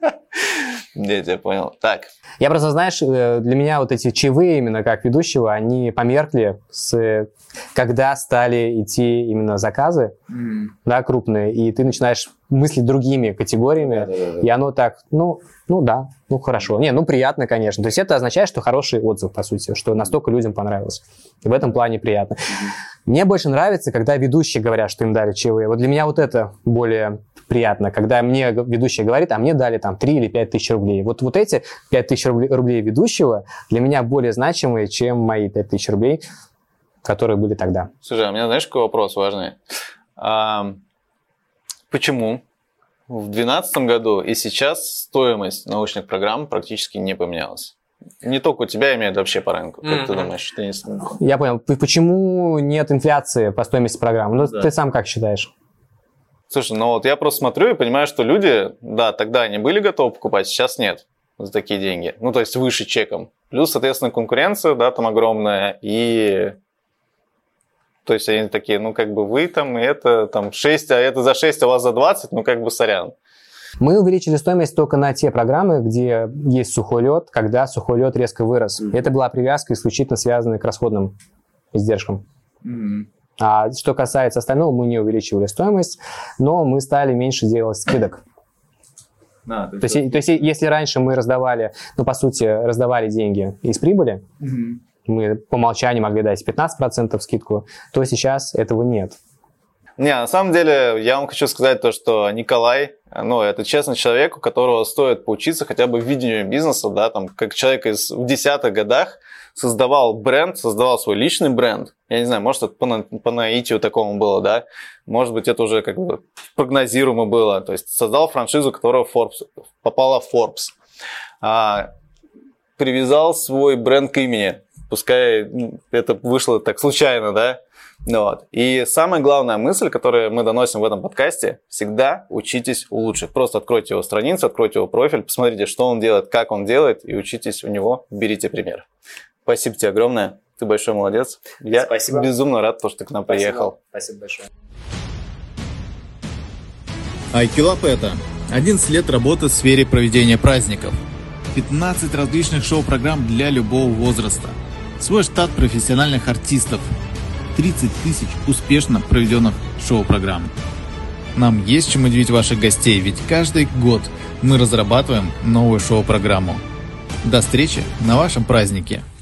Нет, я понял. Так. Я просто, знаешь, для меня вот эти чаевые именно как ведущего, они померкли, с, когда стали идти именно заказы, mm. да, крупные, и ты начинаешь мыслить другими категориями, да, да, да. И оно так, ну, ну да, ну хорошо. Не, ну приятно, конечно. То есть это означает, что хороший отзыв, по сути, что настолько людям понравилось. И в этом плане приятно. Mm-hmm. Мне больше нравится, когда ведущие говорят, что им дали чаевые. Вот для меня вот это более приятно, когда мне ведущий говорит, а мне дали там три или пять тысяч рублей. Вот, вот эти пять тысяч рублей ведущего для меня более значимые, чем мои пять тысяч рублей, которые были тогда. Слушай, а у меня, знаешь, какой вопрос важный? А, почему в две тысячи двенадцатом году и сейчас стоимость научных программ практически не поменялась? Не только у тебя, имеют вообще по рынку. Как mm-hmm. ты думаешь? Ты не... Я понял. Почему нет инфляции по стоимости программ? Ну, да. Ты сам как считаешь? Слушай, ну вот я просто смотрю и понимаю, что люди, да, тогда они были готовы покупать, сейчас нет за такие деньги. Ну, то есть выше чеком. Плюс, соответственно, конкуренция, да, там огромная. И... То есть они такие, ну, как бы вы там, это там шесть, а это за шесть, а у вас за двадцать, ну, как бы сорян. Мы увеличили стоимость только на те программы, где есть сухой лед, когда сухой лед резко вырос. Mm-hmm. Это была привязка исключительно связанная к расходным издержкам. Mm-hmm. А что касается остального, мы не увеличивали стоимость, но мы стали меньше делать скидок. А, то, есть, то, есть, то есть если раньше мы раздавали, ну, по сути, раздавали деньги из прибыли, mm-hmm. мы по умолчанию могли дать пятнадцать процентов скидку, то сейчас этого нет. Не, на самом деле, я вам хочу сказать то, что Николай, ну, это честный человек, у которого стоит поучиться хотя бы видению бизнеса, да, там, как человек из, в десятых годах создавал бренд, создавал свой личный бренд. Я не знаю, может, это по, на, по наитию такому было, да, может быть, это уже как бы прогнозируемо было, то есть создал франшизу, которая Forbes, попала в Forbes, а, привязал свой бренд к имени, пускай это вышло так случайно, да. Вот. И самая главная мысль, которую мы доносим в этом подкасте, всегда учитесь у лучших. Просто откройте его страницу, откройте его профиль, посмотрите, что он делает, как он делает, и учитесь у него, берите пример. Спасибо тебе огромное, ты большой молодец. Я Спасибо. безумно рад, что ты к нам Спасибо. приехал. Спасибо большое. iQlub это одиннадцать лет работы в сфере проведения праздников, пятнадцать различных шоу-программ для любого возраста, свой штат профессиональных артистов, тридцать тысяч успешно проведенных шоу-программ. Нам есть чем удивить ваших гостей, ведь каждый год мы разрабатываем новую шоу-программу. До встречи на вашем празднике!